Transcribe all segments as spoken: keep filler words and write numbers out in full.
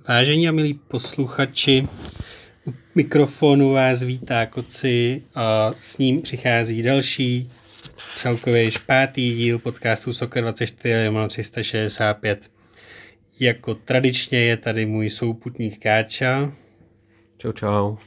Vážení a milí posluchači, u mikrofonu vás vítá Koci a s ním přichází další, celkově již pátý díl podcastu Soccer dvacet čtyři tři sta šedesát pět. Jako tradičně je tady můj souputník Káča. Čau, čau.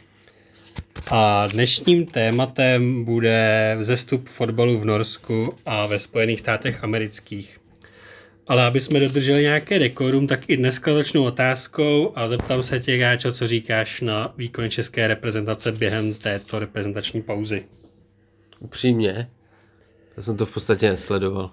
A dnešním tématem bude vzestup fotbalu v Norsku a ve Spojených státech amerických. Ale aby jsme dodrželi nějaké dekorum, tak i dneska začnu otázkou a zeptám se tě, Gáčo, co říkáš na výkony české reprezentace během této reprezentační pauzy. Upřímně, já jsem to v podstatě nesledoval.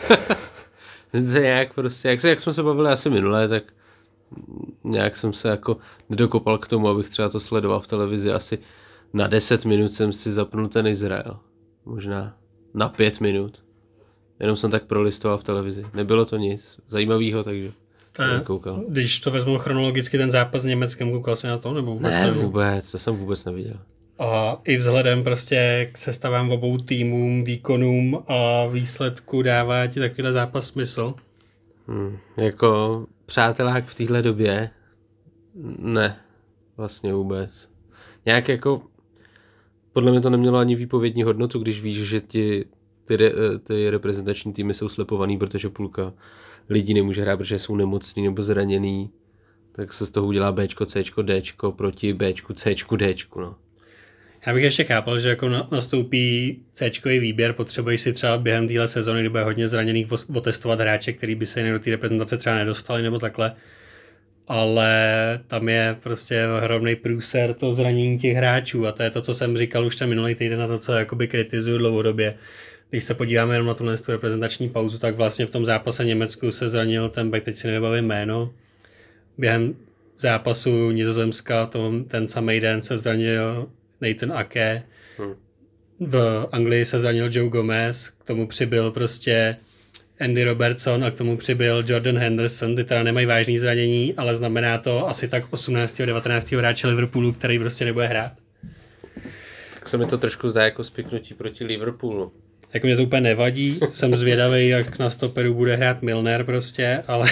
to je nějak prostě, jak, se, jak jsme se bavili asi minule, tak nějak jsem se jako nedokopal k tomu, abych třeba to sledoval v televizi. Asi na deset minut jsem si zapnul ten Izrael. Možná na pět minut. Jenom jsem tak prolistoval v televizi. Nebylo to nic zajímavého, takže jsem koukal. Když to vezmu chronologicky, ten zápas s Německem, koukal jsi na to? Nebo vůbec ne, vůbec, to jsem vůbec neviděl. A i vzhledem prostě k sestavám obou týmům, výkonům a výsledku dává ti takovýhle zápas smysl? Hmm, jako přátelák v téhle době? Ne, vlastně vůbec. Nějak jako, podle mě to nemělo ani výpovědní hodnotu, když víš, že ti ty, re, ty reprezentační týmy jsou slepovaný, protože půlka lidí nemůže hrát, protože jsou nemocný nebo zraněný, tak se z toho udělá Bčko, Cčko, Dčko proti Bčku, Cčku, Dčku, no. Já bych ještě chápal, že jako nastoupí Cčkový výběr, potřebuješ si třeba během téhle sezony, kdy bude hodně zraněných, otestovat hráče, který by se jinak do té reprezentace třeba nedostali nebo takhle. Ale tam je prostě ohromný průser to zranění těch hráčů a to je to, co jsem říkal už ten minulý týden na to, co jakoby kritizuju dlouhodobě. Když se podíváme jenom na tuhle reprezentační pauzu, tak vlastně v tom zápase Německu se zranil ten back, teď si nevybavím jméno. Během zápasu Nizozemska tom, ten samý den se zranil Nathan Ake. Hmm. V Anglii se zranil Joe Gomez, k tomu přibyl prostě Andy Robertson a k tomu přibyl Jordan Henderson. Ty teda nemají vážný zranění, ale znamená to asi tak osmnáctého devatenáctého hráče Liverpoolu, který prostě nebude hrát. Tak se mi to trošku zdá jako spiknutí proti Liverpoolu. Jako mě to úplně nevadí, jsem zvědavý, jak na stoperu bude hrát Milner prostě, ale...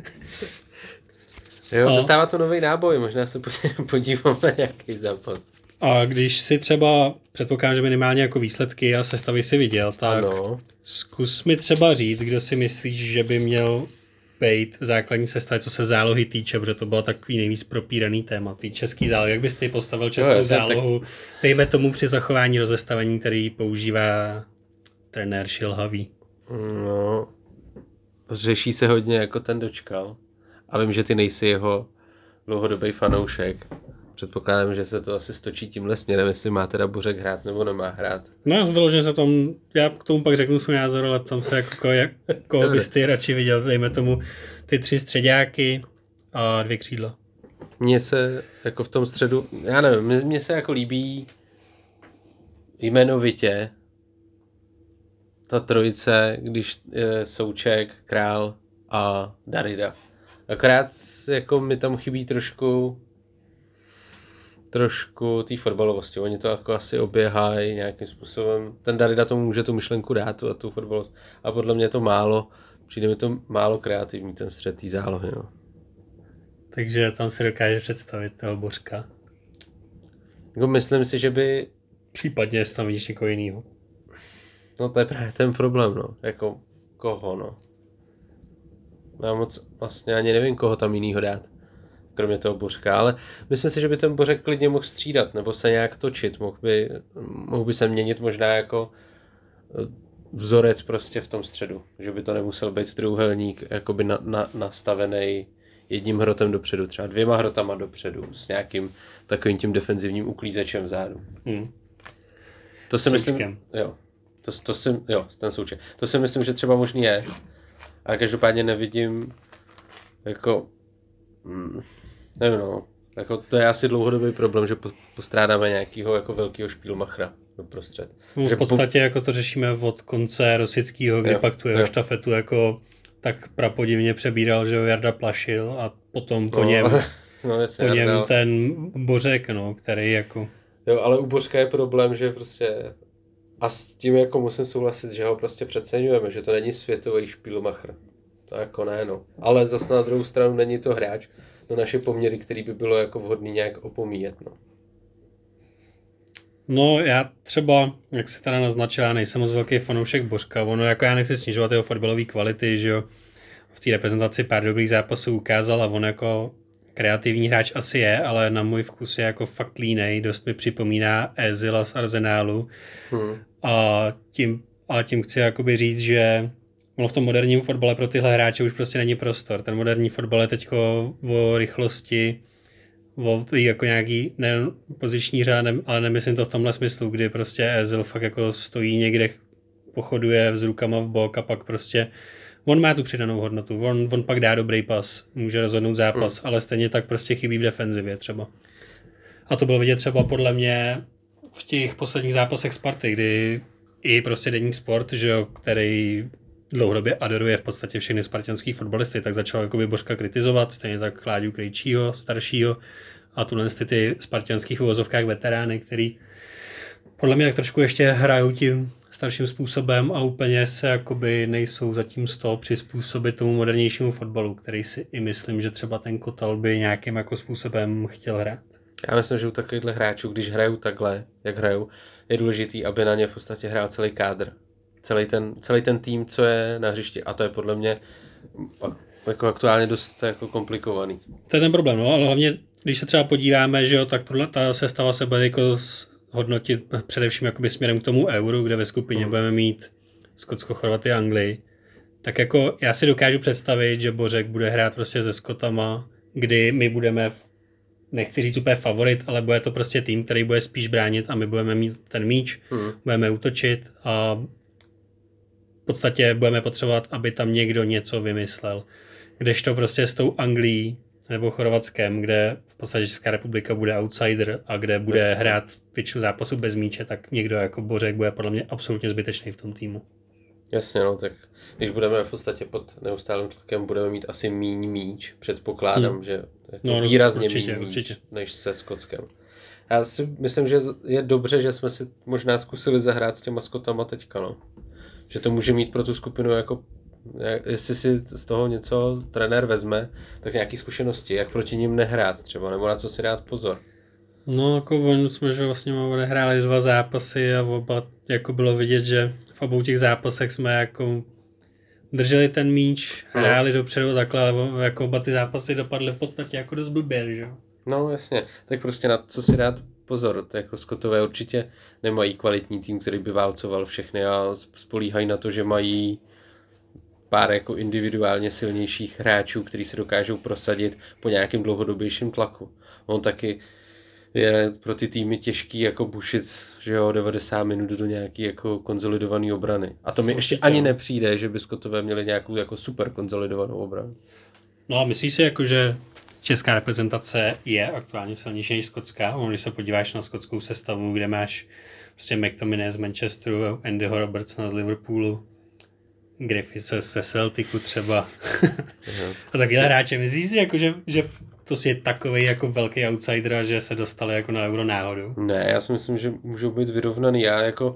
jo, dostává to nový náboj, možná se podívám na nějaký zápas. A když si třeba, předpokládám, že minimálně jako výsledky a sestavy si viděl, tak ano. Zkus mi třeba říct, kdo si myslíš, že by měl být v základní sestavě, co se zálohy týče, protože to bylo takový nejvíc propíraný téma, ty český zálohy. Jak bys ty postavil českou jo, zálohu, tak... dejme tomu při zachování rozestavení, který používá trenér Šilhavý? No, řeší se hodně jako ten Dočkal. A vím, že ty nejsi jeho dlouhodobý fanoušek. Předpokládám, že se to asi stočí tímhle směrem, jestli má teda Bořek hrát nebo nemá hrát. No, vyloženě se tom, já k tomu pak řeknu svůj názor, ale tam se jako, jak, koho bys ty radši viděl, dejme tomu ty tři středáky a dvě křídla. Mně se jako v tom středu, já nevím, mně se jako líbí jmenovitě ta trojice, když je Souček, Král a Darida. Akorát jako mi tam chybí trošku trošku té fotbalovosti. Oni to jako asi oběhají nějakým způsobem. Ten Darida tomu může tu myšlenku dát a tu fotbalovost. A podle mě to málo, přijde mi to málo kreativní, ten střed té zálohy. No. Takže tam si dokáže představit toho Bořka. Jako myslím si, že by... Případně jestli tam vidíš někoho jinýho. No to je právě ten problém, no. Jako koho, no. Já moc vlastně ani nevím, koho tam jinýho dát. Kromě toho Bořka, ale myslím si, že by ten Bořek klidně mohl střídat, nebo se nějak točit, mohl by, mohl by se měnit možná jako vzorec prostě v tom středu, že by to nemusel být trojúhelník jakoby na, na, nastavený jedním hrotem dopředu, třeba dvěma hrotama dopředu, s nějakým takovým tím defenzivním uklízečem vzadu. Hmm. To si Součkem. myslím, jo, to, to si, jo, ten Souček. To si myslím, že třeba možný je, a každopádně nevidím jako hmm, nevím, no. Jako to je asi dlouhodobý problém, že postrádáme nějakého jako velkého špílmachra doprostřed. No, v podstatě po... jako to řešíme od konce Rosického, kdy jo, pak tu jeho jo. štafetu jako tak prapodivně přebíral, že ho Jarda Plašil a potom po no, něm, no, po něm ten Bořek, no, který jako... Jo, ale u Bořka je problém, že prostě a s tím jako musím souhlasit, že ho prostě přeceňujeme, že to není světový špílmachr. To jako ne, no. Ale zas na druhou stranu není to hráč na naše poměry, který by bylo jako vhodný nějak opomíjet, no. No já třeba, jak se teda naznačil, já nejsem moc velký fanoušek Bořka, ono jako já nechci snižovat jeho fotbalové kvality, že jo, v té reprezentaci pár dobrých zápasů ukázal a on jako kreativní hráč asi je, ale na můj vkus je jako fakt línej, dost mi připomíná Ezila z Arsenálu Hmm. a tím, a tím chci jakoby říct, že ono v tom moderním fotbale pro tyhle hráče už prostě není prostor. Ten moderní fotbal je teď o rychlosti, o jako nějaký ne poziční řád, ale nemyslím to v tomhle smyslu, kdy prostě Ezil fakt jako stojí někde, pochoduje s rukama v bok a pak prostě on má tu přidanou hodnotu, on, on pak dá dobrý pas, může rozhodnout zápas, hmm. ale stejně tak prostě chybí v defenzivě třeba. A to bylo vidět třeba podle mě v těch posledních zápasech Sparty, kdy i prostě Deník Sport, že jo, který dlouhodobě adoruje v podstatě všechny spartanský fotbalisty, tak začal jakoby Bořka kritizovat, stejně tak Láďu Krejčího, staršího a tuhle ty spartanských uvozovkách veterány, který podle mě tak trošku ještě hrajou tím starším způsobem a úplně se jakoby nejsou zatím z toho přizpůsobit tomu modernějšímu fotbalu, který si i myslím, že třeba ten Kotal by nějakým jako způsobem chtěl hrát. Já myslím, že u takovýchhle hráčů, když hrajou takhle, jak hrajou, je důležitý, aby na ně v podstatě hrál celý kádr. Celý ten, celý ten tým, co je na hřišti. A to je podle mě jako aktuálně dost jako komplikovaný. To je ten problém, no, ale hlavně, když se třeba podíváme, že jo, tak tohle, ta sestava se bude jako hodnotit především jakoby směrem k tomu euru, kde ve skupině mm. budeme mít Skotsko, Chorvaty a Anglii. Tak jako já si dokážu představit, že Bořek bude hrát prostě se Skotama, kdy my budeme, nechci říct úplně favorit, ale bude to prostě tým, který bude spíš bránit a my budeme mít ten míč, mm. budeme útočit a v podstatě budeme potřebovat, aby tam někdo něco vymyslel. Kdežto prostě s tou Anglií nebo Chorvatskem, kde v podstatě Česká republika bude outsider a kde bude hrát většinu zápasů bez míče, tak někdo jako Bořek bude podle mě absolutně zbytečný v tom týmu. Jasně, no, tak když budeme v podstatě pod neustálým tlakem, budeme mít asi míň míč, předpokládám, hmm. že jako no, výrazně určitě, míň určitě. Míč, než se Skotskem. Já si myslím, že je dobře, že jsme si možná zkusili zahrát s těma Skotama teďka, no. Že to může mít pro tu skupinu jako, jestli si z toho něco trenér vezme, tak nějaký zkušenosti, jak proti nim nehrát třeba, nebo na co si dát pozor. No, jako oni jsme, že vlastně odehráli dva zápasy a oba, jako bylo vidět, že v obou těch zápasech jsme jako drželi ten míč, hráli no. dopředu takhle, ale jako oba ty zápasy dopadly v podstatě jako dost blbě, že jo? No jasně, tak prostě na co si dát pozor, to jako Skotové určitě nemají kvalitní tým, který by válcoval všechny a spolíhají na to, že mají pár jako individuálně silnějších hráčů, kteří se dokážou prosadit po nějakém dlouhodobějším tlaku. On taky je pro ty týmy těžký jako bušit, že jo, devadesát minut do nějaký jako konzolidovaný obrany. A to mi ještě ani nepřijde, že by Skotové měli nějakou jako super konzolidovanou obranu. No a myslíš si jako, že česká reprezentace je aktuálně silnější než skotská? Když se podíváš na skotskou sestavu, kde máš prostě McTominay z Manchesteru, Andyho Robertsona z Liverpoolu, Griffithse ze Celticu třeba. A takyhle hráče. Myslíš si, jako, že, že to je takový jako velký outsider, že se dostali jako na euro náhodou? Ne, já si myslím, že můžou být vyrovnaný. Já jako,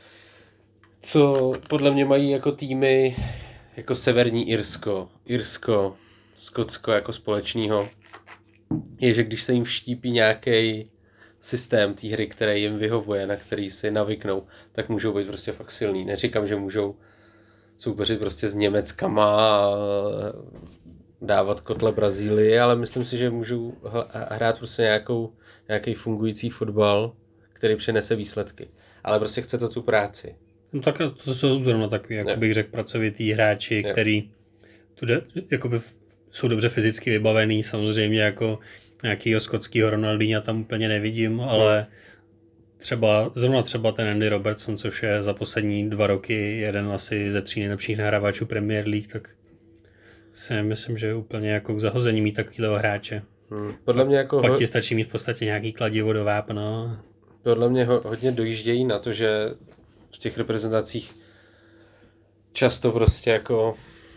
co podle mě mají jako týmy jako Severní Irsko, Irsko, Skotsko jako společného, je, že když se jim vštípí nějaký systém té hry, který jim vyhovuje, na který si navyknou, tak můžou být prostě fakt silný. Neříkám, že můžou soupeřit prostě s Německama a dávat kotle Brazílii, ale myslím si, že můžou hrát prostě nějakou, nějaký fungující fotbal, který přinese výsledky. Ale prostě chce to tu práci. No tak to jsou zrovna takový, jak bych řekl, pracovitý hráči, je. který tu de, jakoby jsou dobře fyzicky vybavený, samozřejmě jako nějakýho skotského Ronaldinha tam úplně nevidím, ale třeba, zrovna třeba ten Andy Robertson, což je za poslední dva roky jeden asi ze tří nejlepších nahrávačů Premier League, tak si myslím, že je úplně jako k zahození mít takovýhle hráče. Hmm. Podle mě jako Pak ti stačí mít v podstatě nějaký kladivo do vápna. Podle mě ho, hodně dojíždějí na to, že v těch reprezentacích často prostě jako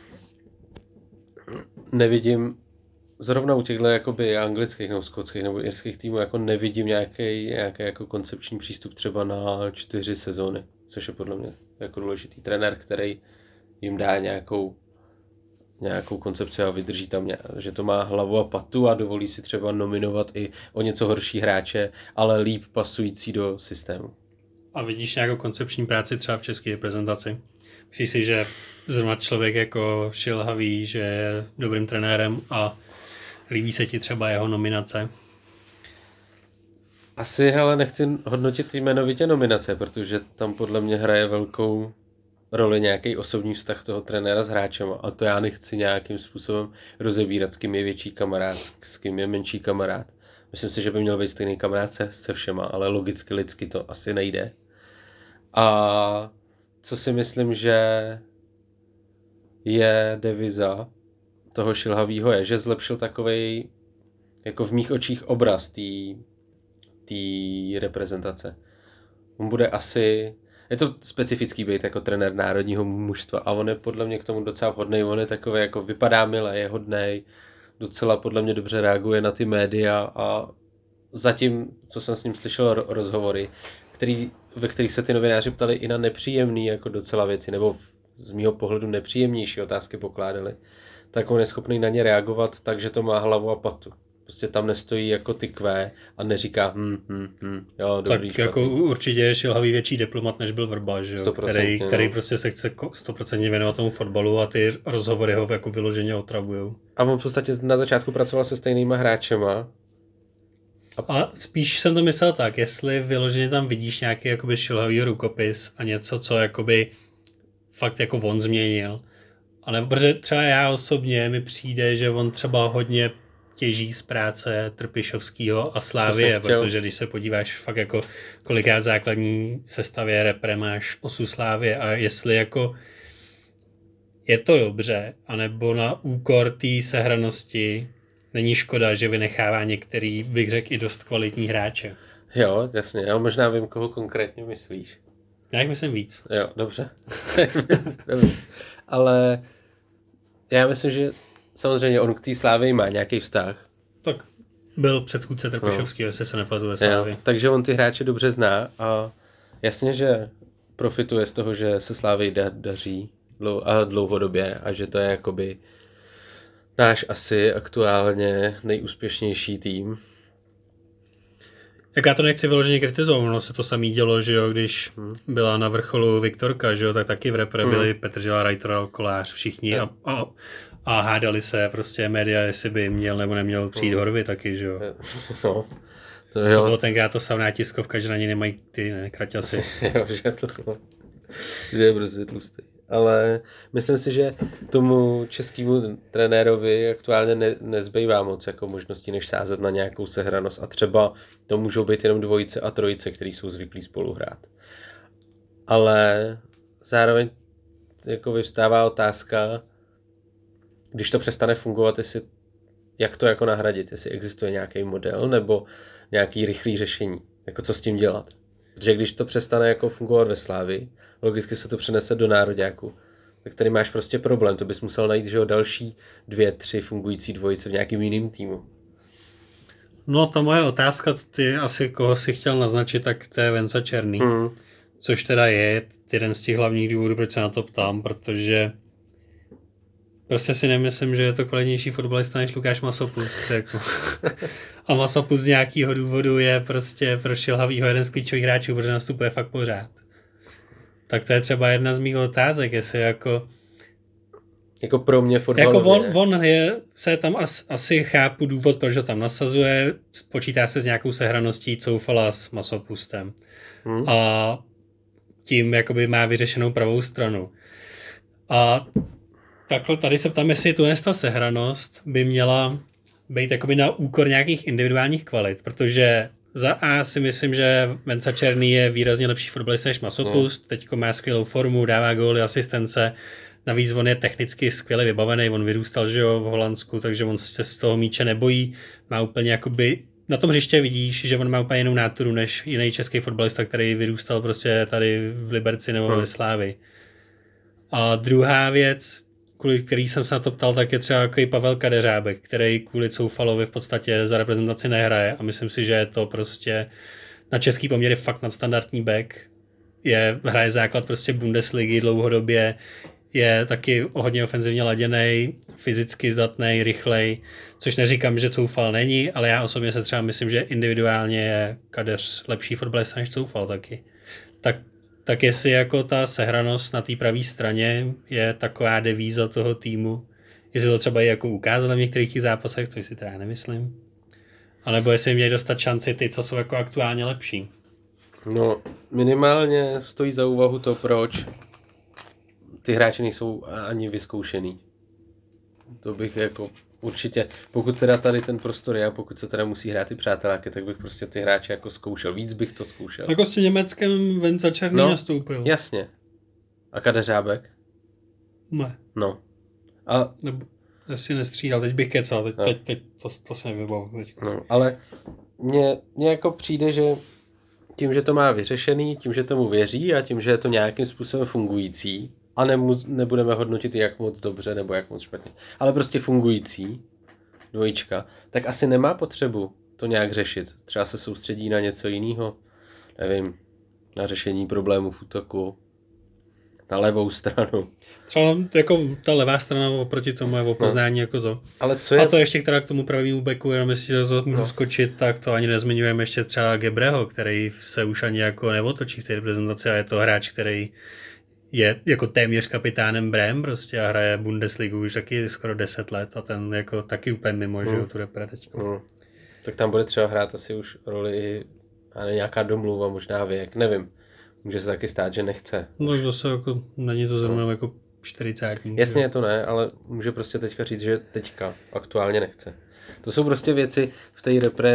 nevidím, zrovna u těchto jakoby anglických nebo skotských nebo irských týmů jako nevidím nějaký, nějaký jako koncepční přístup třeba na čtyři sezóny, což je podle mě jako důležitý trenér, který jim dá nějakou nějakou koncepci a vydrží tam, že to má hlavu a patu a dovolí si třeba nominovat i o něco horší hráče, ale líp pasující do systému. A vidíš nějakou koncepční práci třeba v české reprezentaci? Myslíš si, že zrovna člověk jako Šilhavý, že je dobrým trenérem a líbí se ti třeba jeho nominace? Asi, hele, nechci hodnotit jmenovitě nominace, protože tam podle mě hraje velkou roli nějaký osobní vztah toho trenéra s hráčem a to já nechci nějakým způsobem rozebírat, s kým je větší kamarád, s kým je menší kamarád. Myslím si, že by měl být stejný kamarád se, se všema, ale logicky, lidsky to asi nejde. A co si myslím, že je deviza toho Šilhavýho je, že zlepšil takovej jako v mých očích obraz té reprezentace. On bude asi, je to specifický být jako trenér národního mužstva a on je podle mě k tomu docela vhodný, on je takový jako vypadá milé, je hodnej, docela podle mě dobře reaguje na ty média a zatím, co jsem s ním slyšel rozhovory, který, ve kterých se ty novináři ptali i na nepříjemný jako docela věci, nebo z mýho pohledu nepříjemnější otázky pokládali, tak on je schopný na ně reagovat tak, že to má hlavu a patu. Prostě tam nestojí jako tykvé a neříká hm, hm, hm, jo, dobrý, tak jako určitě je Šilhavý větší diplomat, než byl Vrba, že jo? Který, který no. prostě se chce sto procent věnovat tomu fotbalu a ty rozhovory ho jako vyloženě otravujou. A on v podstatě na začátku pracoval se stejnýma hráčema. A... a spíš jsem to myslel tak, jestli vyloženě tam vidíš nějaký jakoby Šilhavýho rukopis a něco, co jakoby fakt jako on změnil. Ale protože třeba já osobně mi přijde, že on třeba hodně těží z práce Trpišovského a Slávie, protože když se podíváš fakt jako kolikrát základní sestavě repre máš osu Slávie a jestli jako je to dobře, anebo na úkor té sehranosti není škoda, že vynechává některý, bych řekl, i dost kvalitní hráče. Jo, jasně, já možná vím, koho konkrétně myslíš. Já myslím víc. Jo, dobře. Ale já myslím, že samozřejmě on k té Slávii má nějaký vztah. Tak byl předchůdce Trpišovského, no. Jestli se nepletu ve Slávii. Takže on ty hráče dobře zná a jasně, že profituje z toho, že se Slávii da- daří a dlouhodobě a že to je jakoby náš asi aktuálně nejúspěšnější tým. Jak já to nechci vyloženě kritizovat, ono se to samý dělo, že jo, když hmm. byla na vrcholu Viktorka, že jo, tak taky v repre byli hmm. Petržela, Reiter, Kolář, všichni a, a, a hádali se prostě média, jestli by měl nebo neměl přijít hmm. Horvy taky, že jo. No. To, jo. To bylo tenkrát to slavná tiskovka, že na ní nemají ty ne, kraťasy. Jo, že to že je prostě tlustý. Ale myslím si, že tomu českému trenérovi aktuálně ne, nezbývá moc jako možností, než sázet na nějakou sehranost a třeba to můžou být jenom dvojice a trojice, který jsou zvyklí spolu hrát. Ale zároveň jako vyvstává otázka, když to přestane fungovat, jestli, jak to jako nahradit, jestli existuje nějaký model nebo nějaký rychlý řešení, jako co s tím dělat. Protože když to přestane jako fungovat ve Slávii, logicky se to přenese do nároďáku, tak tady máš prostě problém. To bys musel najít, že o další dvě, tři fungující dvojice v nějakým jiným týmu. No ta moje otázka, ty asi koho si chtěl naznačit, tak to je Venca Černý. Hmm. Což teda je jeden z těch hlavních důvodů, proč se na to ptám, protože prostě si nemyslím, že je to kvalitnější fotbalista než Lukáš Masopust. Jako. A Masopust z nějakého důvodu je prostě pro Šilhavýho jeden z klíčových hráčů, protože nastupuje fakt pořád. Tak to je třeba jedna z mých otázek, jestli jako... Jako pro mě fotbalově. Jako on, on je, se tam as, asi chápu důvod, proč ho tam nasazuje, počítá se s nějakou sehraností Coufala s Masopustem. Hmm. A tím jakoby má vyřešenou pravou stranu. A takhle tady se ptám, jestli tu ta sehranost by měla být jakoby na úkor nějakých individuálních kvalit, protože za A si myslím, že Venca Černý je výrazně lepší fotbalista než Masopust, teďko má skvělou formu, dává góly, asistence, navíc on je technicky skvěle vybavený, on vyrůstal, že jo, v Holandsku, takže on se z toho míče nebojí, má úplně jakoby, na tom hřiště vidíš, že on má úplně jinou náturu než jiný český fotbalista, který vyrůstal prostě tady v Liberci nebo hmm. ve Slávii. A druhá věc, kvůli který jsem se na to ptal, tak je třeba jako i Pavel Kadeřábek, který kvůli Coufalovi v podstatě za reprezentaci nehraje a myslím si, že je to prostě na český poměry fakt nadstandardní back. Je, hraje základ prostě Bundesligy dlouhodobě, je taky hodně ofenzivně laděnej, fyzicky zdatný, rychlej, což neříkám, že Coufal není, ale já osobně se třeba myslím, že individuálně je Kadeř lepší fotbalista než Coufal taky. Tak, tak jestli jako ta sehranost na té pravé straně je taková devíza toho týmu, jestli to třeba i jako ukázat v některých těch zápasech, což si teda nemyslím, anebo jestli měli dostat šanci ty, co jsou jako aktuálně lepší. No, minimálně stojí za úvahu to, proč ty hráči nejsou ani vyzkoušený. To bych jako určitě, pokud teda tady ten prostor je, pokud se teda musí hrát ty přáteláky, tak bych prostě ty hráče jako zkoušel. Víc bych to zkoušel. Jako s tím Německem Venca Černý no, nastoupil. Jasně. A Kadeřábek? Ne. No. A... Nebo asi nestřídal, teď bych kecal, teď, no. teď, teď to, to se nevybavu. No, ale mně, mně jako přijde, že tím, že to má vyřešený, tím, že tomu věří a tím, že je to nějakým způsobem fungující, a nemu, nebudeme hodnotit jak moc dobře nebo jak moc špatně, ale prostě fungující dvojička, tak asi nemá potřebu to nějak řešit. Třeba se soustředí na něco jiného, nevím, na řešení problémů v útoku, na levou stranu. Třeba jako ta levá strana oproti tomu je o poznání no. jako to. Ale co je... A to ještě teda k tomu pravému beku, jenom jestli že to můžu no. skočit, tak to ani nezmiňujeme ještě třeba Gebreho, který se už ani jako neotočí v té reprezentaci a je to hráč, který je jako téměř kapitánem Brém prostě a hraje Bundesligu už taky skoro deset let a ten jako taky úplně mimo, hmm. že jo, tu repre teďko. Hmm. Tak tam bude třeba hrát asi už roli a nějaká domluva, možná věk, nevím. Může se taky stát, že nechce. No zase jako, není to zrovna no. jako čtyřicátník. Jasně, to ne, ale může prostě teďka říct, že teďka aktuálně nechce. To jsou prostě věci, v té repre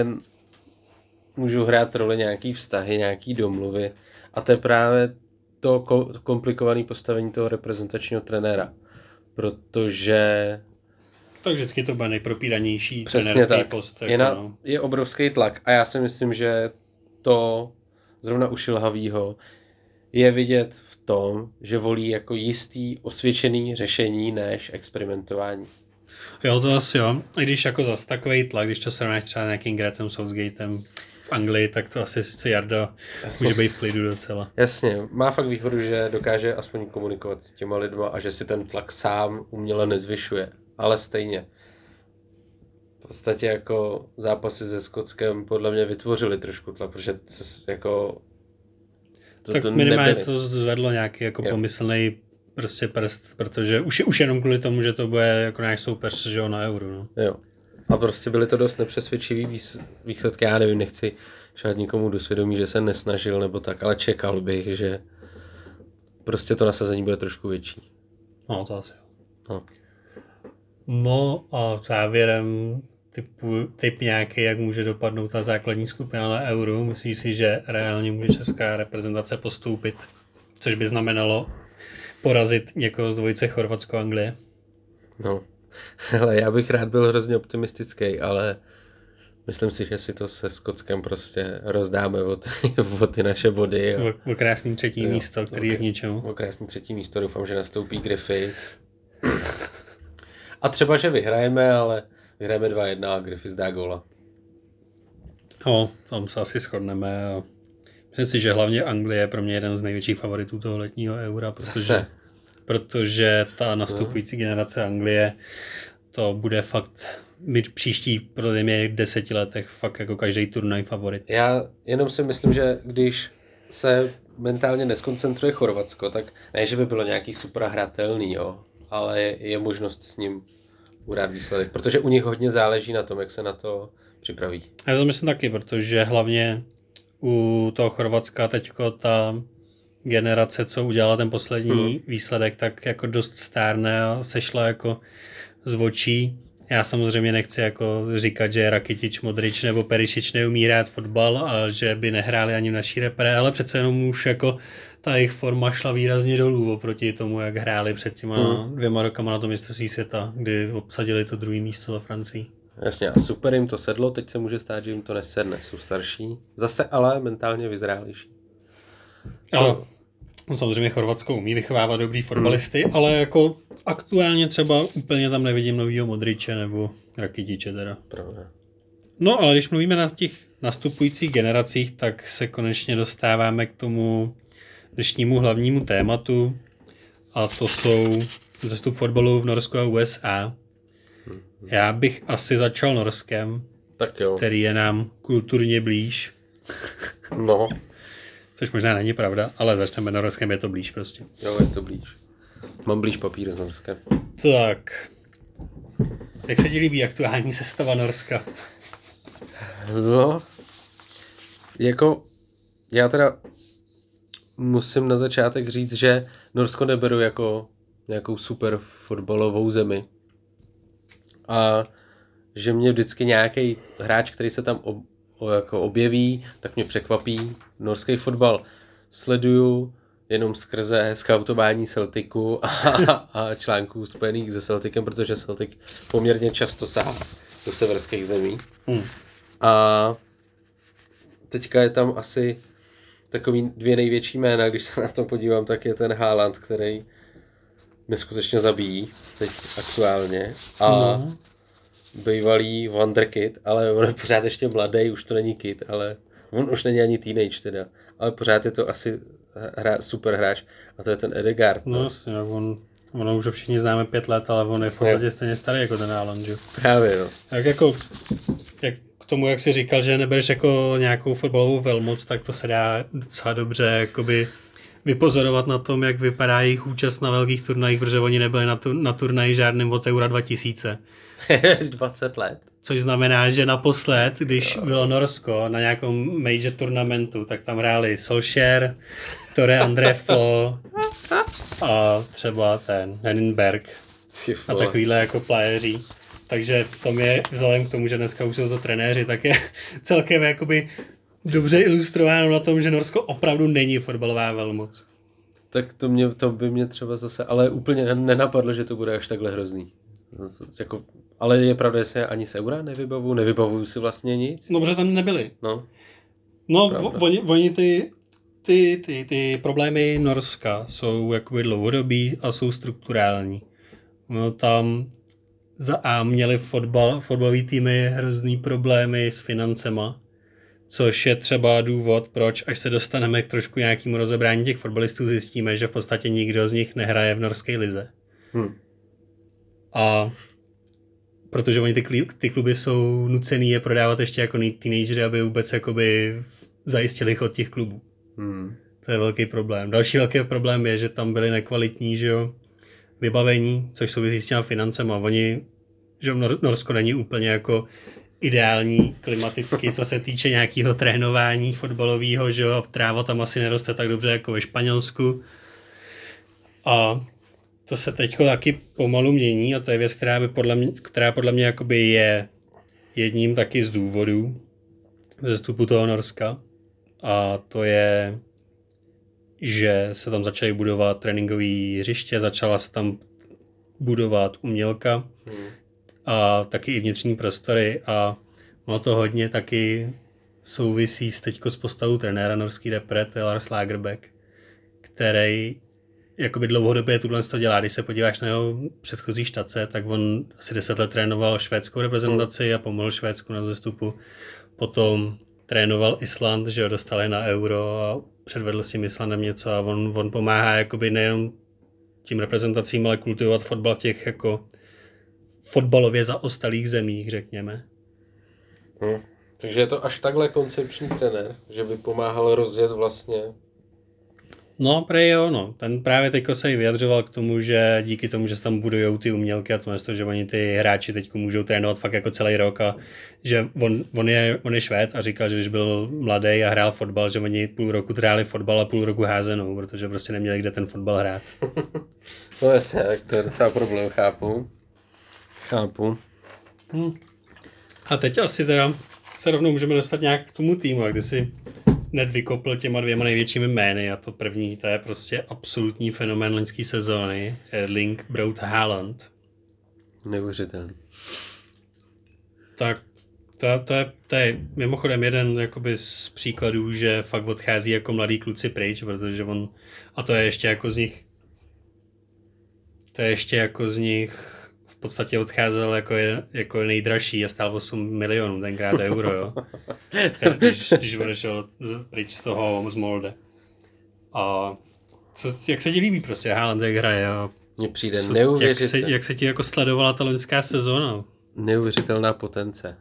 můžou hrát roli nějaký vztahy, nějaký domluvy a to je právě to komplikované postavení toho reprezentačního trenéra. Protože... Tak vždycky to bude nejpropíranější trenérský tak. post. Je, na, no. je obrovský tlak a já si myslím, že to zrovna u Šilhavýho je vidět v tom, že volí jako jistý osvědčený řešení než experimentování. Jo, to asi jo. I když jako zas takovej tlak, když to srovnáš třeba nějakým Gretem Southgatem v Anglii, tak to asi si Jarda Jasně. může být v klidu docela. Jasně, má fakt výhodu, že dokáže aspoň komunikovat s těma lidma a že si ten tlak sám uměle nezvyšuje. Ale stejně. V podstatě jako zápasy se Skotskem podle mě vytvořili trošku tlak, protože se jako to, tak to minimálně nebyli. To zvedlo nějaký jako jo. pomyslný prostě prst, protože už, už jenom kvůli tomu, že to bude jako náš soupeř, že jo, na Euro. No. Jo. A prostě byly to dost nepřesvědčivý výsledky, já nevím, nechci šát nikomu do svědomí, že se nesnažil nebo tak, ale čekal bych, že prostě to nasazení bude trošku větší. No, to asi jo. No, no a závěrem typu, typ nějaký, jak může dopadnout ta základní skupina na Euro. Myslíš si, že reálně může česká reprezentace postoupit, což by znamenalo porazit někoho z dvojice Chorvatsko-Anglie? No, ale já bych rád byl hrozně optimistický, ale myslím si, že si to se Skotskem prostě rozdáme o ty, o ty naše body. O, o krásný třetí jo, místo, který o, je k ničemu. O krásný třetí místo, doufám, že nastoupí Griffiths. A třeba, že vyhrajeme, ale vyhrajeme dva jedna a Griffiths dá góla. No, tam se asi shodneme. A myslím si, že hlavně Anglie je pro mě jeden z největších favoritů toho letního Eura, protože, protože ta nastupující no. generace Anglie to bude fakt mít příští pro mě deseti letech fakt jako každý turnaj favorit. Já jenom si myslím, že když se mentálně neskoncentruje Chorvatsko, tak ne, že by bylo nějaký super hratelný, jo, ale je možnost s ním urát výsledek, protože u nich hodně záleží na tom, jak se na to připraví. Já to myslím taky, protože hlavně u toho Chorvatska teďko ta generace, co udělala ten poslední hmm. výsledek, tak jako dost stárne a sešla jako z očí. Já samozřejmě nechci jako říkat, že Rakitič, Modrič nebo Perišič neumí hrát fotbal a že by nehráli ani v naší repre, ale přece jenom už jako ta jejich forma šla výrazně dolů oproti tomu, jak hráli před těma hmm. dvěma rokama na to mistrovství světa, kdy obsadili to druhé místo za Francii. Jasně, a super jim to sedlo, teď se může stát, že jim to nesedne, jsou starší, zase ale mentálně vyzrálejší. A no, samozřejmě Chorvatsko umí vychovávat dobrý fotbalisty, hmm. ale jako aktuálně třeba úplně tam nevidím novýho Modriče nebo Rakitiče teda. Pravda. No ale když mluvíme na těch nastupujících generacích, tak se konečně dostáváme k tomu dnešnímu hlavnímu tématu a to jsou vzestup fotbalu v Norsku a U S A. Já bych asi začal Norskem, Tak jo. který je nám kulturně blíž. No. Což možná není pravda, ale začneme Norskem, je to blíž prostě. Jo, je to blíž. Mám blíž papír s Norskem. Tak. Jak se ti líbí aktuální sestava Norska? No, jako já teda musím na začátek říct, že Norsko neberu jako nějakou super fotbalovou zemi. A že mě vždycky nějaký hráč, který se tam ob, o, jako objeví, tak mě překvapí. Norský fotbal sleduju jenom skrze skautování Celticu a, a článků spojených se Celticem, protože Celtic poměrně často sahá do severských zemí. Hmm. A teďka je tam asi takový dvě největší jména, když se na to podívám, tak je ten Haaland, který neskutečně zabíjí teď aktuálně. A No. bývalý Wonderkid, ale on je pořád ještě mladý, už to není kid, ale on už není ani teenage teda, ale pořád je to asi hra, super hráč a to je ten Ødegaard. No jasně, no, on, ono už ho všichni známe pět let, ale on je v podstatě stejně starý jako ten Haaland, že? Právě, no. Tak jako, jak k tomu, jak jsi říkal, že nebereš jako nějakou fotbalovou velmoc, tak to se dá docela dobře jakoby vypozorovat na tom, jak vypadá jejich účast na velkých turnajích, protože oni nebyli na, tu, na turnaji žádným od Eura dva tisíce. dvacet let. Což znamená, že naposled, když bylo Norsko na nějakém major turnamentu, tak tam hráli Solskjaer, Tore André Flo a třeba ten Henninberg a takovýhle jako playeři. Takže v tom je, vzhledem k tomu, že dneska už jsou to trenéři, tak je celkem jakoby dobře ilustrováno na tom, že Norsko opravdu není fotbalová velmoc. Tak to, mě, to by mě třeba zase, ale úplně nenapadlo, že to bude až takhle hrozný. Jako, ale je pravda, že se ani z Eura nevybavuju, nevybavuju si vlastně nic. No, protože tam nebyli. No, no oni, oni ty, ty, ty, ty problémy Norska jsou jakoby dlouhodobý a jsou strukturální. No tam za A měli fotbal, fotbalový týmy hrozný problémy s financema, což je třeba důvod, proč až se dostaneme k trošku nějakému rozebrání těch fotbalistů, zjistíme, že v podstatě nikdo z nich nehraje v norské lize. Hmm. A protože oni ty, ty kluby jsou nucený je prodávat ještě jako teenagery, aby vůbec jakoby zajistili chod těch klubů. Hmm. To je velký problém. Další velký problém je, že tam byly nekvalitní, že jo, vybavení, což souvisí s těma financema. Oni, že Nor- Norsko není úplně jako ideální klimaticky, co se týče nějakého trénování fotbalového, že jo, tráva tam asi neroste tak dobře jako ve Španělsku. A to se teď taky pomalu mění a to je věc, která, by podle mě, která podle mě jakoby je jedním taky z důvodů vzestupu toho Norska. A to je, že se tam začaly budovat tréninkové hřiště, začala se tam budovat umělka hmm. a taky i vnitřní prostory a ono to hodně taky souvisí s teďko s postavou trenéra norský repre, to je Lars Lagerbäck, který jakoby dlouhodobě tuhle to dělá. Když se podíváš na jeho předchozí štace, tak on asi deset let trénoval švédskou reprezentaci a pomohl Švédsku na vzestupu. Potom trénoval Island, že ho dostali na Euro a předvedl s tím Islandem něco a on, on pomáhá jakoby nejenom tím reprezentacím, ale kultivovat fotbal v těch jako fotbalově zaostalých zemích, řekněme. Hmm. Takže je to až takhle koncepční trenér, že by pomáhal rozjet vlastně. No, prej jo, no. Ten právě teďko se i vyjadřoval k tomu, že díky tomu, že se tam budujou ty umělky a to, že oni ty hráči teďko můžou trénovat fakt jako celý rok a že on, on, je, on je Švéd a říkal, že když byl mladý a hrál fotbal, že oni půl roku hráli fotbal a půl roku házenou, protože prostě neměli kde ten fotbal hrát. No jasně, tak to je docela problém, chápu. Chápu. Hmm. A teď asi teda se rovnou můžeme dostat nějak k tomu týmu, a kdy si hned vykopl těma dvěma největšími jmény a to první, to je prostě absolutní fenomén loňské sezóny, Erling Braut Haaland. Neuvěřitelný. Tak to, to, je, to je mimochodem jeden jakoby z příkladů, že fakt odchází jako mladý kluci pryč, protože on, a to je ještě jako z nich, to je ještě jako z nich v podstatě odcházel jako, je, jako nejdražší a stál osm milionů tenkrát euro, jo. Když, když odešel pryč z toho z Molde. A Co, jak se ti líbí prostě Haaland, jak hraje a Mně přijde co, jak, se, neuvěřitelná. jak se ti jako sledovala ta loňská sezóna? Neuvěřitelná potence.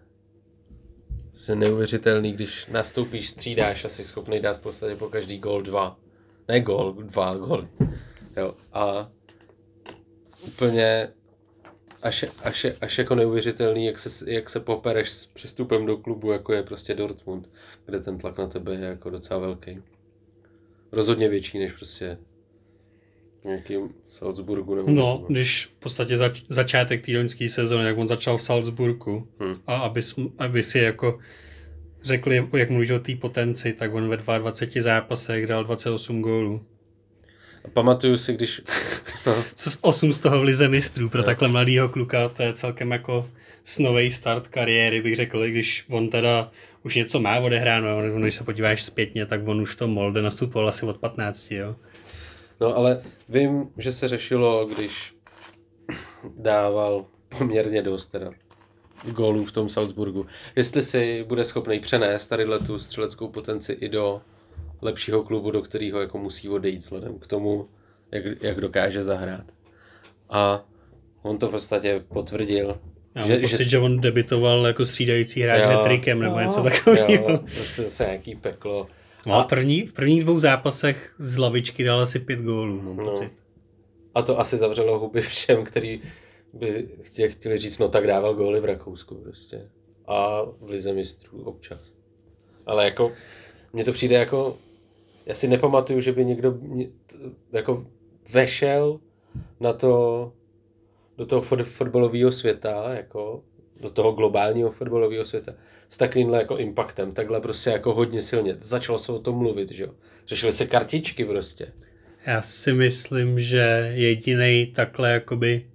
Je neuvěřitelný, když nastoupíš, střídáš a jsi schopný dát v podstatě po každý gól dva. Ne gól, dva góly. Jo. A úplně až, až, až jako neuvěřitelný, jak se, jak se popereš s přístupem do klubu, jako je prostě Dortmund, kde ten tlak na tebe je jako docela velký. Rozhodně větší než prostě nějakým Salzburgu. Nebo No, nebo. když v podstatě zač, začátek té loňské sezóny, jak on začal v Salzburgu Hmm. a aby, aby si jako řekli, jak mluvíš o té potenci, tak on ve dvaceti dvou zápasech dal dvacet osm gólů. A pamatuju si, když... no. osm z toho v lize mistrů pro no. takhle mladýho kluka, to je celkem jako snový start kariéry, bych řekl, i když on teda už něco má odehráno, když se podíváš zpětně, tak on už v tom Molde nastupoval asi od patnácti, jo. No ale vím, že se řešilo, když dával poměrně dost teda gólů v tom Salzburgu. Jestli si bude schopný přenést tadyhle tu střeleckou potenci i do lepšího klubu, do kterého jako musí odejít vzhledem k tomu, jak, jak dokáže zahrát. A on to v podstatě potvrdil. Já mám že, pocit, že... že on debitoval jako střídající hráč hat-trickem nebo něco takového. Jo, prostě zase nějaký peklo. No, a v, první, v prvních dvou zápasech z lavičky dal asi pět gólů, mám pocit. No. A to asi zavřelo huby všem, který by chtěli, chtěli říct, no tak dával góly v Rakousku prostě. A v lize mistrů občas. Ale jako, mně to přijde jako, já si nepamatuju, že by někdo jako vešel na to, do toho fotbalového světa, jako, do toho globálního fotbalového světa, s takovýmhle jako impactem, takhle prostě jako hodně silně. Začalo se o tom mluvit, že jo. Řešily se kartičky prostě. Já si myslím, že jedinej takhle jakoby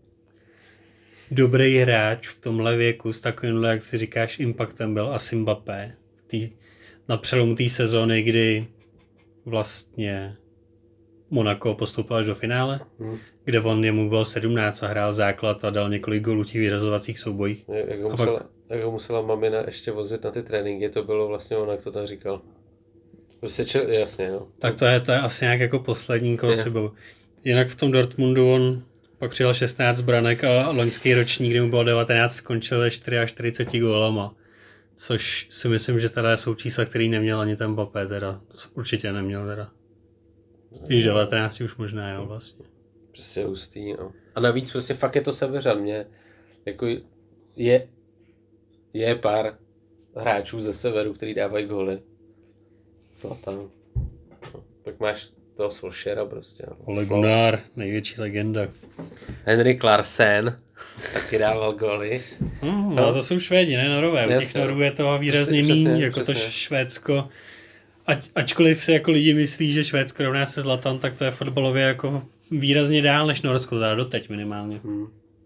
dobrý hráč v tomhle věku s takovýmhle, jak si říkáš, impactem byl asi Mbappé. Tý, na přelomu té sezóny, kdy vlastně Monaco postoupil až do finále, hmm. kde on jemu byl sedmnáct a hrál základ a dal několik gólů těch vyrazovacích soubojích. Jak ho, musela, pak... jak ho musela mamina ještě vozit na ty tréninky, to bylo vlastně ona, jak to tam říkal. Prostě čel, jasně, no. Tak to je, to je asi nějak jako poslední, koho si byl. Jinak v tom Dortmundu on pak přijel šestnáct branek a loňský ročník, kdy mu bylo devatenáct, skončil ve čtyřiceti čtyři gólama. Což si myslím, že teda jsou čísla, který neměl ani ten Mbappé, teda. Určitě neměl teda. I devatenáct už možná, jo, vlastně. Prostě hustý, no. A navíc prostě fakt je to seveřan, mě jako je je pár hráčů ze severu, který dávají góly. Zlatan. No, pak máš toho Solskjaera prostě. No. Ole Gunnar, největší legenda. Henrik Larsen taky dával góly. Hmm, no, to jsou Švédi, ne Norové. U těch Norů je to výrazně méně, jako přesně. To Švédsko. Ať, ačkoliv se jako lidi myslí, že Švédsko rovná se Zlatan, tak to je fotbalově jako výrazně dál než Norsko, teda doteď minimálně. Hmm.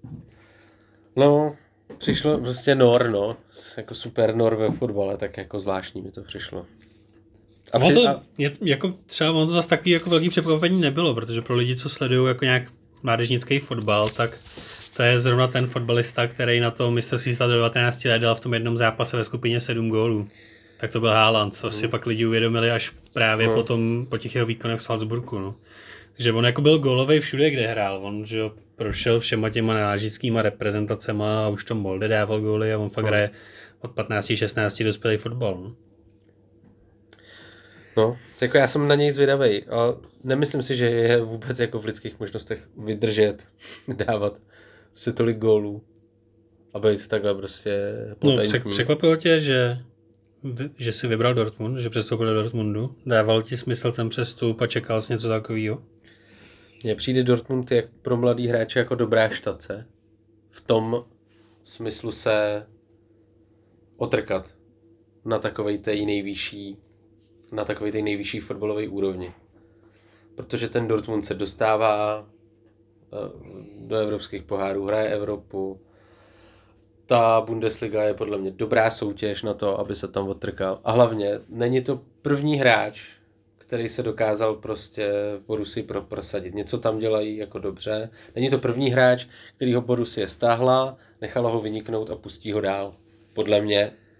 No, přišlo prostě Nor, no, jako super Nor ve fotbale, tak jako zvláštní mi to přišlo. A při, to, a... je, jako třeba ono to zase takový jako velký překvapení nebylo, protože pro lidi, co sledují jako nějak mládežnický fotbal, tak to je zrovna ten fotbalista, který na to mistrovství světa do devatenácti let dal v tom jednom zápase ve skupině sedm gólů. Tak to byl Haaland, co hmm. si pak lidi uvědomili až právě hmm. potom, po těch jeho výkonech v Salzburgu. No. Takže on jako byl gólovej všude, kde hrál. On že prošel všema těma náležickýma reprezentacema a už to Molde dával góly a on fakt hmm. hraje od patnácti šestnácti dospělý fotbal. No. No, jako já jsem na něj zvědavej a nemyslím si, že je vůbec jako v lidských možnostech vydržet, dávat si tolik gólů a být takhle prostě potentní. No, překvapilo tě, že, že jsi vybral Dortmund, že přestoupil do Dortmundu? Dával ti smysl ten přestup a čekal jsi něco takového? Mně přijde Dortmund jak pro mladý hráče jako dobrá štace. V tom smyslu se otrkat na takovej té nejvyšší na takovej té nejvyšší fotbalové úrovni. Protože ten Dortmund se dostává do evropských pohárů, hraje Evropu. Ta Bundesliga je podle mě dobrá soutěž na to, aby se tam odtrkal. A hlavně není to první hráč, který se dokázal prostě v Borussii prosadit. Něco tam dělají jako dobře. Není to první hráč, který ho Borussia stáhla, nechala ho vyniknout a pustí ho dál. Podle mě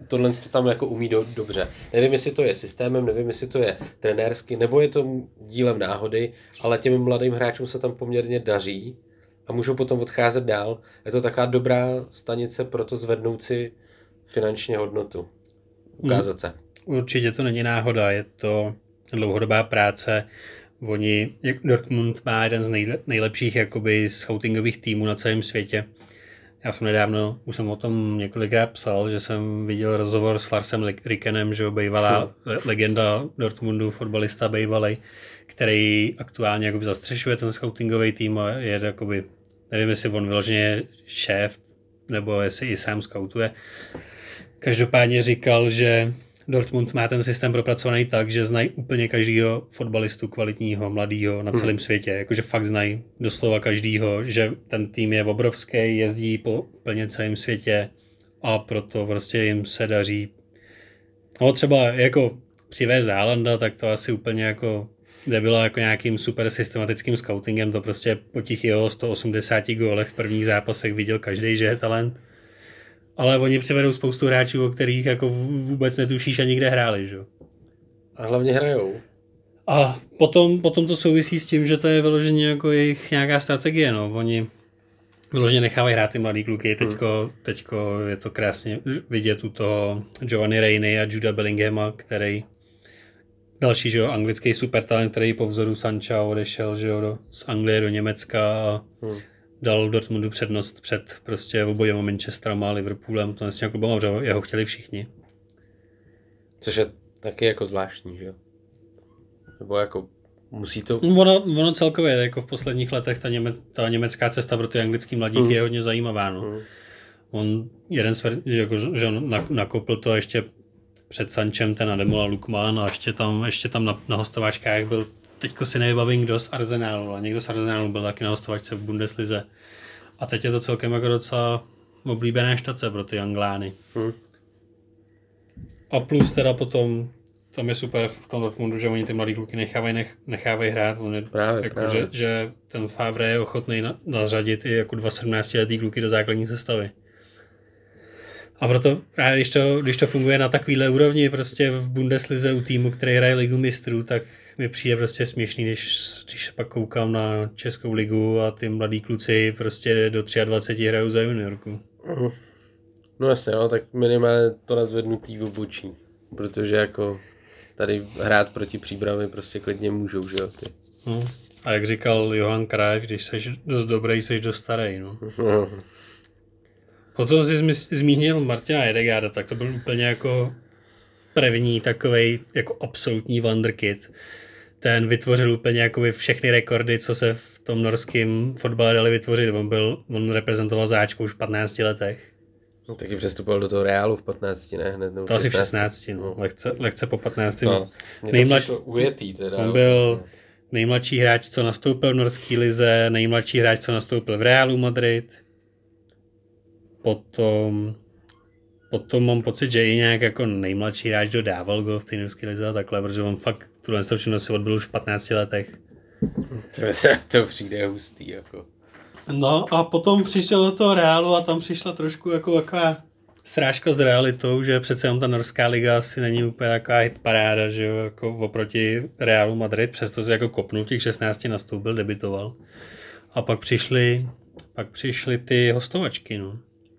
tohle to tam jako umí do, dobře. Nevím, jestli to je systémem, nevím, jestli to je trenérsky, nebo je to dílem náhody, ale těm mladým hráčům se tam poměrně daří a můžou potom odcházet dál. Je to taková dobrá stanice pro to zvednout si finančně hodnotu. Ukázat se. Určitě to není náhoda, je to dlouhodobá práce. Oni, jak Dortmund má jeden z nejle, nejlepších jakoby scoutingových týmů na celém světě. Já jsem nedávno, už jsem o tom několikrát psal, že jsem viděl rozhovor s Larsem Rickenem, že bývalá hmm. legenda Dortmundu, fotbalista bývalej, který aktuálně jakoby zastřešuje ten scoutingový tým a je jakoby, nevím, jestli on vyloženě šéf, nebo jestli i sám scoutuje. Každopádně říkal, že Dortmund má ten systém propracovaný tak, že znají úplně každýho fotbalistu kvalitního, mladýho na celém hmm. světě. Jakože fakt znají doslova každýho, že ten tým je obrovský, jezdí po úplně celém světě a proto prostě jim se daří. No třeba jako přivést Haalanda, tak to asi úplně jako nebylo jako nějakým super systematickým scoutingem, to prostě po těch jeho sto osmdesáti gólech v prvních zápasech viděl každý, že je talent. Ale oni přivedou spoustu hráčů, o kterých jako vůbec netušíš ani kde hráli, že? A hlavně hrajou. A potom, potom to souvisí s tím, že to je vyloženě jako jejich nějaká strategie, no. Oni vyloženě nechávají hrát ty mladý kluky. Teďko, hmm. teďko je to krásně vidět u toho Giovanni Reiny a Juda Bellinghama, který další, že jo, anglický supertalent, který po vzoru Sancha odešel, že jo, do, z Anglie do Německa a hmm. dal Dortmundu přednost před prostě obojema Manchesterem a Liverpoolem, to s těmi klubama, že jeho chtěli všichni. Což je taky jako zvláštní, že jo? Nebo jako musí to... Ono, ono celkově, jako v posledních letech ta, něme, ta německá cesta pro ty anglický mladíky mm. je hodně zajímavá, no. Mm. On jeden sver, jako, že on nakopl to ještě před Sanchem ten Ademola Lookman a ještě tam, ještě tam na, na hostováčkách byl, teďko si nevybavím kdo z Arsenalu, ale někdo z Arsenalu byl taky na hostovačce v Bundeslize. A teď je to celkem jako docela oblíbené štace pro ty Anglány. Hmm. A plus teda potom, tam je super v tom Dortmundu, že oni ty mladý kluky nechávají, nech, nechávají hrát. On je, právě, jako, právě. Že, že ten Favre je ochotný na, nařadit i jako dva sedmnáctiletý kluky do základní sestavy. A proto právě když to, když to funguje na takovýhle úrovni prostě v Bundeslize u týmu, který hraje ligu mistrů, tak mi přijde prostě směšný, když, když pak koukám na Českou ligu a ty mladí kluci prostě do dvacet tři hrajou za juniorku. Uh-huh. No jasně, no, tak minimálně to na zvednutý obočí, protože jako tady hrát proti Příbrami prostě klidně můžou, že jo, ty. No. A jak říkal Johan Cruyff, když seš dost dobrý, seš dost starý, no. Uh-huh. Potom jsi zmínil Martina Edegaarda, tak to byl úplně jako první takovej jako absolutní wonderkid. Ten vytvořil úplně jakoby všechny rekordy, co se v tom norském fotbale dali vytvořit. On byl, on reprezentoval záčku už v patnácti letech. No, taky přestupoval do toho Reálu v patnácti, ne? Hned, to asi v šestnácti, no. Lehce, lehce po patnácti. No, Nejmlač... ujetý teda. On byl nejmladší hráč, co nastoupil v norské lize, nejmladší hráč, co nastoupil v Reálu Madrid. Potom, potom mám pocit, že i nějak jako nejmladší hráč dodával gol v té norské lize a takhle, protože on fakt tuhle všechno si odbyl už v patnácti letech. To přijde hustý, jako. No a potom přišel do toho Reálu a tam přišla trošku jako taková srážka s realitou, že přece jenom ta norská liga asi není úplně taková hitparáda, že jo, jako oproti Reálu Madrid, přesto se jako kopnul v těch šestnácti nastoupil, debitoval. A pak přišly, pak přišly ty hostovačky, no.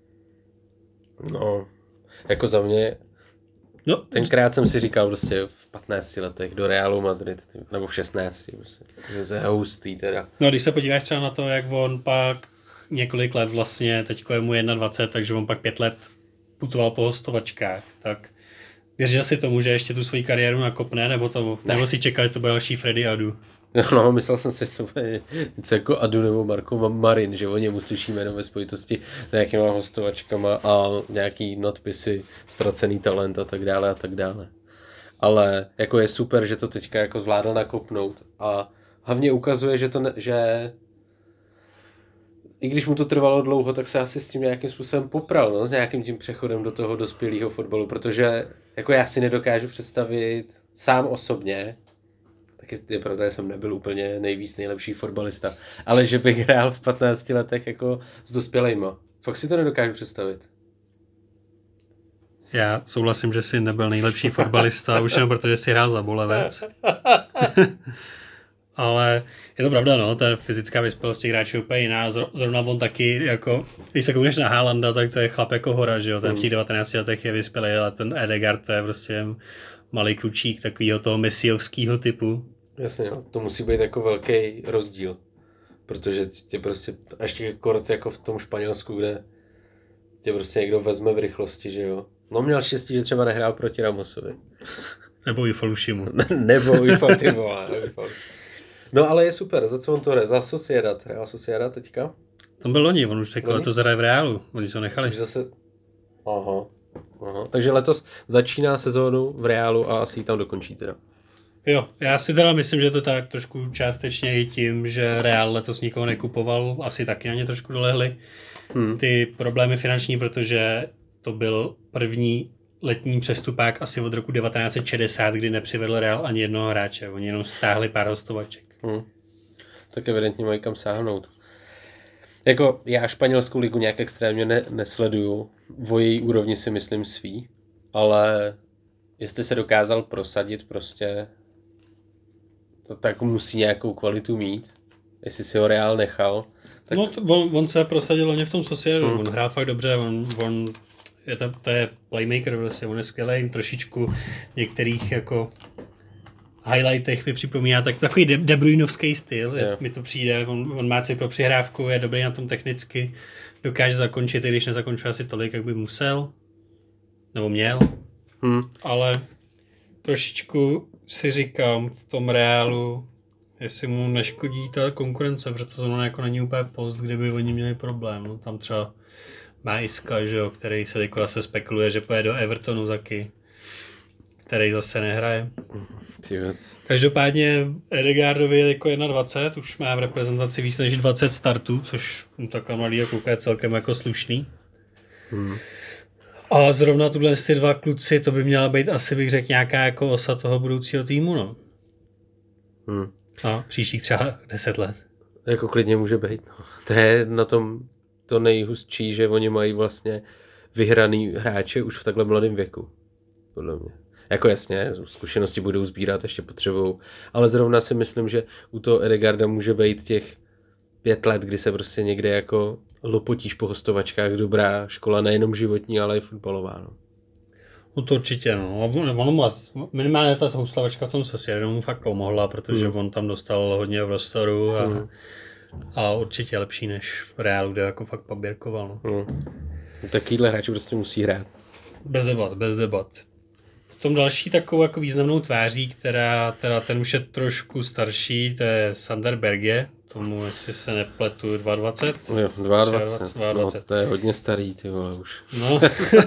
No, jako za mě, no, tenkrát jsem si říkal prostě v patnácti letech do Realu Madrid, nebo v šestnácti, prostě, že je hustý teda. No, když se podíváš třeba na to, jak on pak několik let vlastně, teďko je mu dvacet jedna, takže on pak pět let putoval po hostovačkách, tak věřil si tomu, že ještě tu svoji kariéru nakopne, nebo, to, nebo si čekal, že to bude další Freddy Adu? No, myslel jsem si, že to bude něco jako Adu nebo Marko Marin, že o něm uslyšíme jenom ve spojitosti s nějakýma hostovačkama a nějaký nadpisy, ztracený talent a tak dále a tak dále. Ale jako je super, že to teďka jako zvládl nakopnout a hlavně ukazuje, že to ne, že i když mu to trvalo dlouho, tak se asi s tím nějakým způsobem popral, no, s nějakým tím přechodem do toho dospělého fotbalu, protože jako já si nedokážu představit sám osobně, taky je pravda, že jsem nebyl úplně nejvíc nejlepší fotbalista, ale že bych hrál v patnácti letech jako s dospělejma. Fakt si to nedokážu představit. Já souhlasím, že jsi nebyl nejlepší fotbalista, už jenom protože jsi hrál za Bolevec. Ale je to pravda, no, ta fyzická vyspělost těch hráčů je úplně jiná. Zrovna on taky, jako, když se koukneš na Haalanda, tak to je chlap jako hora, že jo, ten v těch devatenácti letech je vyspělý, ale ten Ødegaard to je prostě malý klučík takovýho toho mesiovského typu. Jasně, no, to musí být jako velký rozdíl, protože tě prostě, a ještě kort jako v tom Španělsku, kde tě prostě někdo vezme v rychlosti, že jo. No měl štěstí, že třeba nehrál proti Ramosovi. Nebo i Falushimu. Nebo i Fatima. No ale je super, za co on to hraje? Za Sociedad, Real Sociedad teďka? Tam byl loni, on už řekl, že to zahraje v Reálu, oni se ho nechali. Už zase... Aha. Aha. Takže letos začíná sezónu v Reálu a asi ji tam dokončí teda. Jo, já si teda myslím, že to tak trošku částečně i tím, že Real letos nikoho nekupoval, asi taky na ně trošku dolehli hmm. ty problémy finanční, protože to byl první letní přestupák asi od roku devatenáct set šedesát, kdy nepřivedl Real ani jednoho hráče, oni jenom stáhli pár hostovaček. Hmm. Tak evidentně mají kam sáhnout. Jako já španělskou ligu nějak extrémně ne- nesleduju, o její úrovni si myslím svý, ale jestli se dokázal prosadit prostě, to tak musí nějakou kvalitu mít. Jestli si ho Real nechal. Tak... No to, on, on se prosadil hlavně v tom Sociedu, hmm. on hrál fakt dobře, on, on je to, to je playmaker, vlastně, on je skvělý, trošičku některých jako highlightech mi připomíná tak, takový De, De Bruynovský styl, yeah. mi to přijde, on, on má si pro přihrávku, je dobrý na tom technicky, dokáže zakončit, i když nezakončuje asi tolik, jak by musel, nebo měl, hmm. ale trošičku si říkám v tom Reálu, jestli mu neškodí ta konkurence, protože to zrovna jako není úplně post, kde by oni měli problém, no, tam třeba má Iska, že jo, který se jako zase spekuluje, že pojede do Evertonu taky, který zase nehraje. Tyhle. Každopádně Ødegaardovi je jako dvacet jedna, už má v reprezentaci víc než dvacet startů, což mu takhle mladý kluka je celkem jako slušný. Hmm. A zrovna tuhle ty dva kluci, to by měla být asi bych řekl nějaká jako osa toho budoucího týmu, no. Hmm. A příštích třeba deset let. Jako klidně může být, no. To je na tom to nejhustší, že oni mají vlastně vyhraný hráče už v takhle mladém věku. Podle mě. Jako jasně, zkušenosti budou sbírat, ještě potřebujou, ale zrovna si myslím, že u toho Ødegaarda může být těch pět let, kdy se prostě někde jako lopotíš po hostovačkách, dobrá škola, nejenom životní, ale i fotbalová. No, no to určitě, no. Ono mu minimálně ta hostovačka v tom Sociedu mu fakt pomohla, protože hmm. on tam dostal hodně v prostoru a, hmm. a určitě lepší než v Reálu, kde jako fakt paběrkoval. No. Hmm. Takovýhle hráči prostě musí hrát. Bez debat, bez debat. Potom další takovou jako významnou tváří, která teda ten už je trošku starší, to je Sander Berge, tomu, jestli se nepletu, dvacet dva. Jo, dvacet dva. No, to je hodně starý, ty vole, už. No.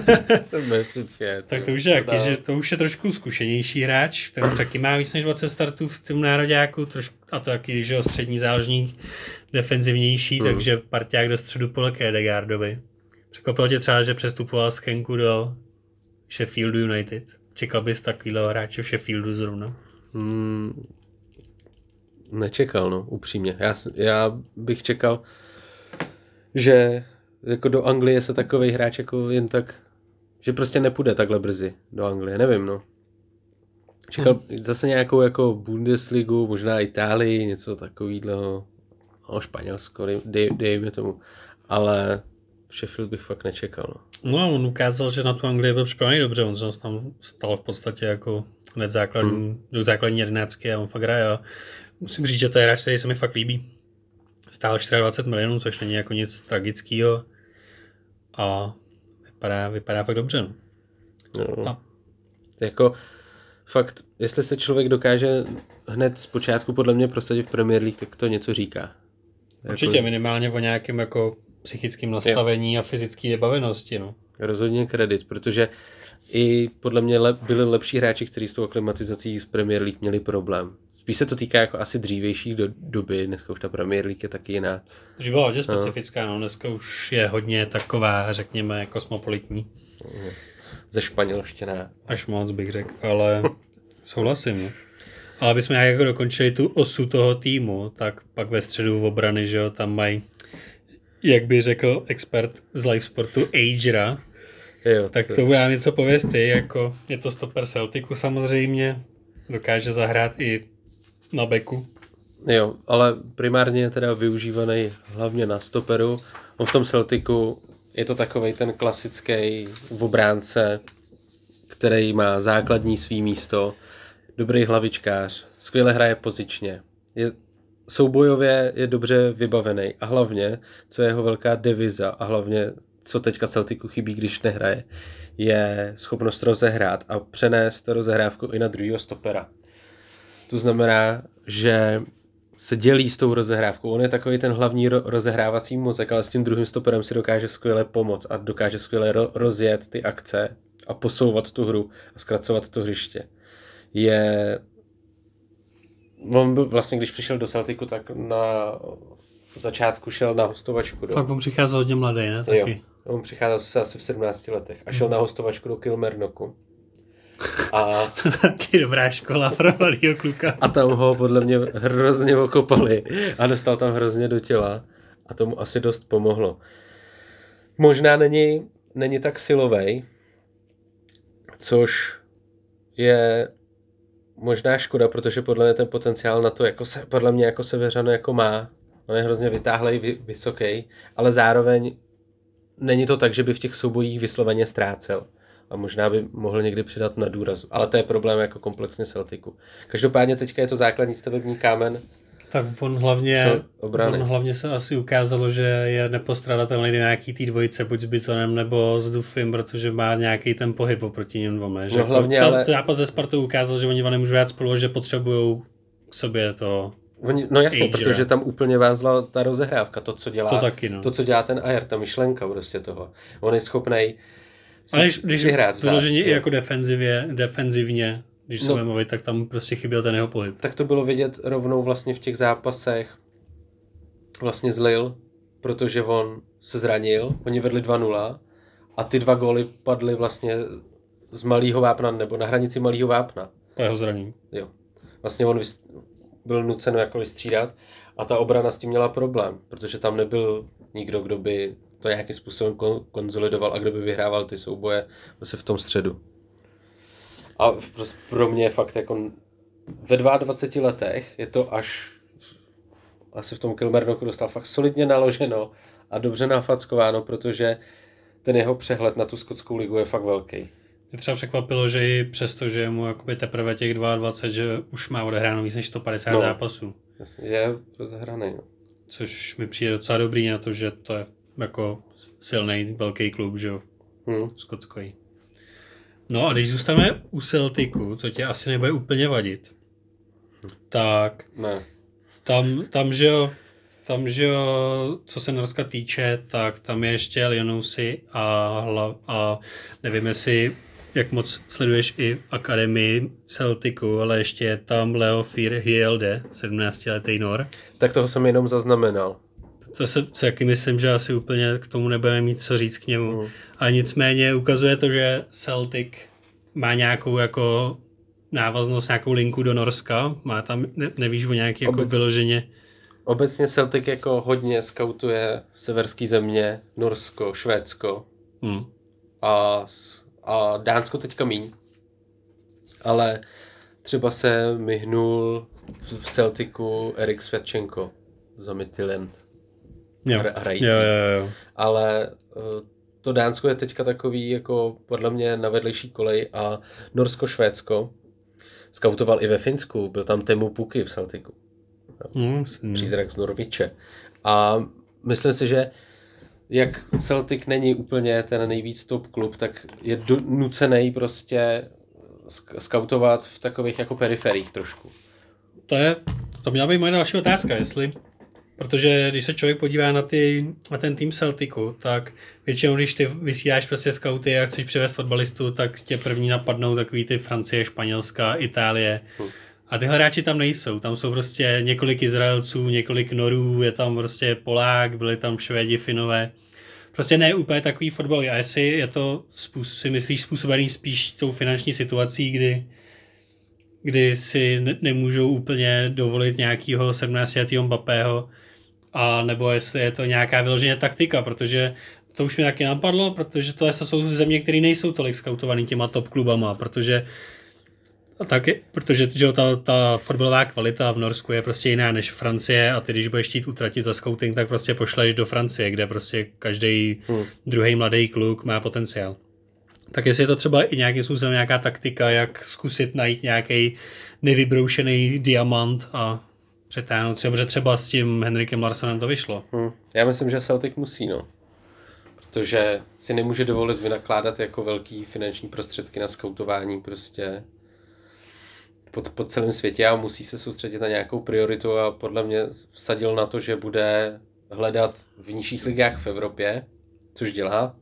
Tak to už je taky, že to už je trošku zkušenější hráč, ten už taky má víc než dvacet startů v tom nároďáku, trošku, a to taky, že jo, střední záložník, defenzivnější, hmm. takže parťák do středu pole k Ødegaardovi. Překvapilo tě třeba, že přestupoval z Kenku do Sheffieldu United. Čekal bys takovýhle hráče v Sheffieldu zrovna? Hmm, nečekal, no, upřímně. Já, já bych čekal, že jako do Anglie se takovej hráč jako jen tak, že prostě nepůjde takhle brzy do Anglie, nevím, no. Čekal hmm. zase nějakou jako Bundesligu, možná Itálii, něco takovýhleho, no, Španělsko, dej, dejme tomu, ale v Sheffield bych fakt nečekal, no. No, on ukázal, že na tu Anglii byl připravený dobře, on se tam stal v podstatě jako hned základní, hmm. do základní jedenáctky a on fakt hraje a musím říct, že to je hráč, který se mi fakt líbí. Stál dvacet čtyři milionů, což není jako nic tragického a vypadá, vypadá fakt dobře, no. No. A. Jako fakt, jestli se člověk dokáže hned z počátku podle mě prosadit v Premier League, tak to něco říká. Určitě jako minimálně o nějakém jako psychickém nastavení jo. a fyzické vybavenosti. No. Rozhodně kredit, protože i podle mě lep, byli lepší hráči, kteří s tou aklimatizací z Premier League měli problém. Spíš se to týká jako asi dřívějších do, doby, dneska už ta Premier League je taky jiná. Už byla hodně specifická, no. no dneska už je hodně taková, řekněme, kosmopolitní. Ze španělština. Až moc bych řekl, ale souhlasím. No. Ale abychom nějak jako dokončili tu osu toho týmu, tak pak ve středu v obrany, že jo, tam mají, jak by řekl expert z live sportu, Agera, Jo, Tak to... to bude něco pověst ty, jako je to stoper Celticu samozřejmě, dokáže zahrát i na beku. Jo, ale primárně je teda využívaný hlavně na stoperu. On v tom Celticu je to takovej ten klasický obránce, který má základní svý místo, dobrý hlavičkář, skvěle hraje pozičně, je, soubojově je dobře vybavený a hlavně, co je jeho velká deviza a hlavně, co teďka Celticu chybí, když nehraje, je schopnost rozehrát a přenést rozehrávku i na druhého stopera. To znamená, že se dělí s tou rozehrávkou. On je takový ten hlavní ro- rozehrávací mozek, ale s tím druhým stoperem si dokáže skvěle pomoct a dokáže skvěle ro- rozjet ty akce a posouvat tu hru a zkracovat to hřiště. Je... On byl vlastně, když přišel do Celticu, tak na začátku šel na hostovačku. Do... Fakt on přicházel hodně mladý, ne? Taky. Jo, on přicházel se asi v sedmnácti letech a šel hmm. na hostovačku do Kilmernoku. A... Taky dobrá škola pro mladýho kluka. A tam ho podle mě hrozně okopali a dostal tam hrozně do těla a tomu asi dost pomohlo. Možná není, není tak silovej, což je možná škoda, protože podle mě ten potenciál na to, jako se, podle mě jako Severano jako má. On je hrozně vytáhlej, vy, vysoký, ale zároveň není to tak, že by v těch soubojích vysloveně ztrácel. A možná by mohl někdy přidat na důrazu. Ale to je problém jako komplexně Celticu. Každopádně teďka je to základní stavební kámen. Tak on hlavně, on hlavně se asi ukázalo, že je nepostradatelný do nějaký tý dvojice, buď s Bitonem nebo s Dufim, protože má nějaký ten pohyb oproti něm dvome. No hlavně, ale... zápas ze Spartou ukázal, že oni nemůžou hrát spolu, že potřebují k sobě to... Oni, no jasně, Agera. Protože tam úplně vázla ta rozehrávka, to, co dělá, to, taky, no. to, co dělá ten Ayer, ta myšlenka prostě toho. On je schopnej ale když, když vyloženě i jako defenzivě, defenzivně, když se no, budeme mluvit, tak tam prostě chyběl ten jeho pohyb. Tak to bylo vidět rovnou vlastně v těch zápasech vlastně zlil, protože on se zranil, oni vedli dva nula a ty dva góly padly vlastně z malého vápna, nebo na hranici malého vápna. Po jeho zranění. Jo. Vlastně on byl nucen jako vystřídat a ta obrana s tím měla problém, protože tam nebyl nikdo, kdo by to nějakým způsobem konzolidoval a kdo by vyhrával ty souboje vlastně v tom středu. A pro mě je fakt jako ve dvaceti dvou letech je to až asi v tom Kilmernoku dostal fakt solidně naloženo a dobře nafackováno, protože ten jeho přehled na tu skotskou ligu je fakt velký. Mě třeba překvapilo, že i přesto, že je mu jakoby teprve těch dvacet dva, že už má odehráno víc než sto padesát no, zápasů. Jasně, je rozehraný. No. Což mi přijde docela dobrý na to, že to je jako silný velký klub, že jo, hmm. skotský. No a když zůstaneme u Celticu, co tě asi nebude úplně vadit, tak ne. tam, tam, že jo, tam, že jo, co se Norska týče, tak tam je ještě Lionousi a, hla, a nevím, jestli jak moc sleduješ i akademii Celticu, ale ještě je tam Leo Fier-Hielde, sedmnáctiletý Nor. Tak toho jsem jenom zaznamenal. Co se taky myslím, že asi úplně k tomu nebudeme mít co říct k němu. Mm. A nicméně ukazuje to, že Celtic má nějakou jako návaznost, nějakou linku do Norska. Má tam, ne, nevíš o nějaký jako Obec... vyloženě. Obecně Celtic jako hodně skautuje severský země, Norsko, Švédsko mm. a, a Dánsko teďka míň. Ale třeba se myhnul v Celticu Erik Světčenko za Midtjylland. Jo. hrající. Jo, jo, jo. Ale to Dánsko je teďka takový jako podle mě na vedlejší kolej a Norsko, Švédsko skautoval i ve Finsku, byl tam Teemu Pukki v Celticu. Mm, Přízrak z Norwiche. A myslím si, že jak Celtic není úplně ten nejvíc top klub, tak je do, nucený prostě skautovat v takových jako periferích trošku. To je, to měla být moje další otázka, jestli protože když se člověk podívá na, ty, na ten tým Celticu, tak většinou, když ty vysíláš prostě skauty a chceš přivést fotbalistu, tak tě první napadnou takový ty Francie, Španělska, Itálie. A tyhle hráči tam nejsou. Tam jsou prostě několik Izraelců, několik Norů, je tam prostě Polák, byli tam Švédi, Finové. Prostě ne úplně takový fotbal. A jestli je to, si myslíš, způsobený spíš tou finanční situací, kdy kdy si ne- nemůžou úplně dovolit nějakého sedmnáctiletého Mbappého, a nebo jestli je to nějaká vyloženě taktika, protože To už mi taky napadlo, protože tohle jsou země, které nejsou tolik skautovaný těma top klubama, protože taky, protože že ta, ta fotbalová kvalita v Norsku je prostě jiná než Francie a ty, když budeš chtít utratit za scouting, tak prostě pošleš do Francie, kde prostě každý hmm. druhý mladý kluk má potenciál. Tak jestli je to třeba i nějakým způsobem nějaká taktika, jak zkusit najít nějaký nevybroušený diamant a přetáhnout si, protože třeba s tím Henrikem Larssonem to vyšlo. Hmm. Já myslím, že Celtic musí, no. Protože si nemůže dovolit vynakládat jako velký finanční prostředky na skautování prostě po, po celém světě a musí se soustředit na nějakou prioritu a podle mě vsadil na to, že bude hledat v nižších ligách v Evropě, což dělá.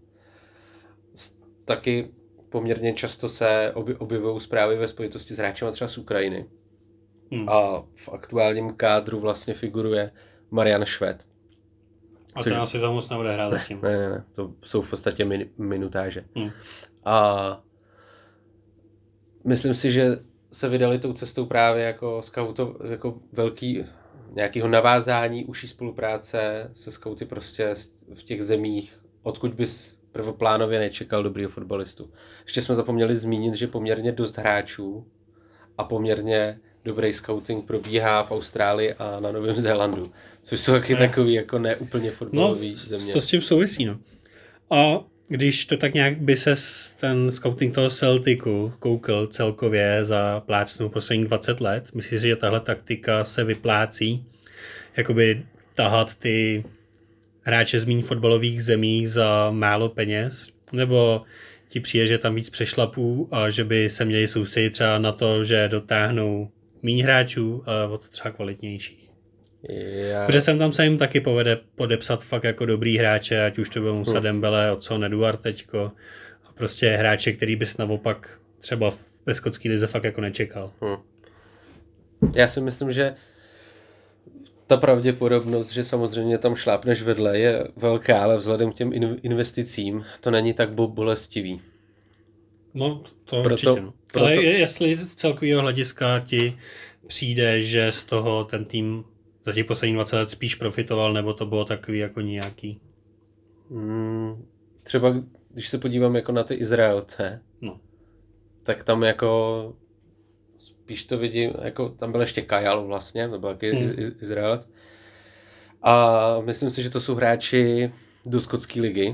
Taky poměrně často se objevují zprávy ve spojitosti s hráčem třeba z Ukrajiny. Hmm. A v aktuálním kádru vlastně figuruje Marian Švéd. A to asi tam moc nebude hrát zatím. Ne, ne, ne, to jsou v podstatě min, minutáže. Hmm. A myslím si, že se vydali tou cestou právě jako skauto, jako velký nějakého navázání, užší spolupráce se skauty prostě v těch zemích, odkud bys prvoplánově nečekal dobrýho fotbalistu. Ještě jsme zapomněli zmínit, že poměrně dost hráčů a poměrně dobrý scouting probíhá v Austrálii a na Novém Zélandu, což jsou taky ne. takový jako neúplně fotbalový no, země. To s tím souvisí, no. A když to tak nějak by se ten scouting toho Celticu koukal celkově za plácnu posledních dvacet let, myslím si, že tahle taktika se vyplácí, jakoby tahat ty hráče z méně fotbalových zemí za málo peněz, nebo ti přijde, že tam víc přešlapů a že by se měli soustředit třeba na to, že dotáhnou méně hráčů, ale o to třeba kvalitnější. Já... Protože sem tam se jim taky povede podepsat fakt jako dobrý hráče, ať už to byl Musa hmm. Dembele, Odson Eduard teďko, a prostě hráče, který bys naopak třeba ve skotské lize fakt jako nečekal. Hmm. Já si myslím, že ta pravděpodobnost, že samozřejmě tam šlápneš vedle, je velká, ale vzhledem k těm investicím to není tak bolestivý. No, to proto, určitě. No. Proto... Ale jestli z celkového hlediska ti přijde, že z toho ten tým za těch posledních dvacet let spíš profitoval, nebo to bylo takový jako nějaký? Hmm, třeba když se podívám jako na ty Izraelce, no. tak tam jako spíš to vidím, jako tam byl ještě Kajal vlastně, to byl taky hmm. Izraelec. A myslím si, že to jsou hráči do skotské ligy.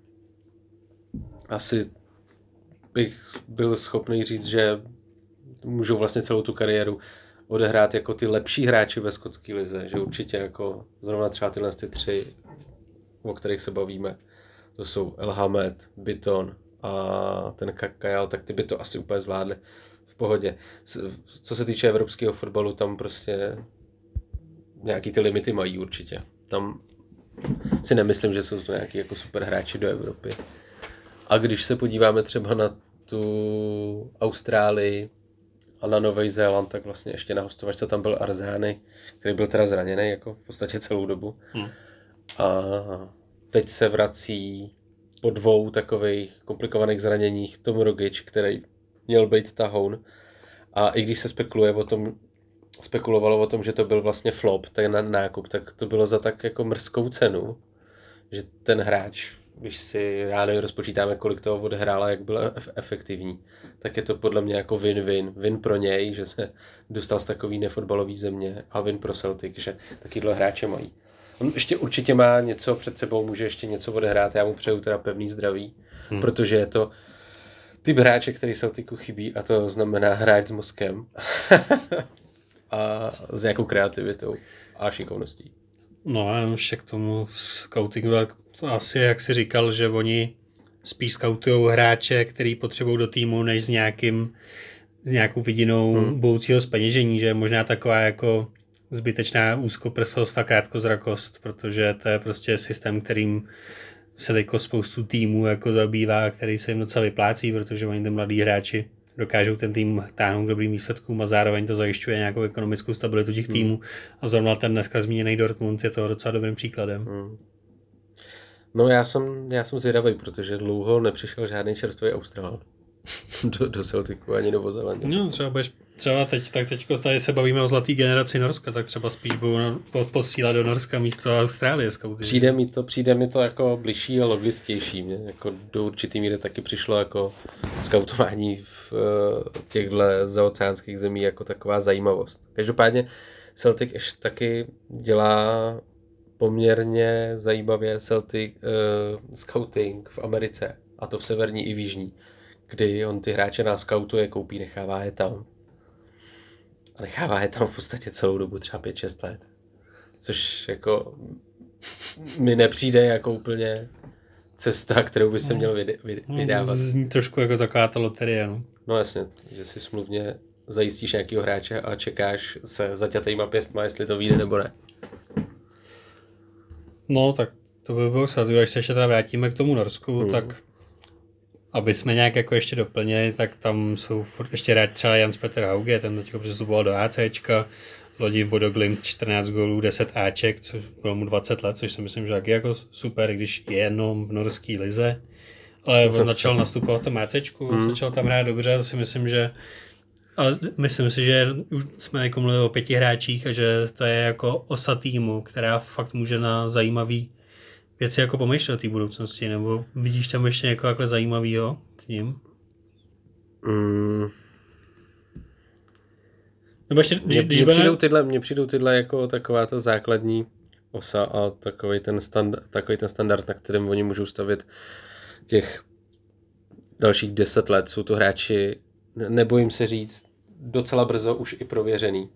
Asi bych byl schopný říct, že můžou vlastně celou tu kariéru odehrát jako ty lepší hráči ve skotské lize, že určitě jako zrovna třeba tyhle ty tři, o kterých se bavíme, to jsou El Hamed, Bitton a ten Kajal, tak ty by to asi úplně zvládli v pohodě. Co se týče evropského fotbalu, tam prostě nějaký ty limity mají určitě. Tam si nemyslím, že jsou to nějaký jako super hráči do Evropy. A když se podíváme třeba na tu Austrálii a na Nový Zéland, tak vlastně ještě na hostovačce tam byl Arzani, který byl teda zraněný jako v podstatě celou dobu. Hmm. A teď se vrací po dvou takových komplikovaných zraněních Tom Rogic, který měl být tahoun. A i když se spekuluje o tom, spekulovalo o tom, že to byl vlastně flop, ten nákup, tak to bylo za tak jako mrzkou cenu, že ten hráč, když si, já nevím, rozpočítáme, kolik toho odehrál a jak byl efektivní, tak je to podle mě jako win-win. Win pro něj, že se dostal z takový nefotbalový země a win pro Celtic, že takovýhle hráče mají. On ještě určitě má něco před sebou, může ještě něco odehrát, já mu přeju teda pevný zdraví, hmm. protože je to typ hráče, který Celticu chybí a to znamená hráč s mozkem a s nějakou kreativitou a šikovností. No a ještě k tomu scoutingu, to asi jak si říkal, že oni spíš scoutujou hráče, který potřebují do týmu, než s nějakým s nějakou vidinou hmm. budoucího zpeněžení, že je možná taková jako zbytečná úzkoprsost a krátkozrakost, protože to je prostě systém, kterým se teďko spoustu týmů jako zabývá, který se jim docela vyplácí, protože oni ty mladí hráči dokážou ten tým táhnout k dobrým výsledkům a zároveň to zajišťuje nějakou ekonomickou stabilitu těch týmů. Hmm. A zrovna ten dneska zmíněný Dortmund je toho docela dobrým příkladem. Hmm. No já jsem, já jsem zvědavý, protože dlouho nepřišel žádný čerstvý Australan. do, do Celticu ani do Vozelandě. No, třeba budeš, třeba teď, tak teďko tady se bavíme o zlatý generaci Norska, tak třeba spíš budou no, posílat do Norska místo Austrálie scouty. Přijde mi to, přijde mi to jako bližší a logičtější. Mně jako do určitý míry taky přišlo jako skautování v uh, těchto zaoceánských zemí jako taková zajímavost. Každopádně Celtic ještě taky dělá poměrně zajímavě Celtic uh, scouting v Americe, a to v severní i v jižní, kdy on ty hráče naskautuje, koupí, nechává je tam. A nechává je tam v podstatě celou dobu, třeba pět šest let. Což jako mi nepřijde jako úplně cesta, kterou by se měl vydávat. No, zní trošku jako taková ta loterie, no. No jasně, že si smluvně zajistíš nějakýho hráče a čekáš se zaťatejma pěstma, jestli to vyjde nebo ne. No, tak to by bylo snad, až se ještě teda vrátíme k tomu Norsku, hmm. tak aby jsme nějak jako ještě doplnili, tak tam jsou furt ještě rád třeba Jans Peter Hauge, ten teďko přestupoval do ACčka, lodi v Bodo Glimt čtrnáct gólů, deset Aček, což bylo mu dvacet let, což si myslím, že taky jako super, když je jenom v norský lize. Ale on začal nastupovat v tom ACčku, hmm. začal tam hrát dobře, to si myslím, že ale myslím si, že už jsme jako mluvili o pěti hráčích a že to je jako osa týmu, která fakt může na zajímavý věci jako pomýšlet té budoucnosti, nebo vidíš tam ještě něco takhle zajímavého k ním? Mm. Nebo ještě, když, mně, když mně, bude... přijdou tyhle, mně přijdou tyhle jako taková ta základní osa a takový ten, stand, takový ten standard, na kterém oni můžou stavět těch dalších deset let. Jsou to hráči, nebojím se říct, docela brzo už i prověřený.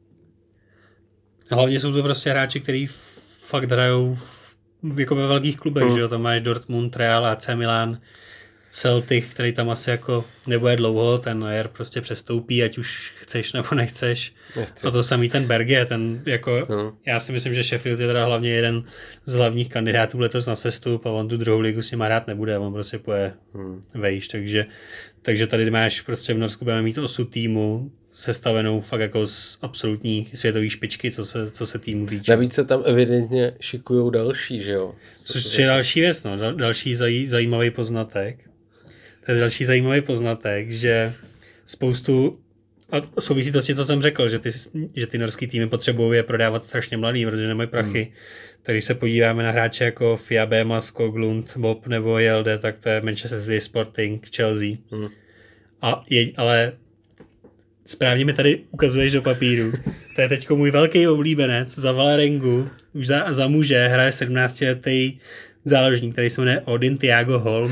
Hlavně jsou to prostě hráči, kteří fakt hrajou jako ve velkých klubech, hmm. že jo, tam máš Dortmund, Real, A C Milan, Celtic, který tam asi jako nebude dlouho, ten Ayer prostě přestoupí, ať už chceš nebo nechceš. Nechci. A to samý ten Berge, ten jako, hmm. já si myslím, že Sheffield je teda hlavně jeden z hlavních kandidátů letos na sestup a on tu druhou ligu s ním hrát nebude, on prostě poje hmm. vejš, takže, takže tady máš prostě v Norsku budeme mít osu týmu, sestavenou fakt jako z absolutní světové špičky, co se, co se týmu týče. Navíc se tam evidentně šikujou další, že jo? Což je další věc, no. Další zaj, zajímavý poznatek. To je další zajímavý poznatek, že spoustu, a souvisí to s tím, co jsem řekl, že ty, že ty norský týmy potřebují je prodávat strašně mladý, protože nemají prachy. Hmm. Tak když se podíváme na hráče jako Fiabema, Skoglund, Bob nebo J L D, tak to je Manchester City, Sporting, Chelsea. Hmm. A je, ale správně mi tady ukazuješ do papíru. To je teďko můj velký oblíbenec za Valerengu. Už za, za muže hraje sedmnáctiletý záložník, který se jmenuje Odin Thiago Holm.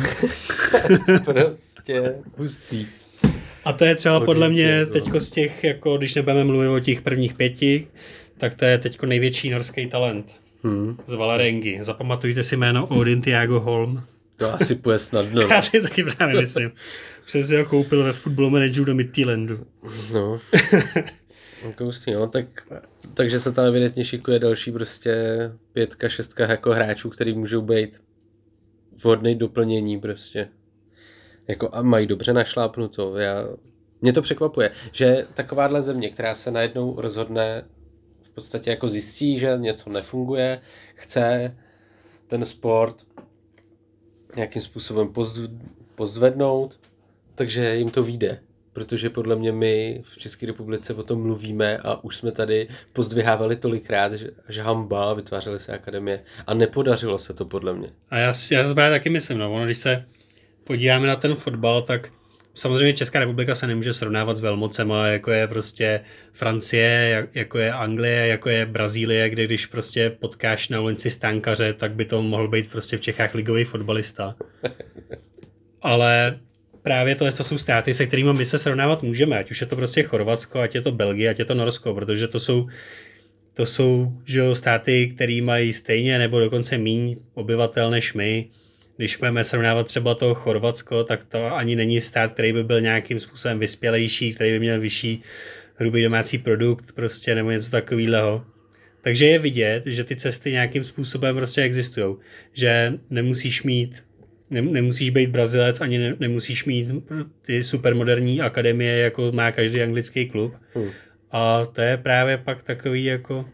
Prostě hustý. A to je třeba Odin podle mě teďko z těch, jako když nebudeme mluvit o těch prvních pěti, tak to je teďko největší norský talent. Hmm. Z Valerengy. Zapamatujte si jméno Odin Thiago Holm. To asi půjde snadno. Já si taky právě myslím. Už jsem si ho koupil ve Football Manageru do Midtjyllandu. No. Koustý, no, tak, takže se tam evidentně šikuje další prostě pětka, šestka jako hráčů, který můžou být vhodný doplnění prostě. Jako a mají dobře našlápnuto. Já, mě to překvapuje, že takováhle země, která se najednou rozhodne v podstatě jako zjistí, že něco nefunguje, chce ten sport nějakým způsobem pozdvednout, takže jim to vyjde. Protože podle mě my v České republice o tom mluvíme a už jsme tady pozdvihávali tolikrát, že, že hamba, vytvářely se akademie a nepodařilo se to podle mě. A já, já to právě taky myslím, no. Ono, když se podíváme na ten fotbal, tak samozřejmě Česká republika se nemůže srovnávat s velmocema, jako je prostě Francie, jako je Anglie, jako je Brazílie, kde když prostě potkáš na ulici stánkaře, tak by to mohl být prostě v Čechách ligový fotbalista. Ale právě to, to jsou státy, se kterými my se srovnávat můžeme, ať už je to prostě Chorvatsko, ať je to Belgie, ať je to Norsko, protože to jsou, to jsou že jo, státy, které mají stejně nebo dokonce míň obyvatel než my. Když budeme srovnávat třeba to Chorvatsko, tak to ani není stát, který by byl nějakým způsobem vyspělejší, který by měl vyšší hrubý domácí produkt prostě nebo něco takového. Takže je vidět, že ty cesty nějakým způsobem prostě existují. Že nemusíš mít Nemusíš být Brazilec, ani ne, nemusíš mít ty supermoderní akademie, jako má každý anglický klub. Hmm. A to je právě pak takový jako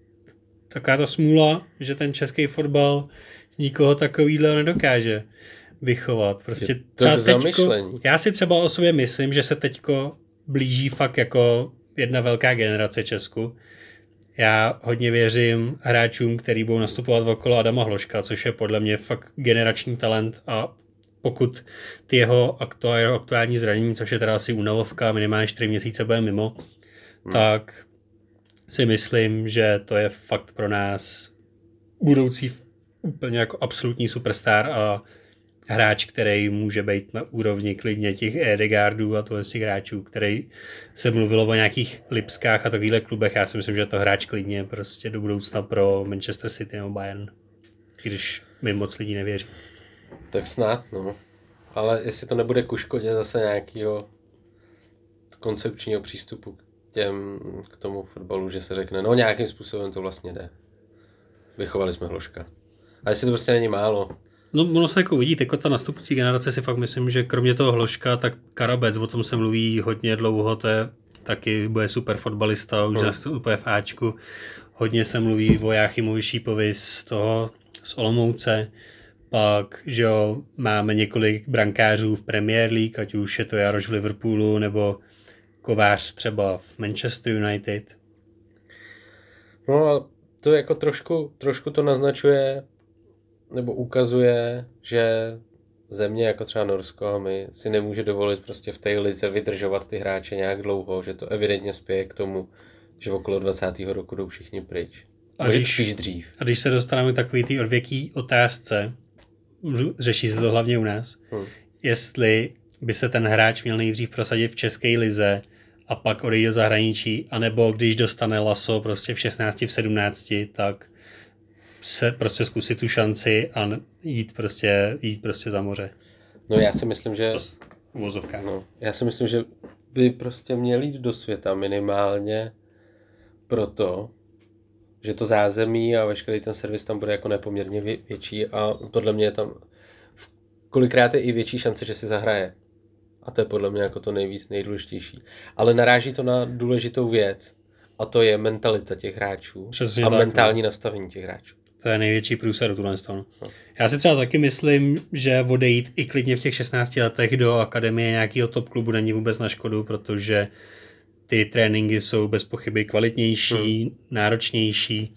taková ta smůla, že ten český fotbal nikoho takovýhle nedokáže. vychovat. Prostě to třeba k teďko, zamyšlení. já si třeba o sobě myslím, že se teďko blíží fakt jako jedna velká generace Česku. Já hodně věřím hráčům, který budou nastupovat okolo Adama Hloška, což je podle mě fakt generační talent a pokud ty jeho aktuální zranění, což je teda asi únavovka, minimálně čtyři měsíce bude mimo, hmm. tak si myslím, že to je fakt pro nás budoucí úplně jako absolutní superstar a hráč, který může být na úrovni klidně těch Edegaardů a toho z těch hráčů, který se mluvilo o nějakých Lipskách a takovýchhle klubech. Já si myslím, že je to hráč klidně prostě do budoucna pro Manchester City nebo Bayern, když mi moc lidí nevěří. Tak snad, no. Ale jestli to nebude ku škodě zase nějakého koncepčního přístupu k, těm, k tomu fotbalu, že se řekne, no nějakým způsobem to vlastně jde. Vychovali jsme Hloška. A jestli to prostě není málo. No, ono se jako vidí, jako ta nastupující generace si fakt myslím, že kromě toho Hloška, tak Karabec, o tom se mluví hodně dlouho, to je taky bude super fotbalista, už hmm. nastupuje v Ačku. Hodně se mluví o Jáchymovi Šípovi z toho, z Olomouce. Pak, že jo, máme několik brankářů v Premier League, ať už je to Jaroš v Liverpoolu, nebo Kovář třeba v Manchester United. No a to jako trošku, trošku to naznačuje, nebo ukazuje, že země jako třeba Norsko a my si nemůže dovolit prostě v té lize vydržovat ty hráče nějak dlouho, že to evidentně spěje k tomu, že okolo dvacátého roku jdou všichni pryč. A když, spíš dřív. A když se dostaneme k takový té odvěký otázce, řeší se to hlavně u nás, hmm. jestli by se ten hráč měl nejdřív prosadit v české lize a pak odejít do zahraničí, anebo když dostane laso prostě v šestnácti, v sedmnácti, tak se prostě zkusit tu šanci a jít prostě, jít prostě za moře. No já si myslím, že uvozovka. No, já si myslím, že by prostě měl jít do světa minimálně proto, že to zázemí a veškerý ten servis tam bude jako nepoměrně větší a podle mě je tam kolikrát je i větší šance, že si zahraje. A to je podle mě jako to nejvíc nejdůležitější. Ale naráží to na důležitou věc a to je mentalita těch hráčů. Přesně a tak, mentální no. nastavení těch hráčů. To je největší průser tuhle stranu. No. Já si třeba taky myslím, že odejít i klidně v těch šestnácti letech do akademie nějakého top klubu není vůbec na škodu, protože ty tréninky jsou bez pochyby kvalitnější, hmm. náročnější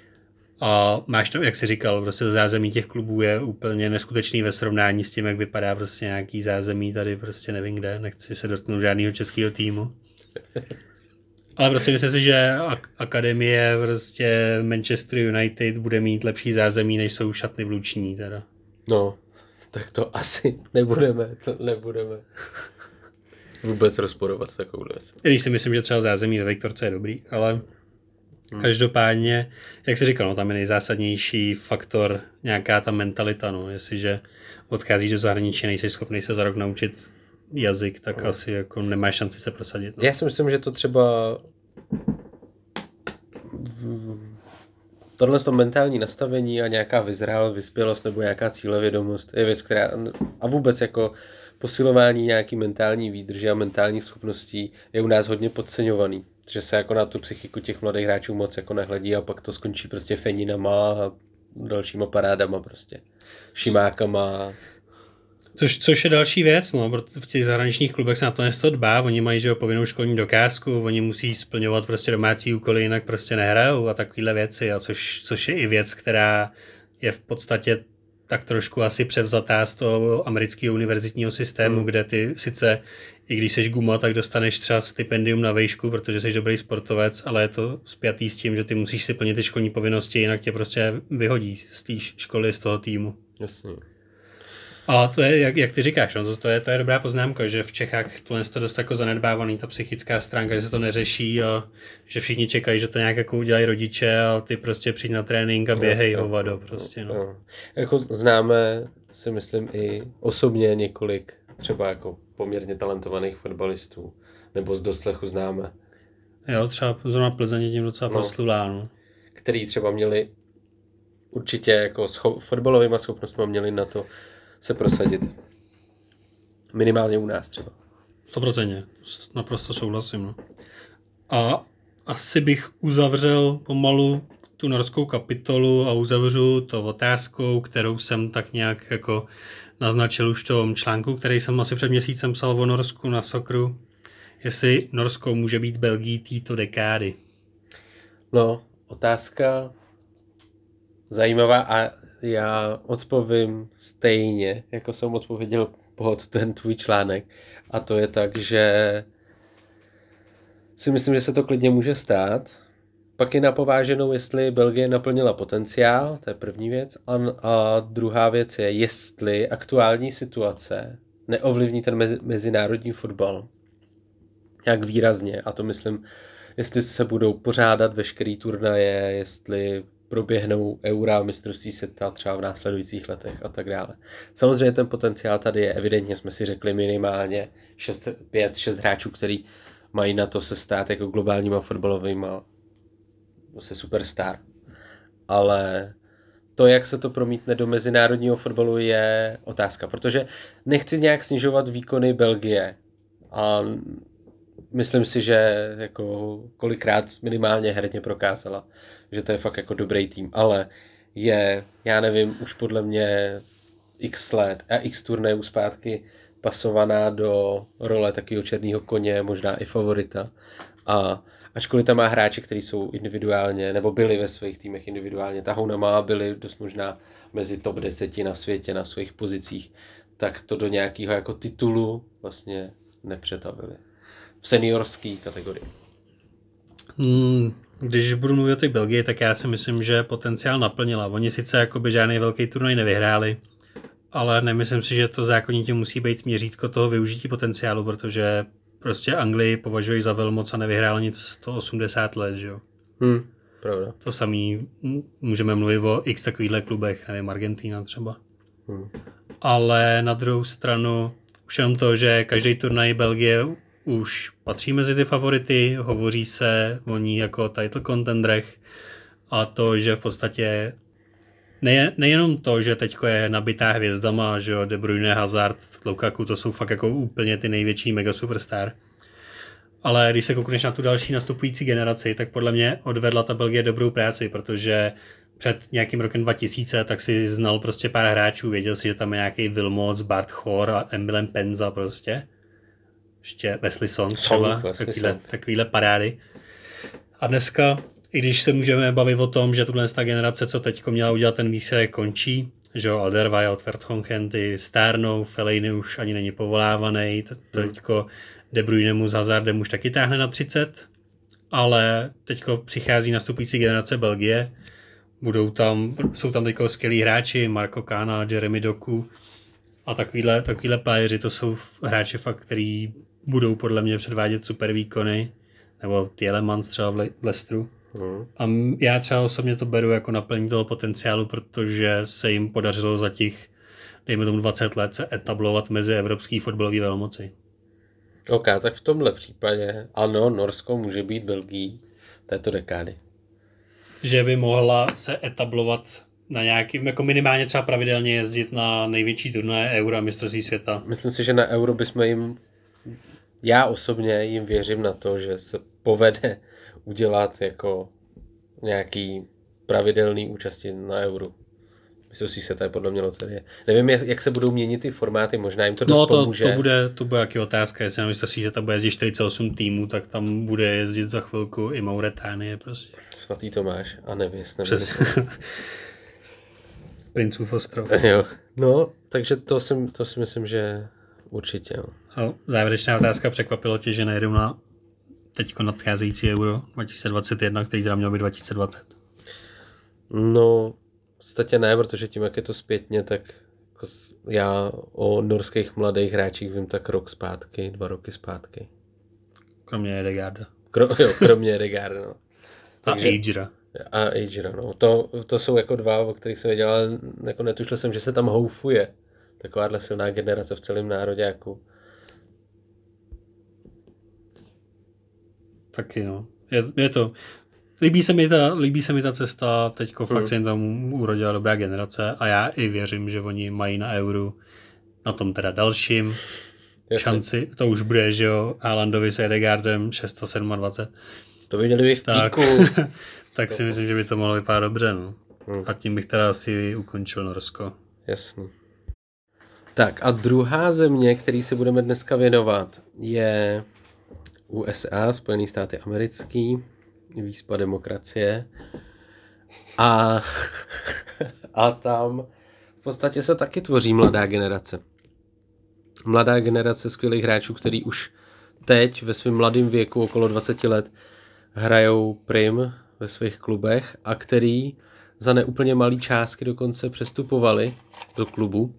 a máš to, jak jsi říkal, prostě zázemí těch klubů je úplně neskutečný ve srovnání s tím, jak vypadá prostě nějaký zázemí tady prostě nevím kde, nechci se dotknout žádného českého týmu. Ale prostě myslím si, že akademie prostě Manchester United bude mít lepší zázemí, než jsou šatny v Luční teda. No, tak to asi nebudeme, to nebudeme vůbec rozporovat takovou věc. Když si myslím, že třeba zázemí ve Viktorce je dobrý, ale hmm. každopádně, jak jsi říkal, no, tam je nejzásadnější faktor nějaká ta mentalita, no, jestliže odcházíš do zahraničí, nejsi schopný se za rok naučit jazyk, tak hmm. asi jako nemáš šanci se prosadit. No. Já si myslím, že to třeba tohle to mentální nastavení a nějaká vyzrálost, vyspělost nebo nějaká cílevědomost je věc, která a vůbec jako posilování nějaký mentální výdrže a mentálních schopností je u nás hodně podceňovaný. Že se jako na tu psychiku těch mladých hráčů moc jako nehledí a pak to skončí prostě feninama a dalšíma parádama prostě. Šimákama. Což, což je další věc, no, protože v těch zahraničních klubech se na to něco dbá, oni mají, že jo, povinnou školní dokázku, oni musí splňovat prostě domácí úkoly, jinak prostě nehrajou a takovéhle věci, a což, což je i věc, která je v podstatě tak trošku asi převzatá z toho amerického univerzitního systému, hmm. kde ty sice, i když jsi guma, tak dostaneš třeba stipendium na vejšku, protože jsi dobrý sportovec, ale je to spjatý s tím, že ty musíš si plnit ty školní povinnosti, jinak tě prostě vyhodí z té školy, z toho týmu. Jasně. A to je, jak, jak ty říkáš, no, to, to, je, to je dobrá poznámka, že v Čechách tohle je to dost jako zanedbávaný, ta psychická stránka, že se to neřeší a že všichni čekají, že to nějak jako udělají rodiče a ty prostě přijď na trénink a běhej no, hovado prostě, no. no. Jako známe, si myslím, i osobně několik třeba jako poměrně talentovaných fotbalistů, nebo z doslechu známe. Jo, třeba zrovna Plzeň tím docela no, proslulá, no. Který třeba měli určitě jako scho- fotbalovýma schopnostmi měli na to se prosadit. Minimálně u nás třeba. sto procent. Naprosto souhlasím. No. A asi bych uzavřel pomalu tu norskou kapitolu a uzavřu to otázkou, kterou jsem tak nějak jako naznačil už v tom článku, který jsem asi před měsícem psal o Norsku na Sokru, jestli Norsko může být Belgií této dekády. No, otázka zajímavá a já odpovím stejně, jako jsem odpověděl pod ten tvůj článek. A to je tak, že si myslím, že se to klidně může stát. Pak je na pováženou, jestli Belgie naplnila potenciál, to je první věc. A, a druhá věc je, jestli aktuální situace neovlivní ten mezi, mezinárodní fotbal jak výrazně. A to myslím, jestli se budou pořádat veškerý turnaje, jestli proběhnou eura, mistrovství světa třeba v následujících letech a tak dále. Samozřejmě ten potenciál tady je, evidentně jsme si řekli minimálně pět šest hráčů, který mají na to se stát jako globálníma fotbalovýma vlastně superstar. Ale to, jak se to promítne do mezinárodního fotbalu, je otázka, protože nechci nějak snižovat výkony Belgie a myslím si, že jako kolikrát minimálně herně prokázala, že to je fakt jako dobrý tým, ale je, já nevím, už podle mě x let a x turnajů zpátky pasovaná do role takového černého koně, možná i favorita. A ačkoliv tam má hráči, kteří jsou individuálně, nebo byli ve svých týmech individuálně tahounama, byli dost možná mezi top deseti na světě na svých pozicích, tak to do nějakého jako titulu vlastně nepřetavili. V seniorské kategorii. Hmm, když budu mluvit o té Belgii, tak já si myslím, že potenciál naplnila. Oni sice jakoby žádný velký turnaj nevyhráli, ale nemyslím si, že to zákonitě musí být měřítko toho využití potenciálu, protože prostě Anglii považují za velmoc a nevyhrála nic sto osmdesát let, že jo. Hmm, pravda. To samý můžeme mluvit o x takovýchhle klubech, nevím, Argentina třeba. Hmm. Ale na druhou stranu už jenom to, že každý turnaj Belgie už patří mezi ty favority, hovoří se o ní jako title contendrech a to, že v podstatě ne, nejenom to, že teďko je nabitá hvězdama, že jo, De Bruyne, Hazard, Lukaku, to jsou fakt jako úplně ty největší mega superstar. Ale když se koukneš na tu další nastupující generaci, tak podle mě odvedla ta Belgie dobrou práci, protože před nějakým rokem dva tisíce tak si znal prostě pár hráčů, věděl si, že tam je nějaký Wilmots, Bart Chor a Emilem Penza prostě. Ještě Wesley Song třeba, takovýhle, takovýhle parády. A dneska, i když se můžeme bavit o tom, že tuhle generace, co teďko měla udělat ten výsledek, končí, že jo, Alderweireld, Vertonghen, ty stárnou, Fellaini už ani není povolávaný, teďko De Bruyne mu s Hazardem už taky táhne na třicet, ale teďko přichází nastupující generace Belgie, budou tam, jsou tam teďko skvělí hráči, Marco Kana, Jeremy Doku a takovýhle, takovýhle playeři, to jsou hráči fakt, který budou podle mě předvádět super výkony, nebo Tielemans třeba v Leicesteru. Hmm. A já třeba osobně to beru jako naplnění toho potenciálu, protože se jim podařilo za těch, dejme tomu dvacet let, se etablovat mezi evropský fotbalový velmoci. OK, tak v tomhle případě ano, Norsko může být Belgií této dekády. Že by mohla se etablovat na nějaký, jako minimálně třeba pravidelně jezdit na největší turnaje Euro a mistrovství světa. Myslím si, že na Euro bychom jim, já osobně jim věřím na to, že se povede udělat jako nějaký pravidelný účasti na Euro. Mistrovství světa je podle mě loterie. Nevím, jak se budou měnit ty formáty, možná jim to dost no, to, pomůže. to bude, to bude jaký otázka, jestli na mistrovství světa bude jezdit čtyřicet osm týmů, tak tam bude jezdit za chvilku i Mauritánie prostě. Svatý Tomáš a nevěst. Přes Princův ostrov. Jo. No, takže to si, to si myslím, že určitě. Jo. A závěrečná otázka, překvapilo tě, že nejedou na teďko nadcházející Euro dva tisíce dvacet jedna, který teda měl být dva tisíce dvacet? No, v podstatě ne, protože tím, jak je to zpětně, tak jako já o norských mladých hráčích vím tak rok zpátky, dva roky zpátky. Kromě Edegaarda. Kro, jo, kromě Edegaarda, no. Takže, a Agera. A Agera, no. To, to jsou jako dva, o kterých jsem věděl, ale jako netušil jsem, že se tam houfuje takováhle silná generace v celém národě. Jako. Taky, no. Je, je to... Líbí se mi ta, líbí se mi ta cesta, teďko fakt hmm. se jim tam urodila dobrá generace a já i věřím, že oni mají na Euro na tom teda dalším Jasně. šanci, to už bude, že jo, Haalandovi s Edegaardem šest set dvacet sedm. To by měli být v tak, tak si myslím, že by to mohlo vypadat dobře, no. Hmm. A tím bych teda asi ukončil Norsko. Jasně. Tak a druhá země, který se budeme dneska věnovat, je U S A, Spojené státy americký, výspa demokracie. A, a tam v podstatě se taky tvoří mladá generace. Mladá generace skvělých hráčů, který už teď ve svém mladém věku, okolo dvacet let, hrajou prim ve svých klubech a který za neúplně malý částky dokonce přestupovali do klubu.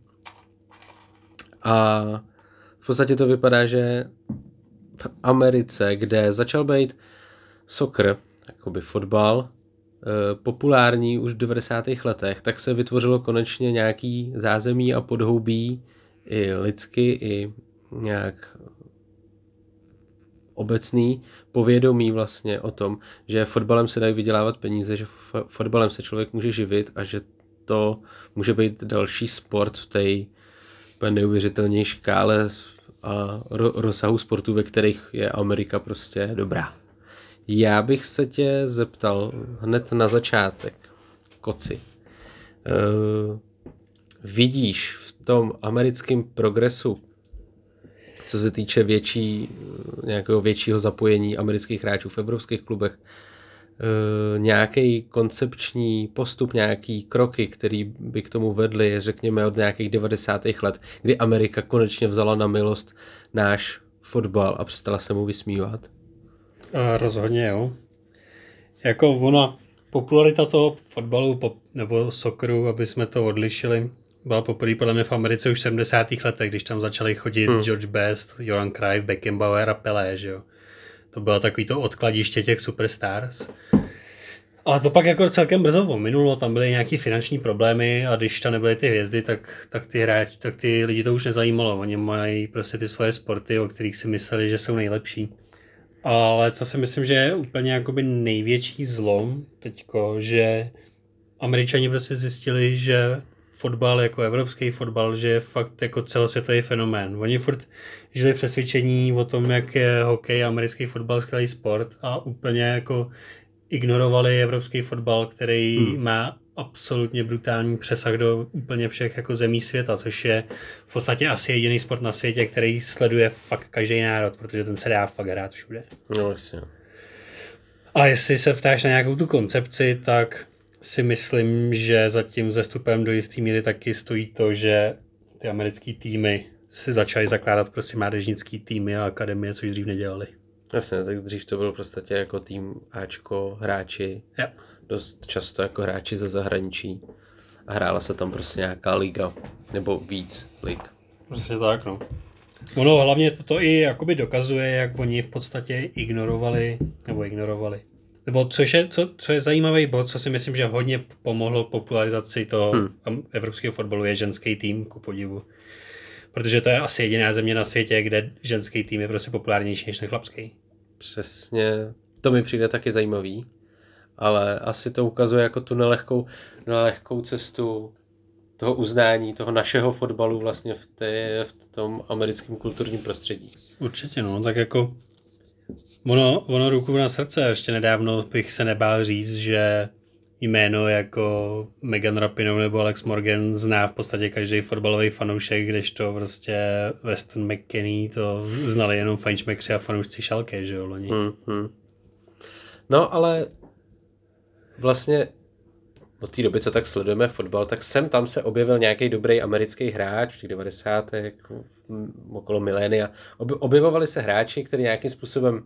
A v podstatě to vypadá, že v Americe, kde začal být soccer, jakoby fotbal, populární už v devadesátých letech, tak se vytvořilo konečně nějaký zázemí a podhoubí i lidsky, i nějak obecný povědomí vlastně o tom, že fotbalem se dají vydělávat peníze, že fotbalem se člověk může živit a že to může být další sport v té neuvěřitelné škále a rozsahu sportů, ve kterých je Amerika prostě dobrá. Já bych se tě zeptal hned na začátek, Koci. Uh, vidíš v tom americkém progresu, co se týče větší, nějakého většího zapojení amerických hráčů v evropských klubech, uh, nějaký koncepční postup, nějaký kroky, který by k tomu vedly, řekněme od nějakých devadesátých let, kdy Amerika konečně vzala na milost náš fotbal a přestala se mu vysmívat? A rozhodně jo. Jako ona, popularita toho fotbalu pop, nebo socceru, aby jsme to odlišili, byla poprvé podle mě v Americe už v sedmdesátých letech, když tam začali chodit hmm. George Best, Johan Cruyff, Beckenbauer a Pelé, že jo. To bylo takový to odkladiště těch superstars. Ale to pak jako celkem brzo pominulo, tam byly nějaký finanční problémy a když tam nebyly ty hvězdy, tak, tak ty hráči, tak ty lidi to už nezajímalo. Oni mají prostě ty svoje sporty, o kterých si mysleli, že jsou nejlepší. Ale co si myslím, že je úplně jakoby největší zlom teďko, že Američani prostě zjistili, že fotbal jako evropský fotbal, že je fakt jako celosvětový fenomén. Oni furt žili přesvědčení o tom, jak je hokej a americký fotbal skvělý sport a úplně jako ignorovali evropský fotbal, který hmm. má absolutně brutální přesah do úplně všech jako zemí světa, což je v podstatě asi jediný sport na světě, který sleduje fakt každý národ, protože ten se dá fakt hrát všude. No vlastně. A jestli se ptáš na nějakou tu koncepci, tak si myslím, že za tím vzestupem do jistý míry taky stojí to, že ty americké týmy si začaly zakládat prostě mládežnický týmy a akademie, což dřív nedělali. Jasně, tak dřív to byl v podstatě jako tým Ačko, hráči, ja. dost často jako hráči ze zahraničí a hrála se tam prostě nějaká liga, nebo víc lig. Přesně tak, no. Ono hlavně toto i jakoby dokazuje, jak oni v podstatě ignorovali, nebo ignorovali. Nebo což je, co, co je zajímavý bod, co si myslím, že hodně pomohlo popularizaci toho hmm. evropského fotbalu, je ženský tým, ku podivu. Protože to je asi jediná země na světě, kde ženský tým je prostě populárnější než ten chlapský. Přesně, to mi přijde taky zajímavý, ale asi to ukazuje jako tu nelehkou, nelehkou cestu toho uznání, toho našeho fotbalu vlastně v, té, v tom americkém kulturním prostředí. Určitě, no, tak jako ono, ono ruku na srdce, ještě nedávno bych se nebál říct, že jméno jako Megan Rapinoe nebo Alex Morgan zná v podstatě každý fotbalový fanoušek, kdežto prostě Weston McKennie to znali jenom fajnšmekři a fanoušci Schalke, že jo, loni. Hmm, hmm. No ale vlastně od té doby, co tak sledujeme fotbal, tak sem tam se objevil nějaký dobrý americký hráč v těch devadesátých okolo milénia. Objevovali se hráči, kteří nějakým způsobem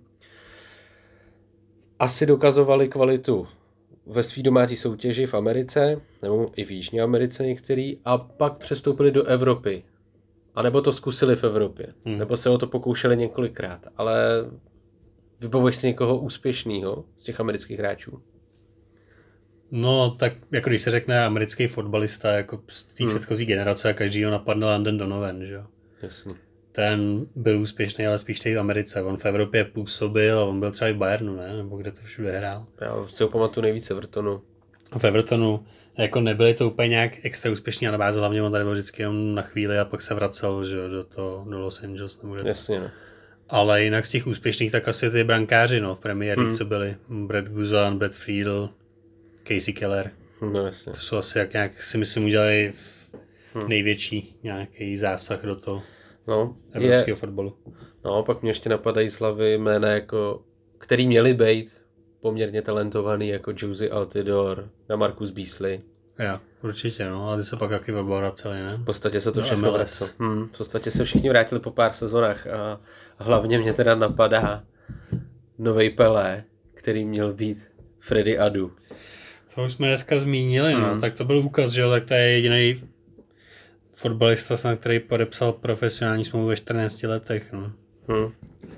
asi dokazovali kvalitu ve své domácí soutěži v Americe, nebo i v Jižní Americe některý, a pak přestoupili do Evropy. A nebo to zkusili v Evropě. Hmm. Nebo se o to pokoušeli několikrát. Ale vybavuješ si někoho úspěšného z těch amerických hráčů? No, tak jako když se řekne americký fotbalista jako z té hmm. předchozí generace a každýho napadne Landon Donovan, že jo? Jasně. Ten byl úspěšný, ale spíš tady v Americe. On v Evropě působil a on byl třeba i v Bayernu, ne? Nebo kde to všude hrál. Já si ho pamatuju nejvíce v Evertonu. A v Evertonu jako nebyli to úplně nějak extra úspěšní, ale báze hlavně on tady byl vždycky jenom na chvíli a pak se vracel, že jo, do, to, do Los Angeles. Nebo kde Jasně, no. Ale jinak z těch úspěšných tak asi ty brankáři, no, v Premier League, hmm. co byli. Brad Guzan, Brad Friedel, Casey Keller. No jasně. To jsou asi jak nějak si myslím udělali v hmm. největší nějaký zásah do toho no, evropského je, fotbalu. No, pak mě ještě napadají z hlavy jména, jako, který měli být poměrně talentovaný, jako Josie Altidore a Marcus Beasley. Jo, určitě, no, ale ty se pak taky vraceli, ne? V podstatě se to No, všechno vracelo. Hmm, v podstatě se všichni vrátili po pár sezonách a hlavně mě teda napadá novej Pelé, který měl být Freddy Adu. To už jsme dneska zmínili, hmm. no, tak to byl úkaz, že jo, tak to je jediný fotbalista, který podepsal profesionální smlouvu ve čtrnácti letech, no. Hmm.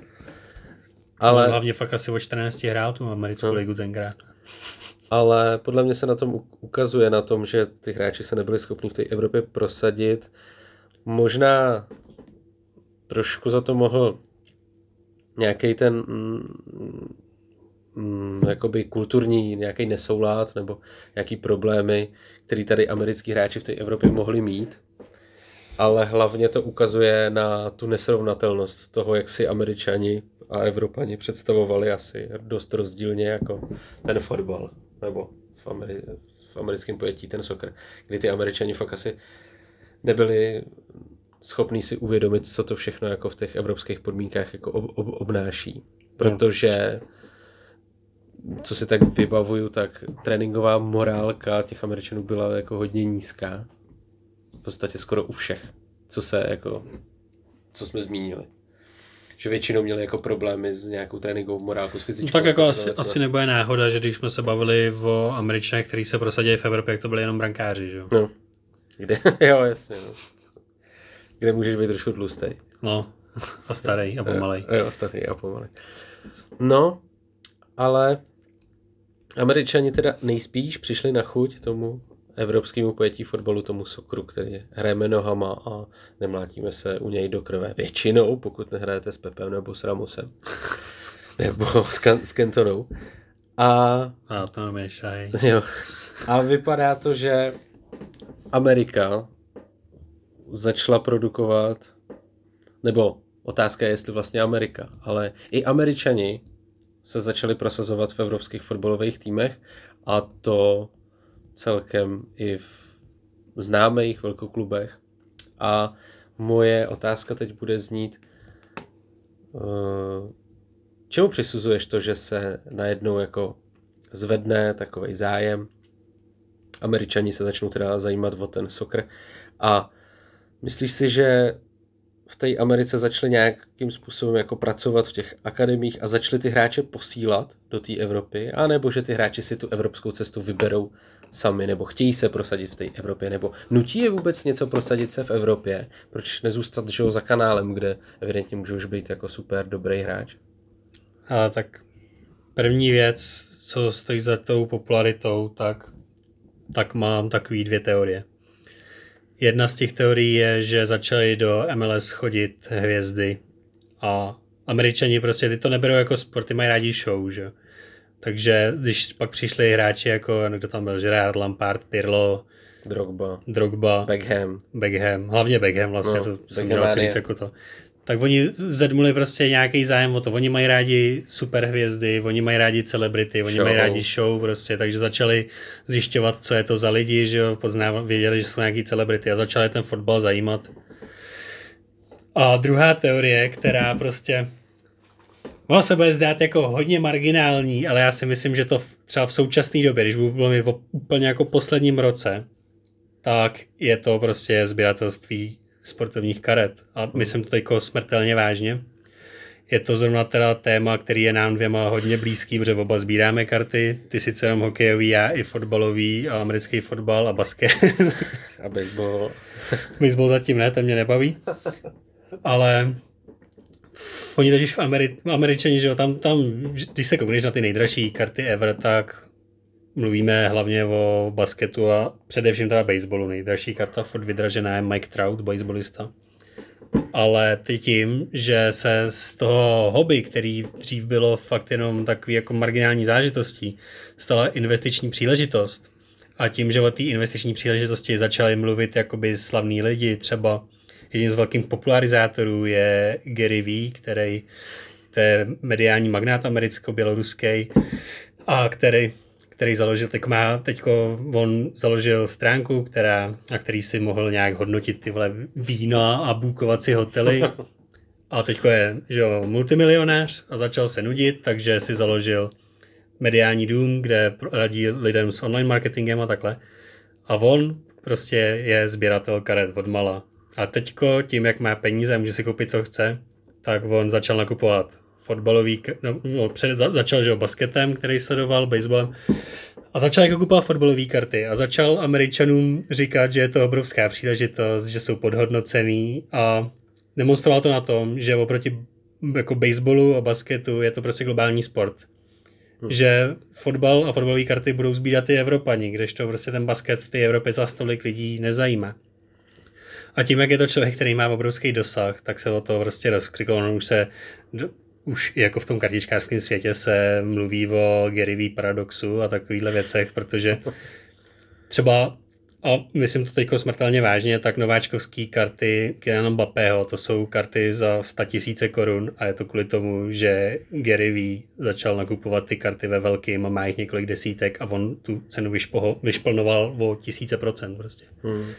Ale... No, hlavně fakt asi o čtrnácti hrál tu americkou hmm. ligu tenkrát. Ale podle mě se na tom ukazuje, na tom, že ty hráči se nebyli schopni v té Evropě prosadit. Možná trošku za to mohl nějaký ten mm, mm, jakoby kulturní nějaký nesoulad nebo nějaký problémy, který tady americký hráči v té Evropě mohli mít. Ale hlavně to ukazuje na tu nesrovnatelnost toho, jak si Američani a Evropani představovali asi dost rozdílně jako ten fotbal, nebo v, Ameri- v americkém pojetí ten soccer, kdy ty Američani fakt asi nebyli schopní si uvědomit, co to všechno jako v těch evropských podmínkách jako ob- ob- obnáší. Protože co si tak vybavuju, tak tréninková morálka těch Američanů byla jako hodně nízká. V podstatě skoro u všech, co se jako, co jsme zmínili. Že většinou měli jako problémy s nějakou tréninkovou morálkou, s fyzičkou. No tak jako asi, asi nebude náhoda, že když jsme se bavili o Američanech, kteří se prosadili v Evropě, jak to byli jenom brankáři, že jo? No. Kde? Jo, jasně, no. Kde můžeš být trošku tlustej. No, a starý a pomalej. Jo, jo, starý a pomalej. No, ale Američani teda nejspíš přišli na chuť tomu evropskému pojetí fotbalu, tomu sokru, který hrajeme nohama a nemlátíme se u něj do krve. Většinou, pokud nehrajete s Pepem nebo s Ramosem. Nebo s, kan- s Kentonou. A, a to neměšaj. Jo. A vypadá to, že Amerika začala produkovat, nebo otázka je, jestli vlastně Amerika, ale i Američani se začali prosazovat v evropských fotbalových týmech a to celkem i v známých velkoklubech. A moje otázka teď bude znít, čemu přisuzuješ to, že se najednou jako zvedne takovej zájem, Američani se začnou teda zajímat o ten soccer a myslíš si, že v té Americe začali nějakým způsobem jako pracovat v těch akademiích a začali ty hráče posílat do té Evropy, anebo že ty hráči si tu evropskou cestu vyberou sami, nebo chtějí se prosadit v té Evropě, nebo nutí je vůbec něco prosadit se v Evropě, proč nezůstat že, za kanálem, kde evidentně můžeš být jako super dobrý hráč? A tak první věc, co stojí za tou popularitou, tak, tak mám takový dvě teorie. Jedna z těch teorií je, že začaly do M L S chodit hvězdy a Američani prostě ty to neberou jako sport, ty mají rádi show, že? Takže když pak přišli hráči jako, kdo tam byl, Gerard, Lampard, Pirlo, Drogba, Drogba Beckham, Beckham, hlavně Beckham vlastně, no, to jsem měl si říct jako to. Tak oni zedmuli prostě nějaký zájem o to. Oni mají rádi superhvězdy, oni mají rádi celebrity, oni show. mají rádi show prostě, takže začali zjišťovat, co je to za lidi, že jo, poznáv, věděli, že jsou nějaký celebrity a začali ten fotbal zajímat. A druhá teorie, která prostě ono se bude zdát jako hodně marginální, ale já si myslím, že to třeba v současné době, když budu mluvit o úplně jako posledním roce, tak je to prostě sběratelství sportovních karet. A myslím to teďko smrtelně vážně. Je to zrovna teda téma, který je nám dvěma hodně blízký, protože oba sbíráme karty. Ty sice jenom hokejový, já i fotbalový a americký fotbal a basket. A baseball. Baseball zatím ne, ten mě nebaví. Ale oni totiž v Ameri- Američani, že jo, tam, tam, když se koukneš na ty nejdražší karty ever, tak mluvíme hlavně o basketu a především teda baseballu. Nejdražší karta furt vydražená je Mike Trout, baseballista. Ale ty tím, že se z toho hobby, který dřív bylo fakt jenom takový jako marginální zážitostí, stala investiční příležitost. A tím, že o té investiční příležitosti začali mluvit jakoby slavní lidi, třeba jedním z velkých popularizátorů je Gary Vee, který to je mediální magnát americko-běloruský, a který který založil, teď má, teďko on založil stránku, která, na který si mohl nějak hodnotit ty vole vína a bukovat si hotely. A teďko je, že jo, multimilionář a začal se nudit, takže si založil mediální dům, kde radí lidem s online marketingem a takhle. A on prostě je sběratel karet odmala. A teďko tím, jak má peníze a může si koupit, co chce, tak on začal nakupovat fotbalový, no, no před, za, začal, že jo, basketem, který sledoval, baseballem. A začal jako kupovat fotbalové karty a začal Američanům říkat, že je to obrovská příležitost, že jsou podhodnocený a demonstroval to na tom, že oproti jako baseballu a basketu je to prostě globální sport. Hmm. Že fotbal a fotbalové karty budou sbírat i Evropani, kdežto prostě ten basket v té Evropě za stolik lidí nezajímá. A tím, jak je to člověk, který má obrovský dosah, tak se o to prostě rozkřiklo. On už se, už jako v tom kartičkářském světě se mluví o Gary Vee paradoxu a takovýchhle věcech, protože třeba, a myslím to teďko smrtelně vážně, tak nováčkovský karty Kyliana Mbappého, to jsou karty za sto tisíce korun a je to kvůli tomu, že Gary Vee začal nakupovat ty karty ve velkým a má jich několik desítek a on tu cenu vyšpoho, vyšplnoval o tisíce procent prostě. Hmm.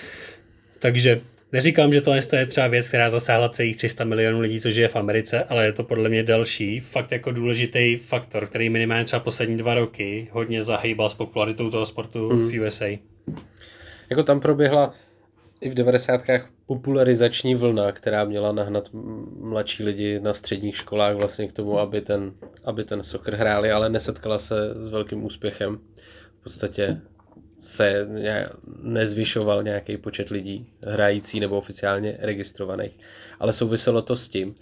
Takže neříkám, že tohle je třeba věc, která zasáhla celých tři sta milionů lidí, což je v Americe, ale je to podle mě další fakt jako důležitý faktor, který minimálně třeba poslední dva roky hodně zahýbal s popularitou toho sportu mm. v U S A. Jako tam proběhla i v devadesátkách popularizační vlna, která měla nahnat mladší lidi na středních školách vlastně k tomu, aby ten, aby ten soccer hráli, ale nesetkala se s velkým úspěchem. V podstatě se nezvyšoval nějaký počet lidí hrající nebo oficiálně registrovaných. Ale souviselo to s tím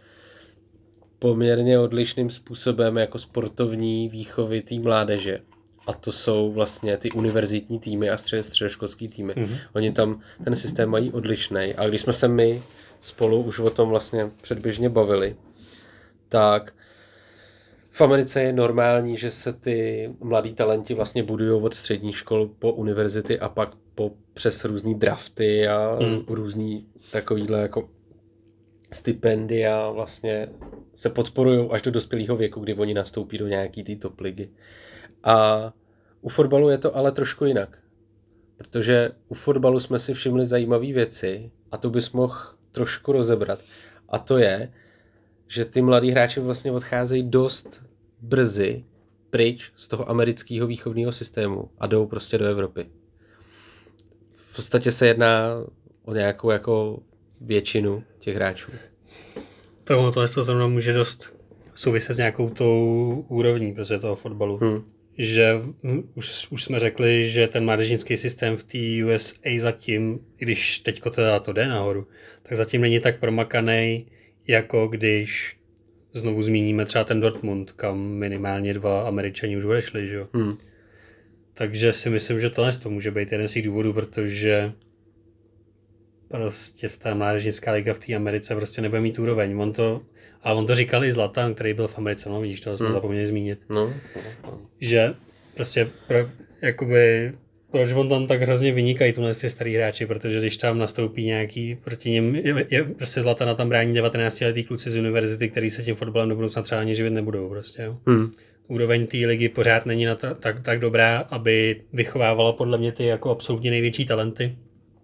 poměrně odlišným způsobem jako sportovní výchovy té mládeže. A to jsou vlastně ty univerzitní týmy a střed, středoškolský týmy. Mm-hmm. Oni tam ten systém mají odlišnej. A když jsme se my spolu už o tom vlastně předběžně bavili, tak v Americe je normální, že se ty mladí talenti vlastně budují od středních škol po univerzity a pak po, přes různý drafty a mm. různý takovýhle jako stipendia vlastně se podporují až do dospělého věku, kdy oni nastoupí do nějaký té top ligy. A u fotbalu je to ale trošku jinak. Protože u fotbalu jsme si všimli zajímavé věci a to bys mohl trošku rozebrat. A to je, že ty mladí hráči vlastně odcházejí dost brzy pryč z toho amerického výchovného systému a jdou prostě do Evropy. V podstatě se jedná o nějakou jako většinu těch hráčů. Tohle to, to zrovna může dost souviset s nějakou tou úrovní prostě toho fotbalu. Hmm. Že už, už jsme řekli, že ten mládežnický systém v té U S A zatím, když teďko teda to jde nahoru, tak zatím není tak promakaný, jako když znovu zmíníme třeba ten Dortmund, kam minimálně dva Američani už odešli, že jo. Hmm. Takže si myslím, že tohle to může být jeden z těch důvodů, protože prostě v ta mládežnická liga v té Americe prostě nebude mít úroveň. On to, a on to říkal i Zlatan, který byl v Americe, no vidíš, to jsme hmm. zapomněli zmínit. No. Že prostě pro, jakoby, proč on tam tak hrozně vynikají tuhle ty starý hráči, protože když tam nastoupí nějaký proti něm, je, je prostě Zlatana tam brání devatenáctiletý kluci z univerzity, který se tím fotbalem do budoucna třeba ani živit nebudou prostě, jo. Hmm. Úroveň té ligy pořád není na ta, tak, tak dobrá, aby vychovávala podle mě ty jako absolutně největší talenty.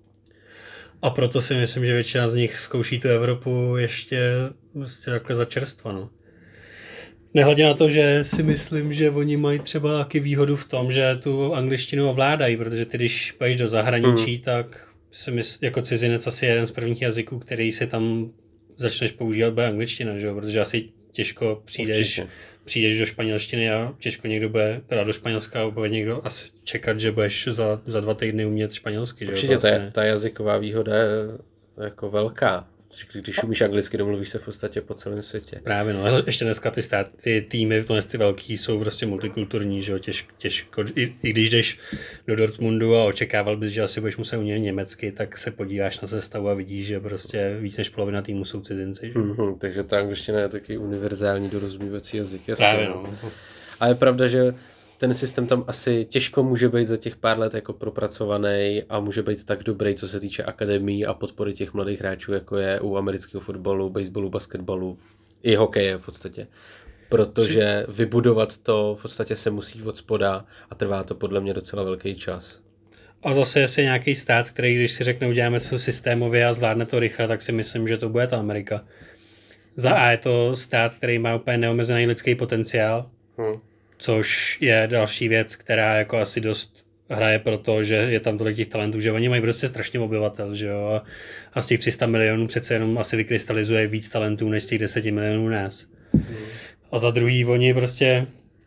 A proto si myslím, že většina z nich zkouší tu Evropu ještě prostě takhle za čerstva, no. Nehledě na to, že si myslím, že oni mají třeba taky výhodu v tom, že tu angličtinu ovládají, protože ty, když půjdeš do zahraničí, hmm. tak si mysl, jako cizinec asi jeden z prvních jazyků, který si tam začneš používat, bude angličtina, že jo? Protože asi těžko přijdeš, přijdeš do španělštiny a těžko někdo bude, teda do Španělska a bude někdo asi čekat, že budeš za, za dva týdny umět španělsky. Že určitě, ta, ta jazyková výhoda je jako velká. Když umíš anglicky, domluvíš se v podstatě po celém světě. Právě, no. Ještě dneska ty, stát, ty týmy, ty velký, jsou prostě multikulturní, že jo, Těž, těžko. I, I když jdeš do Dortmundu a očekával bys, že asi budeš muset umět německy, tak se podíváš na sestavu a vidíš, že prostě víc než polovina týmu jsou cizinci. Že? Mm-hmm, takže ta angličtina je taky univerzální dorozumívací jazyk. Jasně. Právě, no. A je pravda, že ten systém tam asi těžko může být za těch pár let jako propracovaný a může být tak dobrý, co se týče akademií a podpory těch mladých hráčů, jako je u amerického fotbalu, baseballu, basketbalu i hokeje v podstatě. protože vybudovat to v podstatě se musí od spoda a trvá to podle mě docela velký čas. A zase jestli nějaký stát, který když si řekne uděláme to systémově a zvládne to rychle, tak si myslím, že to bude ta Amerika. Za A je to stát, který má úplně neomezený lidský potenciál, hmm. což je další věc, která jako asi dost hraje pro to, že je tam tolik těch talentů, že oni mají prostě strašně obyvatel, že jo, a z těch tři sta milionů přece jenom asi vykrystalizuje víc talentů než z těch deset milionů nás. Hmm. A za druhý, oni prostě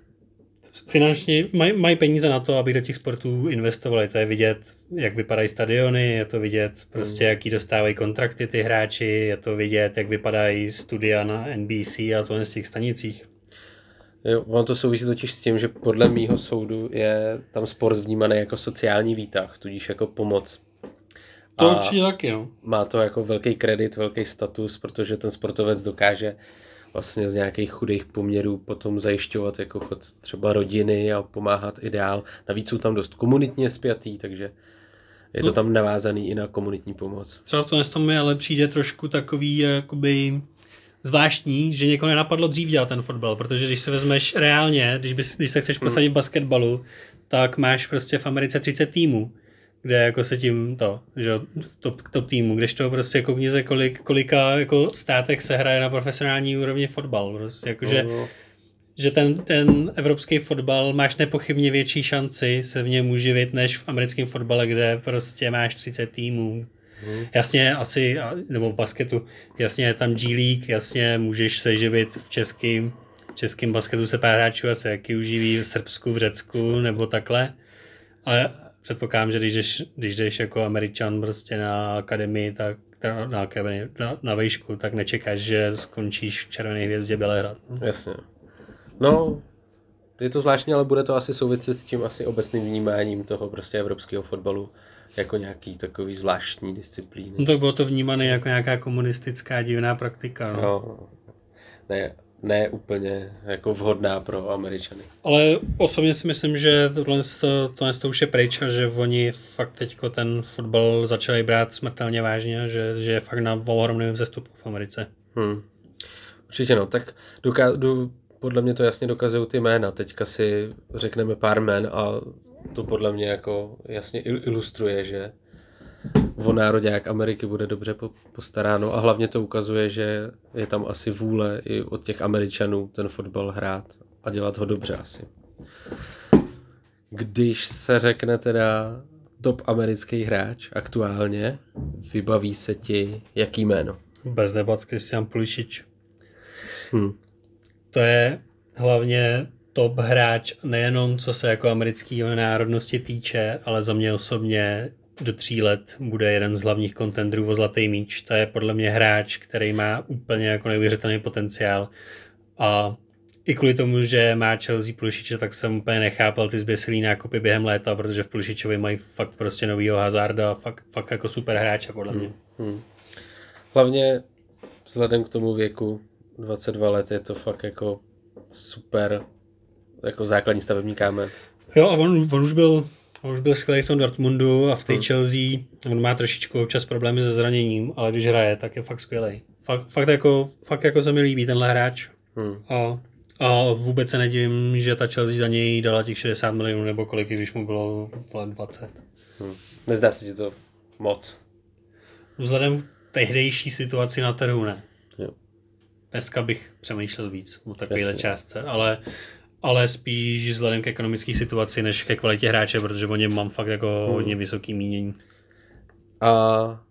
finančně mají maj peníze na to, aby do těch sportů investovali. To je vidět, jak vypadají stadiony, je to vidět prostě, jaký dostávají kontrakty ty hráči, je to vidět, jak vypadají studia na N B C a to z těch stanicích. Jo, ono to souvisí totiž s tím, že podle mýho soudu je tam sport vnímaný jako sociální výtah, tudíž jako pomoc. To a určitě taky, no. Má to jako velký kredit, velký status, protože ten sportovec dokáže vlastně z nějakých chudých poměrů potom zajišťovat jako chod třeba rodiny a pomáhat i dál. Navíc jsou tam dost komunitně spjatý, takže je to no. tam navázaný i na komunitní pomoc. Třeba v tom, tom mi ale přijde trošku takový jakoby zvláštní, že někoho nenapadlo dřív dělat ten fotbal, protože když se vezmeš reálně, když, bys, když se chceš prosadit v basketbalu, tak máš prostě v Americe třicet týmů, kde jako se tím to, že top, top týmu, kdežto prostě koukni se kolik, kolika jako státek se hraje na profesionální úrovni fotbal, prostě jakože, no. že ten, ten evropský fotbal máš nepochybně větší šanci se v něm uživit než v americkém fotbale, kde prostě máš třicet týmů. Hmm. Jasně asi, nebo v basketu, jasně je tam G League, jasně můžeš se živit v českým, v českým basketu se pár hráčů asi jaký uživí v Srbsku, v Řecku nebo takhle, ale předpokládám, že když jdeš, když jdeš jako Američan prostě na akademii, tak na, akademii, na, na vejšku, tak nečekáš, že skončíš v Červené hvězdě Bělehrad. No? Jasně. No, je to zvláštní, ale bude to asi souviset s tím asi obecným vnímáním toho prostě evropského fotbalu jako nějaký takový zvláštní disciplíny. No tak bylo to vnímané jako nějaká komunistická divná praktika. No. No, ne, ne úplně jako vhodná pro Američany. Ale osobně si myslím, že tohle to, tohle to už je pryč a že oni fakt teďko ten fotbal začali brát smrtelně vážně, že, že je fakt na ohromném vzestupu v Americe. Hmm. Určitě no, tak dokážu, podle mě to jasně dokazují ty jména. Teďka si řekneme pár jmén a to podle mě jako jasně ilustruje, že o nároďák Ameriky bude dobře postaráno a hlavně to ukazuje, že je tam asi vůle i od těch Američanů ten fotbal hrát a dělat ho dobře asi. Když se řekne teda top americký hráč aktuálně, vybaví se ti jaký jméno? Bez debat Christian Pulisic. Hmm. To je hlavně top hráč nejenom co se jako americké národnosti týče, ale za mě osobně do tří let bude jeden z hlavních kontendrů o zlatý míč. To je podle mě hráč, který má úplně jako neuvěřitelný potenciál a i kvůli tomu, že má Chelsea Pulisiče, tak jsem úplně nechápal ty zběsilý nákupy během léta, protože v Pulisičovi mají fakt prostě novýho Hazarda, fakt, fakt jako super hráče podle mě. Hmm, hmm. Hlavně vzhledem k tomu věku dvacet dva let je to fakt jako super jako základní stavební kámen. Jo a on, on už byl on už byl skvělý v tom Dortmundu a v té hmm. Chelsea on má trošičku občas problémy se zraněním, ale když hraje, tak je fakt skvělý. Fakt, fakt, jako, fakt jako se mi líbí tenhle hráč. Hmm. A, a vůbec se nedivím, že ta Chelsea za něj dala těch šedesát milionů nebo kolik, když mu bylo dvacet. Hmm. Nezdá se ti to moc? Vzhledem k tehdejší situaci na trhu ne. Jo. Dneska bych přemýšlel víc o takovéhle částce, ale ale spíš vzhledem k ekonomické situaci, než ke kvalitě hráče, protože o něm mám fakt jako hmm. hodně vysoký mínění. A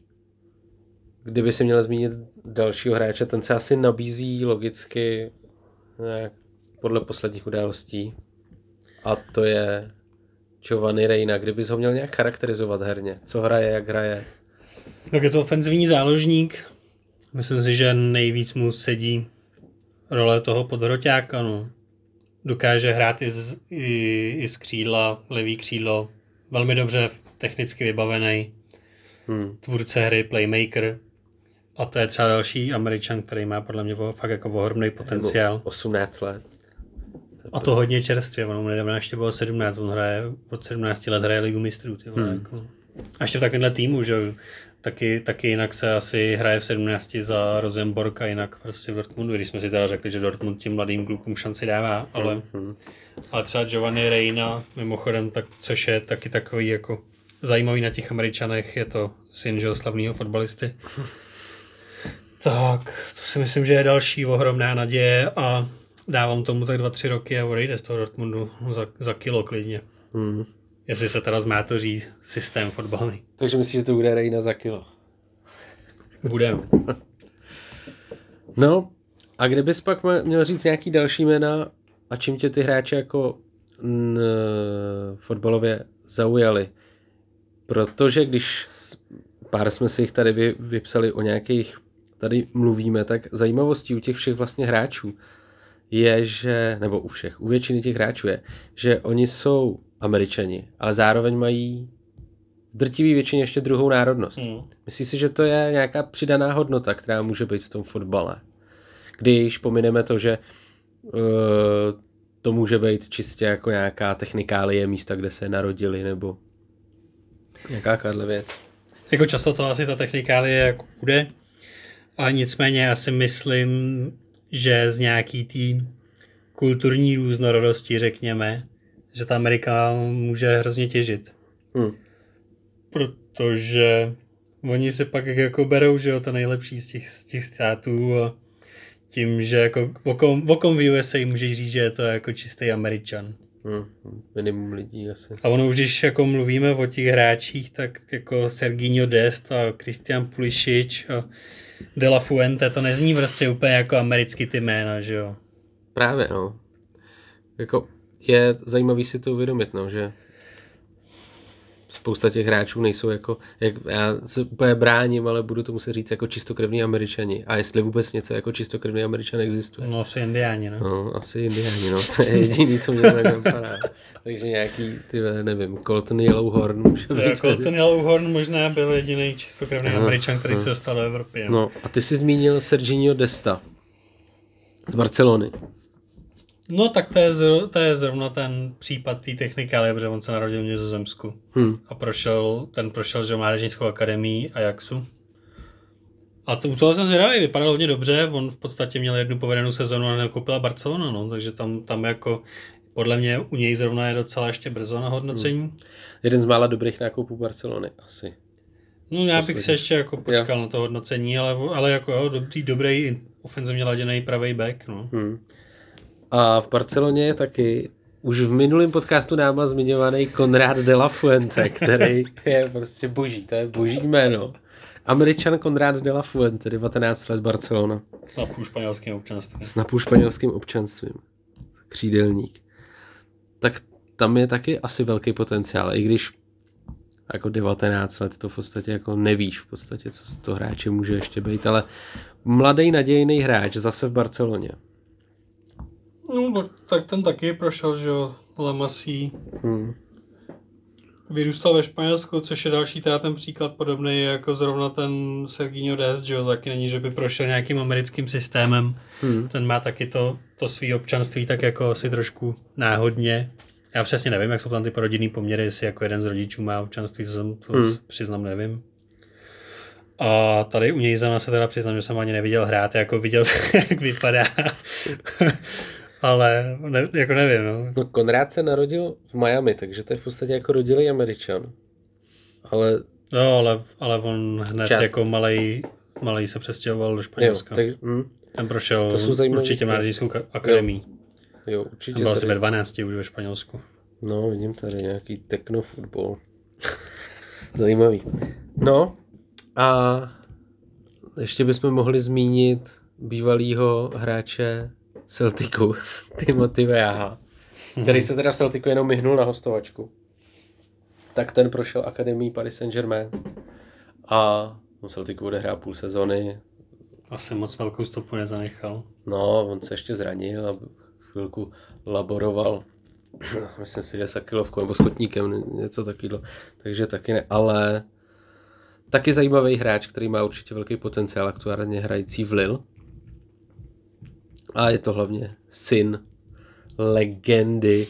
kdyby si měl zmínit dalšího hráče, ten se asi nabízí logicky nějak podle posledních událostí. A to je Giovanni Reina. Kdybys ho měl nějak charakterizovat herně, co hraje, jak hraje? Tak je to ofenzivní záložník. Myslím si, že nejvíc mu sedí role toho podhroťáka, no. Dokáže hrát i z, i, i z křídla, levý křídlo, velmi dobře technicky vybavený, hmm. tvůrce hry, playmaker a to je třeba další Američan, který má podle mě fakt jako ohromný potenciál. osmnáct let. A to hodně čerstvě, ono nedávno ještě bylo sedmnáct, on hraje od sedmnácti let hraje Ligu mistrů. Ty vole, hmm. jako. A ještě v takovémhle týmu, že taky, taky jinak se asi hraje v sedmnácti za Rosenborg a jinak prostě v Dortmundu, když jsme si teda řekli, že Dortmund těm mladým klukům šanci dává, ale, mm-hmm. ale třeba Giovanni Reina, mimochodem, tak, což je taky takový jako zajímavý na těch Američanech, je to syn že, slavného fotbalisty. Tak, to si myslím, že je další ohromná naděje a dávám tomu tak dva, tři roky a odejde z toho Dortmundu za, za kilo klidně. Mm. Jestli se teda zmátoří systém fotbalný. Takže myslíš, že to bude Reina za kilo? Bude. No, a kdybys pak měl říct nějaký další jména a čím tě ty hráči jako n, fotbalově zaujali? Protože když pár jsme si jich tady vy, vypsali o nějakých, tady mluvíme, tak zajímavostí u těch všech vlastně hráčů je, že, nebo u všech, u většiny těch hráčů je, že oni jsou Američani, ale zároveň mají v drtivé většině ještě druhou národnost. Mm. Myslíš si, že to je nějaká přidaná hodnota, která může být v tom fotbale? Když pomineme to, že uh, to může být čistě jako nějaká technikálie místa, kde se narodili, nebo nějaká věc. Jako často to asi ta technikálie jako bude, ale nicméně já si myslím, že z nějaký té kulturní různorodosti, řekněme, že ta Amerika může hrozně těžit. Hmm. Protože oni se pak jako berou, že jo, to nejlepší z těch, z těch států a tím, že jako vokom, vokom v U S A můžeš říct, že je to jako čistý Američan. Hmm, minimum lidí asi. A ono už, když jako mluvíme o těch hráčích, tak jako Serginho Dest a Christian Pulisic a De La Fuente, to nezní prostě úplně jako americky ty jména, že jo? Právě, no. Jako je zajímavý si to uvědomit, no, že spousta těch hráčů nejsou jako, jak já se úplně bráním, ale budu to muset říct jako čistokrevní Američani. A jestli vůbec něco jako čistokrevný Američan existuje. No asi Indiáni, no. No, asi Indiáni, no. To je jediný, co mě tak napadá. Takže nějaký, ty nevím, Colton Yellowhorn může být. Colton Yellowhorn možná byl jediný čistokrevný no, Američan, který no. se dostal do Evropy. No. no a ty jsi zmínil Serginho Desta z Barcelony. No tak to je, zr- to je zrovna ten případ té technikálie, protože on se narodil v Nizozemsku hmm. a prošel, ten prošel že mládežnickou akademii Ajaxu. A to, u toho jsem zvědavý, vypadal hodně dobře, on v podstatě měl jednu povedenou sezonu a nekoupila Barcelona, no, takže tam, tam jako podle mě u něj zrovna je docela ještě brzo na hodnocení. Hmm. Jeden z mála dobrých nákupů Barcelony, asi. No já bych se ještě jako počkal jo. na to hodnocení, ale, ale jako jo, dobrý, dobrý ofenzivně laděný pravý back, no. Hmm. A v Barceloně je taky už v minulém podcastu náma zmiňovaný Konrad de la Fuente, který je prostě boží, to je boží jméno. Američan Konrad de la Fuente, devatenáct let Barcelona. S napůl španělským občanstvím. S napůl španělským občanstvím. Křídelník. Tak tam je taky asi velký potenciál, i když jako devatenáct let to v podstatě jako nevíš v podstatě, co z toho hráče může ještě být, ale mladý nadějný hráč zase v Barceloně. No, tak ten taky prošel, že jo, La Masí. Hmm. Vyrůstal ve Španělsku, což je další teda ten příklad podobný jako zrovna ten Serginho Dest, že jo, taky není, že by prošel nějakým americkým systémem. Hmm. Ten má taky to, to svý občanství tak jako asi trošku náhodně. Já přesně nevím, jak jsou tam ty rodinný poměry, jestli jako jeden z rodičů má občanství, to, jsem, to hmm. přiznám nevím. A tady u něj za nás se teda přiznám, že jsem ani neviděl hrát, jako viděl jsem, jak vypadá. Ale ne, jako nevím, no. No Konrád se narodil v Miami, takže to je v podstatě jako rodilý Američan. Ale... No, ale, ale on hned část. jako malej, malej se přestěhoval do Španělska. Jo, tak, hm. Ten prošel určitě mládežnickou akademii. Jo, jo určitě. Ten byl asi ve dvanácti už ve Španělsku. No, vidím tady nějaký technofutbol. Zajímavý. No, a ještě bychom mohli zmínit bývalýho hráče Celticu, Timothy Weah, který se teda v Celticu jenom myhnul na hostovačku. Tak ten prošel akademii Paris Saint-Germain a v Celticu odehrál půl sezony. Asi moc velkou stopu nezanechal. No, on se ještě zranil a chvilku laboroval. Myslím si, že s akilovkou nebo s kotníkem, něco takového. Takže taky ne, ale taky zajímavý hráč, který má určitě velký potenciál, aktuálně hrající v Lille. A je to hlavně syn legendy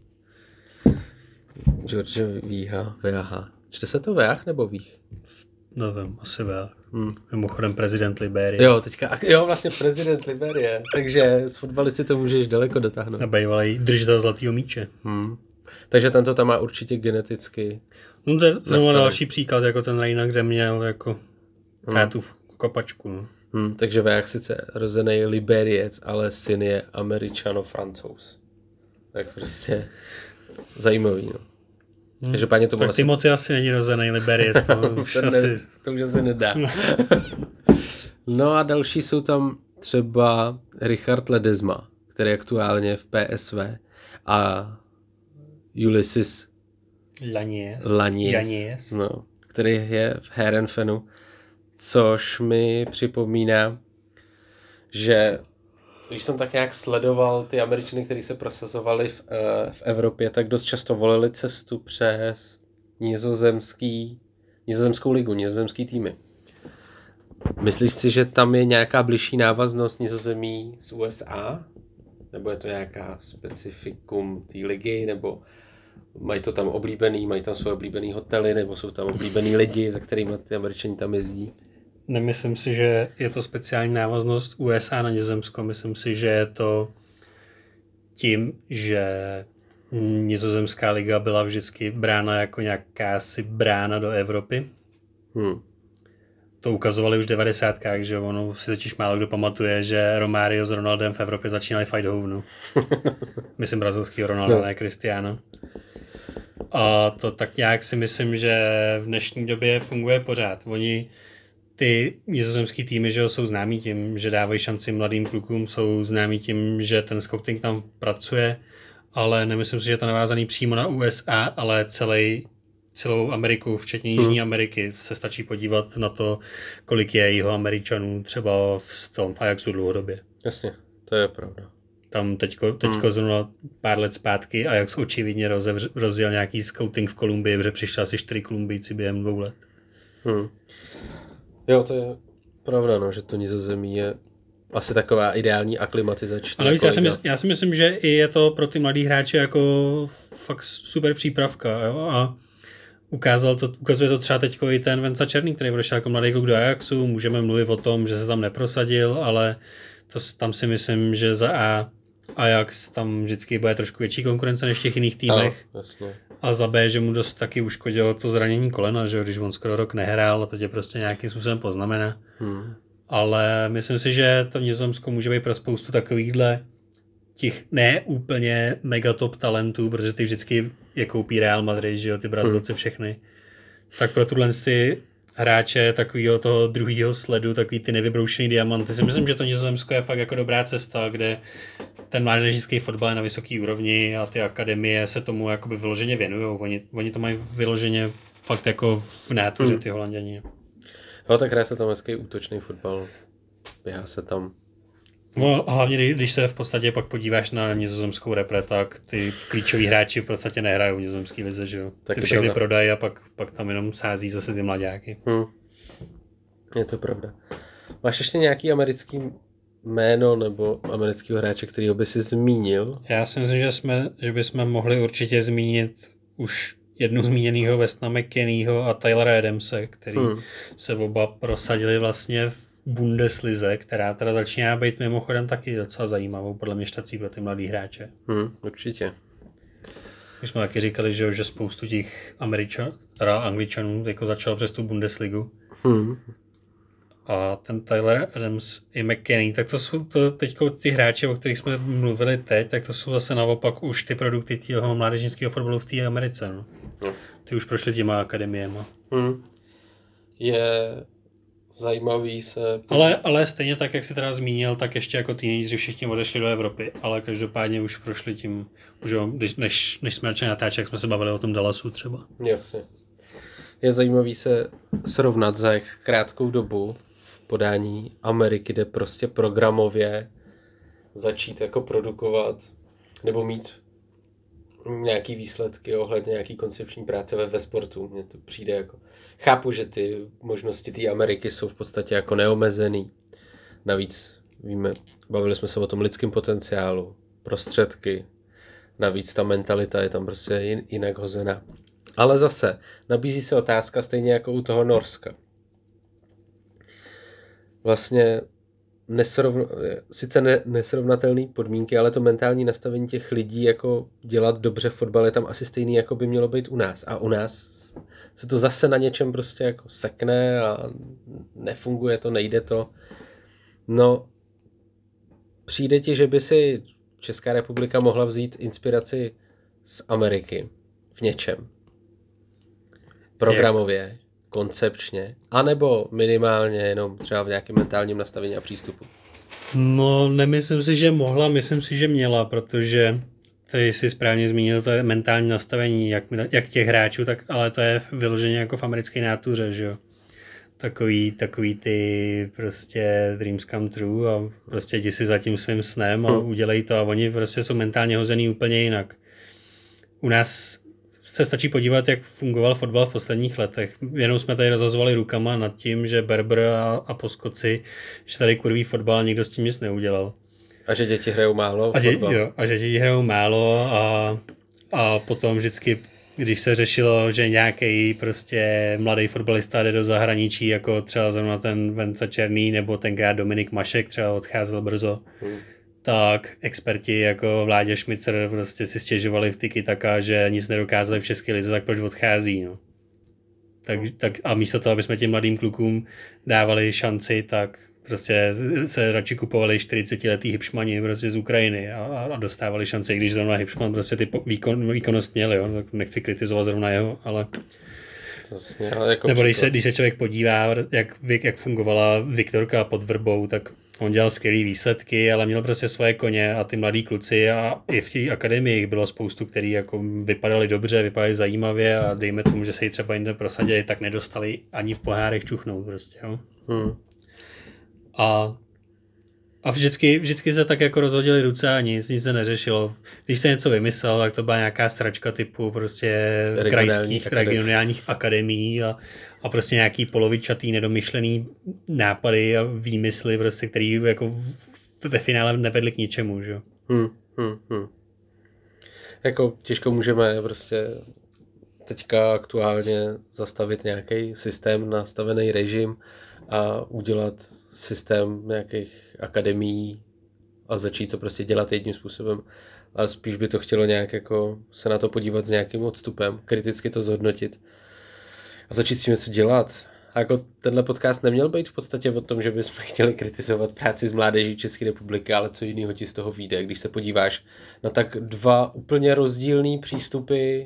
George Weaha. Weaha. Čte se to Weah nebo Vích? Nevím, asi ve. Hmm. Mimochodem prezident Liberie. Jo, teďka, jo, vlastně prezident Liberie, takže s fotbalisty to můžeš daleko dotáhnout. A bývalý držitel zlatého míče. Hmm. Takže tento tam má určitě geneticky. No to je zrovna další příklad, jako ten Reina, kde měl jako Hmm. tu kopačku. No. Hmm, takže Vaják sice rozený Liberiec, ale syn je Američano-Francouz. Tak prostě zajímavý, no. Hmm. Takže páně to Tak asi... Timothy asi není rozený Liberiec, to už to, asi... ne, to už asi nedá. No a další jsou tam třeba Richard Ledesma, který je aktuálně v P S V, a Ulysses Laněz. Laněz, no, který je v Heerenveenu, což mi připomíná, že když jsem tak nějak sledoval ty Američany, kteří se prosazovali v, uh, v Evropě, tak dost často volili cestu přes nizozemský, nizozemskou ligu, nizozemský týmy. Myslíš si, že tam je nějaká bližší návaznost Nizozemí z U S A? Nebo je to nějaká specifikum té ligy? Nebo mají to tam oblíbený, mají tam svoje oblíbený hotely, nebo jsou tam oblíbený lidi, za kterými ty Američani tam jezdí? Nemyslím si, že je to speciální návaznost U S A na Nizozemsko. Myslím si, že je to tím, že nizozemská liga byla vždycky brána jako nějaká si brána do Evropy. Hmm. To ukazovali už v devadesátkách, že ono si totiž málo kdo pamatuje, že Romário s Ronaldem v Evropě začínali fight hovnu. Myslím brazilského Ronalda, no. Ne Cristiano. A to tak nějak si myslím, že v dnešní době funguje pořád. Oni, ty nizozemský týmy, že jsou známí tím, že dávají šanci mladým klukům, jsou známí tím, že ten scouting tam pracuje, ale nemyslím si, že je to navázaný přímo na U S A, ale celý, celou Ameriku, včetně Jižní hmm. Ameriky, se stačí podívat na to, kolik je jeho Američanů třeba v tom Ajaxu dlouhodobě. Jasně, to je pravda. Tam teďko, teďko hmm. zrovna pár let zpátky Ajax očividně rozevř, rozjel nějaký scouting v Kolumbii, protože přišli asi čtyři Kolumbijci během dvou let. Hmm. Jo, to je pravda, no, že to Nizozemí je asi taková ideální aklimatizační. A navíc já si, mysl, já si myslím, že i je to pro ty mladý hráče jako fakt super přípravka. Jo? A ukázal to, ukazuje to třeba teďko i ten Venca Černý, který odešel jako mladý kluk do Ajaxu. Můžeme mluvit o tom, že se tam neprosadil, ale to, tam si myslím, že za A Ajax tam vždycky bude trošku větší konkurence než v těch jiných týmech. No, jasně. A za B, že mu dost taky uškodilo to zranění kolena, že když on skoro rok nehrál a to tě prostě nějakým způsobem poznamená. Hmm. Ale myslím si, že to v Nizozemsku může být pro spoustu takovýchhle těch ne úplně megatop talentů, protože ty vždycky je koupí Real Madrid, že jo, ty Brazilci všechny. Tak pro tuhle ty hráče takového toho druhého sledu, takový ty nevybroušený diamanty, si myslím, že to Nizozemsko je fakt jako dobrá cesta, kde ten mládežnický fotbal je na vysoké úrovni a ty akademie se tomu jakoby vyloženě věnují. Oni, oni to mají vyloženě fakt jako v nátuře, hmm. ty Holanděni. No, tak hraje se tam hezký útočný fotbal. Běhá se tam. No, hlavně když se v podstatě pak podíváš na nizozemskou repre, tak ty klíčoví hráči v podstatě nehrají v nizozemské lize, že jo. Ty všechny prodají a pak, pak tam jenom sází zase ty mlaďáky. Hmm. Je to pravda. Máš ještě nějaký americký jméno nebo amerického hráče, kterýho by si zmínil? Já si myslím, že, jsme, že bychom mohli určitě zmínit už jednu zmíněnýho Westona McKennieho a Tylera Adamse, který hmm. se oba prosadili vlastně v Bundeslize, která teda začíná být mimochodem taky docela zajímavou, podle mě štací pro ty mladý hráče. Hmm, určitě. My jsme taky říkali, že, že spoustu těch Američanů, teda Angličanů jako začalo přes tu Bundesligu. Hmm. A ten Tyler Adams i McKennie, tak to jsou to teďko ty hráči, o kterých jsme mluvili teď, tak to jsou zase naopak už ty produkty toho mládežnického fotbalu v té Americe. No. No. Ty už prošly těma akademiema. Hmm. Je zajímavý se... Ale, ale stejně tak, jak jsi teda zmínil, tak ještě jako teenageři všichni odešli do Evropy, ale každopádně už prošli tím, už jo, než, než jsme začali natáčet, jak jsme se bavili o tom Dallasu třeba. Jasně. Je zajímavý se srovnat za jak krátkou dobu v podání Ameriky, kde prostě programově začít jako produkovat nebo mít nějaký výsledky ohledně nějaký koncepční práce ve, ve sportu. Mně to přijde jako... Chápu, že ty možnosti té Ameriky jsou v podstatě jako neomezený. Navíc víme, bavili jsme se o tom lidském potenciálu, prostředky. Navíc ta mentalita je tam prostě jinak hozená. Ale zase, nabízí se otázka stejně jako u toho Norska. vlastně nesrovna, sice ne, nesrovnatelné podmínky, ale to mentální nastavení těch lidí jako dělat dobře fotbal je tam asi stejný, jako by mělo být u nás. A u nás se to zase na něčem prostě jako sekne a nefunguje to, nejde to. No, přijde ti, že by si Česká republika mohla vzít inspiraci z Ameriky v něčem? Programově, Jak? koncepčně, anebo minimálně jenom třeba v nějakém mentálním nastavení a přístupu? No, nemyslím si, že mohla, myslím si, že měla, protože tady si správně zmínil, to je mentální nastavení, jak, jak těch hráčů, tak, ale to je vyloženě jako v americké nátuře, že jo. Takový, takový ty prostě dreams come true a prostě jdi si za tím svým snem a hmm. udělej to a oni prostě jsou mentálně hozený úplně jinak. U nás se stačí podívat, jak fungoval fotbal v posledních letech. Jenom jsme tady rozhazovali rukama nad tím, že Berber a, a Poskoci, že tady kurví fotbal a nikdo s tím nic neudělal. A že děti hrajou málo a, dě, fotbal. Jo, a že děti hrajou málo a, a potom vždycky, když se řešilo, že nějaký prostě mladý fotbalista jde do zahraničí, jako třeba zrovna ten Venca Černý nebo tenkrát Dominik Mašek třeba odcházel brzo, hmm. tak experti jako Vláďa Šmicer prostě si stěžovali v tiki taka, že nic nedokázali v české lize, tak proč odchází, no. Tak, tak a místo toho, aby jsme těm mladým klukům dávali šanci, tak prostě se radši kupovali čtyřicetiletý hipšmani prostě z Ukrajiny a, a dostávali šanci, když zrovna hipšman prostě ty výkon, výkonnost měli, jo, tak nechci kritizovat zrovna jeho, ale Jasně, ale jako nebo když se, když se člověk podívá, jak, jak fungovala Viktorka pod Vrbou, tak on dělal skvělý výsledky, ale měl prostě svoje koně a ty mladí kluci a i v té akademii jich bylo spoustu, který jako vypadali dobře, vypadali zajímavě a dejme tomu, že se jí třeba jinde prosadili, tak nedostali ani v pohárech čuchnout prostě, jo. Hmm. A, a vždycky, vždycky se tak jako rozhodili ruce a nic, nic se neřešilo. Když se něco vymyslel, tak to byla nějaká sračka typu prostě krajských, regionálních akademií a, a prostě nějaký polovičatý, nedomyšlený nápady a výmysly, prostě, který jako ve finále nevedli k ničemu, že? Hmm, hmm, hmm. Jako těžko můžeme prostě teďka aktuálně zastavit nějaký systém, nastavený režim a udělat systém nějakých akademií a začít to prostě dělat jedním způsobem. A spíš by to chtělo nějak jako se na to podívat s nějakým odstupem, kriticky to zhodnotit a začít s tím něco dělat. A jako tenhle podcast neměl být v podstatě o tom, že bychom chtěli kritizovat práci z mládeží České republiky, ale co jiného ti z toho vyjde, když se podíváš na tak dva úplně rozdílný přístupy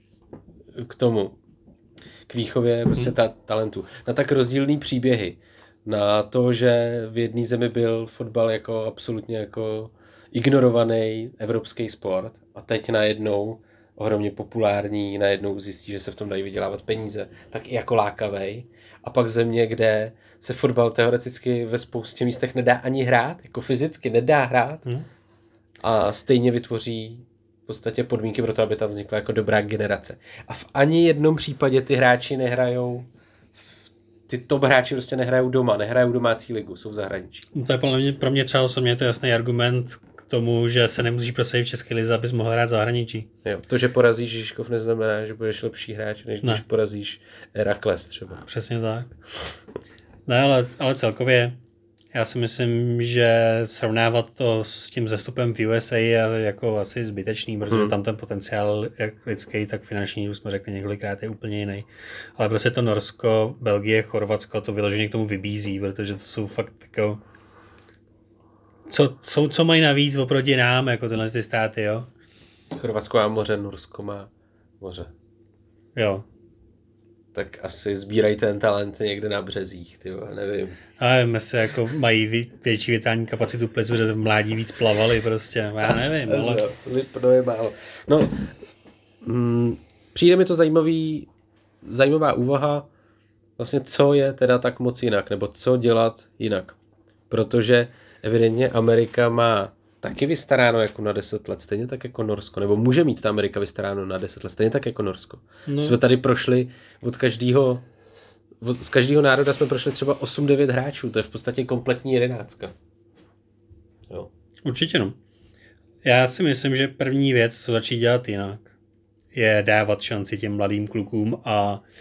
k tomu, k výchově prostě ta, talentu, na tak rozdílný příběhy, na to, že v jedné zemi byl fotbal jako absolutně jako ignorovaný evropský sport a teď najednou ohromně populární, najednou zjistí, že se v tom dají vydělávat peníze, tak i jako lákavej. A pak země, kde se fotbal teoreticky ve spoustě místech nedá ani hrát, jako fyzicky nedá hrát hmm. a stejně vytvoří v podstatě podmínky pro to, aby tam vznikla jako dobrá generace. A v ani jednom případě ty hráči nehrajou ty top hráči prostě nehrajou doma, nehrajou domácí ligu, jsou v zahraničí. No to je pro mě, pro mě třeba osobně to jasný argument k tomu, že se nemusíš prosadit v České lize, abys mohl hrát v zahraničí. Jo, to, že porazíš Žižkov, neznamená, že budeš lepší hráč, než ne. když porazíš Herakles třeba. Přesně tak. Ne, ale, ale celkově já si myslím, že srovnávat to s tím zestupem v U S A je jako asi zbytečný, protože hmm. tam ten potenciál, jak lidský, tak finanční, už jsme řekli několikrát, je úplně jiný. Ale prostě to Norsko, Belgie, Chorvatsko to vyloženě k tomu vybízí, protože to jsou fakt jako... Co, co, co mají navíc oproti nám, jako tyhle ty státy, jo? Chorvatsko má moře, Norsko má moře. Jo. Tak asi sbírají ten talent někde na březích, tyjo, nevím. Ale my se jako mají větší vitální kapacitu plecu, že v mládí víc plavali prostě, já nevím, ale... Lipno je málo. No, mm, přijde mi to zajímavý, zajímavá úvaha, vlastně co je teda tak moc jinak, nebo co dělat jinak. Protože evidentně Amerika má taky vystaráno jako na deset let, stejně tak jako Norsko, nebo může mít ta Amerika vystaráno na deset let, stejně tak jako Norsko. No. Jsme tady prošli od každého, od, z každého národa jsme prošli třeba osm devět hráčů, to je v podstatě kompletní jedenáctka. Jo. Určitě no. Já si myslím, že první věc, co začít dělat jinak, je dávat šanci těm mladým klukům a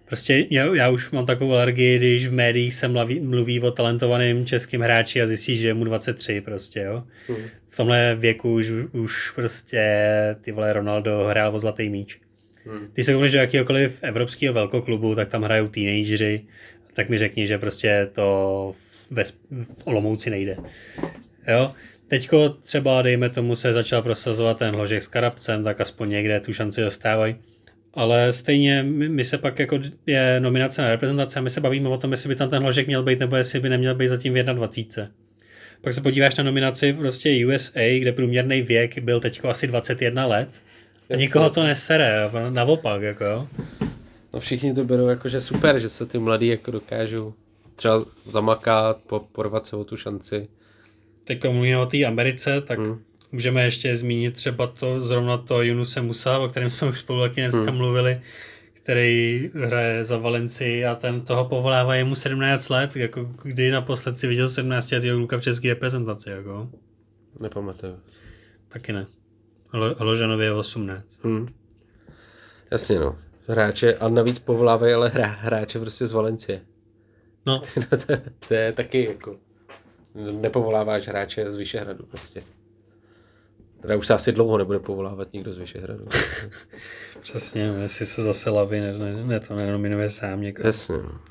Prostě já, já už mám takovou alergii, když v médiích se mluví, mluví o talentovaném českém hráči a zjistí, že je mu dvacet tři prostě, jo. Hmm. V tomhle věku už, už prostě ty vole Ronaldo hrál o zlatý míč. Hmm. Když se koukneš do jakýhokoliv evropského velkoklubu, tak tam hrajou teenageři, tak mi řekni, že prostě to ve, v Olomouci nejde. Jo. Teďko třeba, dejme tomu, se začal prosazovat ten Hložek s Karabcem, tak aspoň někde tu šanci dostávají. Ale stejně my, my se pak jako je nominace na reprezentaci a my se bavíme o tom, jestli by tam ten Hložek měl být, nebo jestli by neměl být zatím v dvacet jedna. Pak se podíváš na nominaci prostě U S A, kde průměrný věk byl teďko asi dvacet jedna let. A nikoho to nesere, naopak, jako jo. No všichni to berou jako, že super, že se ty mladí jako dokážou třeba zamakat, porvat se o tu šanci. Teď mluvíme o té Americe, tak hmm. můžeme ještě zmínit třeba to, zrovna to Yunuse Musa, o kterém jsme už spolu taky dneska hmm. mluvili, který hraje za Valencii a ten toho povolává jemu sedmnáct let, jako kdy naposled si viděl sedmnáctiletého kluka v české reprezentaci, jako. Nepamatuju. Taky ne. Hložanovi je osmnáct. Hmm. Jasně no. Hráče, a navíc povolávají ale hra, hráče prostě z Valencie. No. to, to je taky jako, nepovoláváš hráče z Vyšehradu prostě. Teda už se asi dlouho nebude povolávat nikdo z Vyšehradu. Přesně, no, jestli se zase Lavy ne, ne, ne to nenominuje sám někoho. Jasně.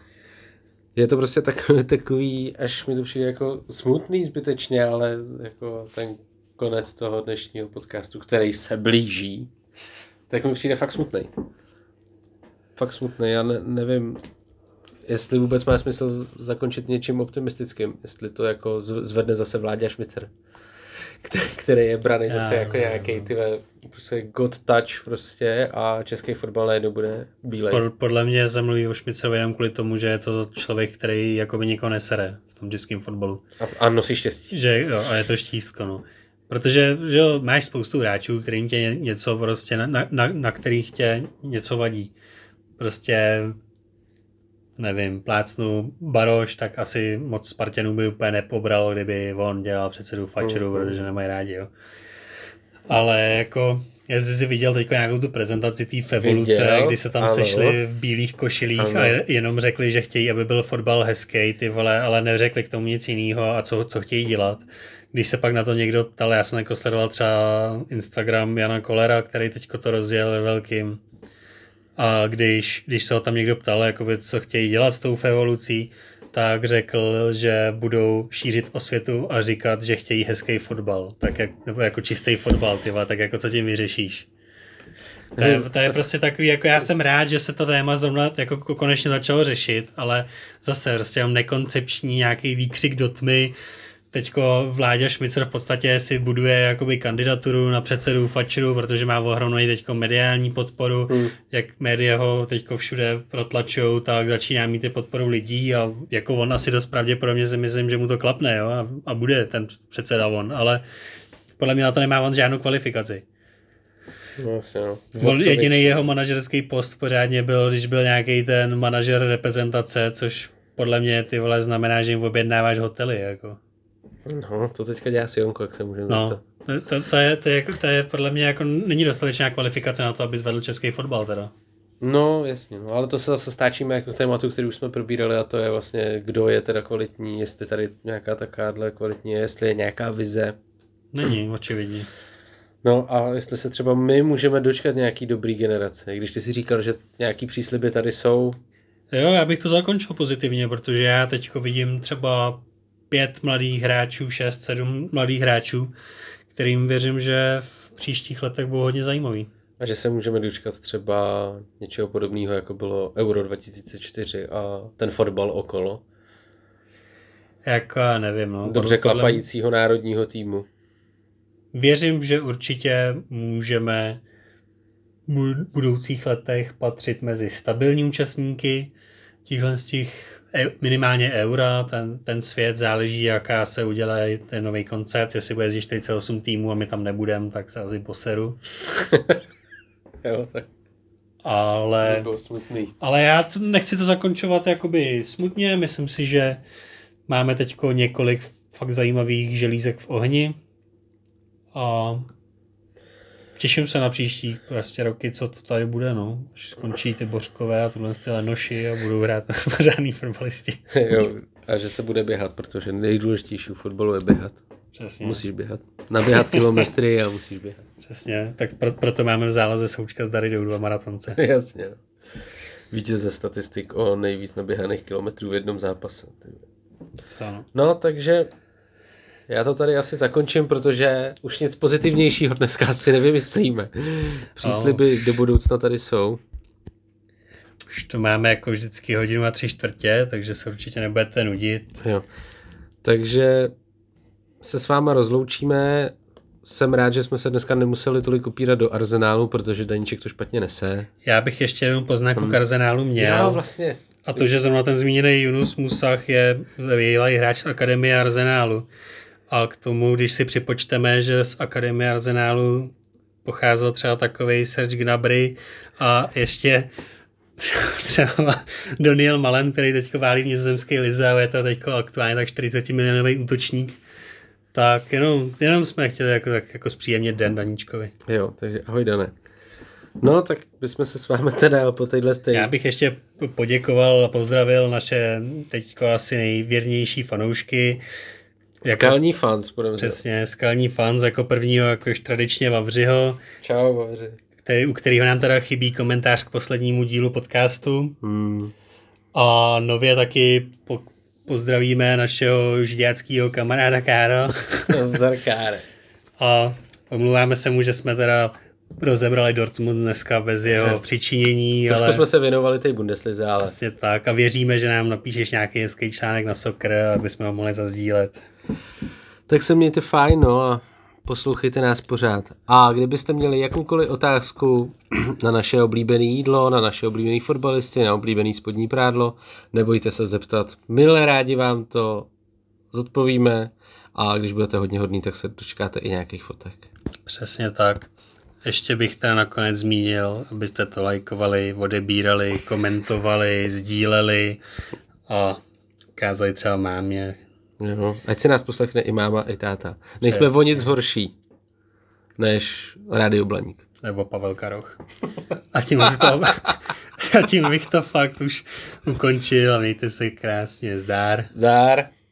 Je to prostě takový, takový, až mi to přijde jako smutný zbytečně, ale jako ten konec toho dnešního podcastu, který se blíží, tak mi přijde fakt smutný. Fakt smutný, já ne, nevím, jestli vůbec má smysl zakončit něčím optimistickým, jestli to jako zvedne zase Vláďa Šmicer, který je braný zase já, jako nějaký ty prostě god touch prostě a český fotbal najednou bude bílej. Podle mě se mluví o Šmicerovi jenom kvůli tomu, že je to člověk, který jakoby nikoho nesere v tom českém fotbalu. A, a nosí štěstí. Že jo, a je to štístko, no. Protože že jo, máš spoustu hráčů, kterým tě něco prostě, na, na, na kterých tě něco vadí. Prostě nevím, plácnu Baroš, tak asi moc Spartanů by úplně nepobral, kdyby on dělal předsedu Fatscheru, mm-hmm. protože nemají rádi, jo. Ale jako, jestli jsi viděl teď nějakou tu prezentaci té Fevoluce, kdy se tam ano. sešli v bílých košilích ano. a jenom řekli, že chtějí, aby byl fotbal hezký, ty vole, ale neřekli k tomu nic jiného a co, co chtějí dělat. Když se pak na to někdo ptal, já jsem jako sledoval třeba Instagram Jana Kolera, který teďko to rozjel ve velkým. A když, když se ho tam někdo ptal, jakoby, co chtějí dělat s tou Fevolucí, tak řekl, že budou šířit osvětu a říkat, že chtějí hezký fotbal. Tak jak, nebo jako čistý fotbal, tyva, tak jako co tím vyřešíš. To je, to je prostě takový, jako já jsem rád, že se to téma zrovna jako konečně začalo řešit, ale zase prostě mám nekoncepční nějaký výkřik do tmy. Teďko Vláďa Šmicer v podstatě si buduje jakoby kandidaturu na předsedu Fatscheru, protože má ohromnou teďko mediální podporu, hmm. jak média ho teďko všude protlačují, tak začíná mít ty podporu lidí a jako on asi dost pravděpodobně si myslím, že mu to klapne, jo, a, a bude ten předseda on, ale podle mě na to nemá on žádnou kvalifikaci. No, no. On, jediný jeho manažerský post pořádně byl, když byl nějaký ten manažer reprezentace, což podle mě ty vole znamená, že jim objednáváš hotely, jako. No, to teďka dělá Sionko, jak se můžeme no, to, to, to, je, to, je, to je podle mě jako není dostatečná kvalifikace na to, aby zvedl český fotbal teda. No, jasně, no, ale to se zase stáčíme jako k tématu, který už jsme probírali a to je vlastně, kdo je teda kvalitní, jestli tady nějaká takováhle kvalitní je, jestli je nějaká vize. Není, očividně. No a jestli se třeba my můžeme dočkat nějaký dobrý generace, když ty si říkal, že nějaký přísliby tady jsou. Jo, já bych to zakončil pozitivně, protože já teďko vidím třeba pět mladých hráčů, šest, sedm mladých hráčů, kterým věřím, že v příštích letech budou hodně zajímavý. A že se můžeme dočkat třeba něčeho podobného, jako bylo Euro dva tisíce čtyři a ten fotbal okolo. Jako já nevím, no. Dobře klapajícího národního týmu. Věřím, že určitě můžeme v budoucích letech patřit mezi stabilní účastníky těchhle z těch minimálně eura, ten, ten svět záleží, jaká se udělá ten nový koncept, jestli bude jezdit čtyřicet osm týmů a my tam nebudeme, tak se asi poseru. Jo, tak. Ale, smutný. ale já to, nechci to zakončovat jakoby smutně, myslím si, že máme teďko několik fakt zajímavých želízek v ohni a Těším se na příští prostě roky, co to tady bude, no. Až skončí ty Bořkové a tuhle ty Lenoši a budou hrát pořádný fotbalisti. Jo, a že se bude běhat, protože nejdůležitější u fotbalu je běhat. Přesně. Musíš běhat. Naběhat kilometry a musíš běhat. Přesně, tak pro, proto máme v záloze Součka z Daridou dva maratonce. Jasně. Vítěz ze statistik o nejvíc naběhaných kilometrů v jednom zápase. Ano. No, takže já to tady asi zakončím, protože už nic pozitivnějšího dneska asi nevymyslíme. Přísliby do budoucna tady jsou. Už to máme jako vždycky hodinu a tři čtvrtě, takže se určitě nebudete nudit. Jo. Takže se s váma rozloučíme. Jsem rád, že jsme se dneska nemuseli tolik opírat do Arsenálu, protože Daníček to špatně nese. Já bych ještě jenom poznámku Hmm. k Arsenálu měl. Jo, vlastně. A to, že zrovna ten zmíněný Yunus Musah je výlej hráč z Akademie Arsenálu. A k tomu, když si připočteme, že z Akademie Arsenálu pocházel třeba takovej Serge Gnabry a ještě třeba Daniel Malen, který teďko válí v nizozemské lize a je to teďko aktuálně tak čtyřicet milionový útočník. Tak jenom, jenom jsme chtěli jako, tak, jako zpříjemnit den Daníčkovi. Jo, takže ahoj Dané. No, tak bychom se s vámi teda po téhle stejně. Já bych ještě poděkoval a pozdravil naše teďko asi nejvěrnější fanoušky. Skalní fans, budeme Přesně, skalní fans jako prvního, jako už tradičně Vavřiho. Čau, Vavři. Který, u kterého nám teda chybí komentář k poslednímu dílu podcastu. Hmm. A nově taky po, pozdravíme našeho židáckého kamaráda Káro. Zdar, Káre. A omluváme se mu, že jsme teda rozebrali Dortmund dneska bez jeho Aha. přičinění. Trošku ale jsme se věnovali té Bundeslize, ale... přesně tak. A věříme, že nám napíšeš nějaký hezký článek na Soccer, aby jsme ho mohli zazdílet. Tak se mějte fajn, no a poslouchejte nás pořád. A kdybyste měli jakoukoliv otázku na naše oblíbené jídlo, na naše oblíbené fotbalisty, na oblíbené spodní prádlo, nebojte se zeptat. Milé rádi vám to zodpovíme a když budete hodně hodný, tak se dočkáte i nějakých fotek. Přesně tak. Ještě bych teda nakonec zmínil, abyste to lajkovali, odebírali, komentovali, sdíleli a ukázali třeba mámě. Jo, ať si nás poslechne i máma, i táta. Nejsme o nic horší než Rádio Blaník. Nebo Pavel Karoch. A tím bych to, a tím bych to fakt už ukončil a mějte se krásně. Zdár. Zdár.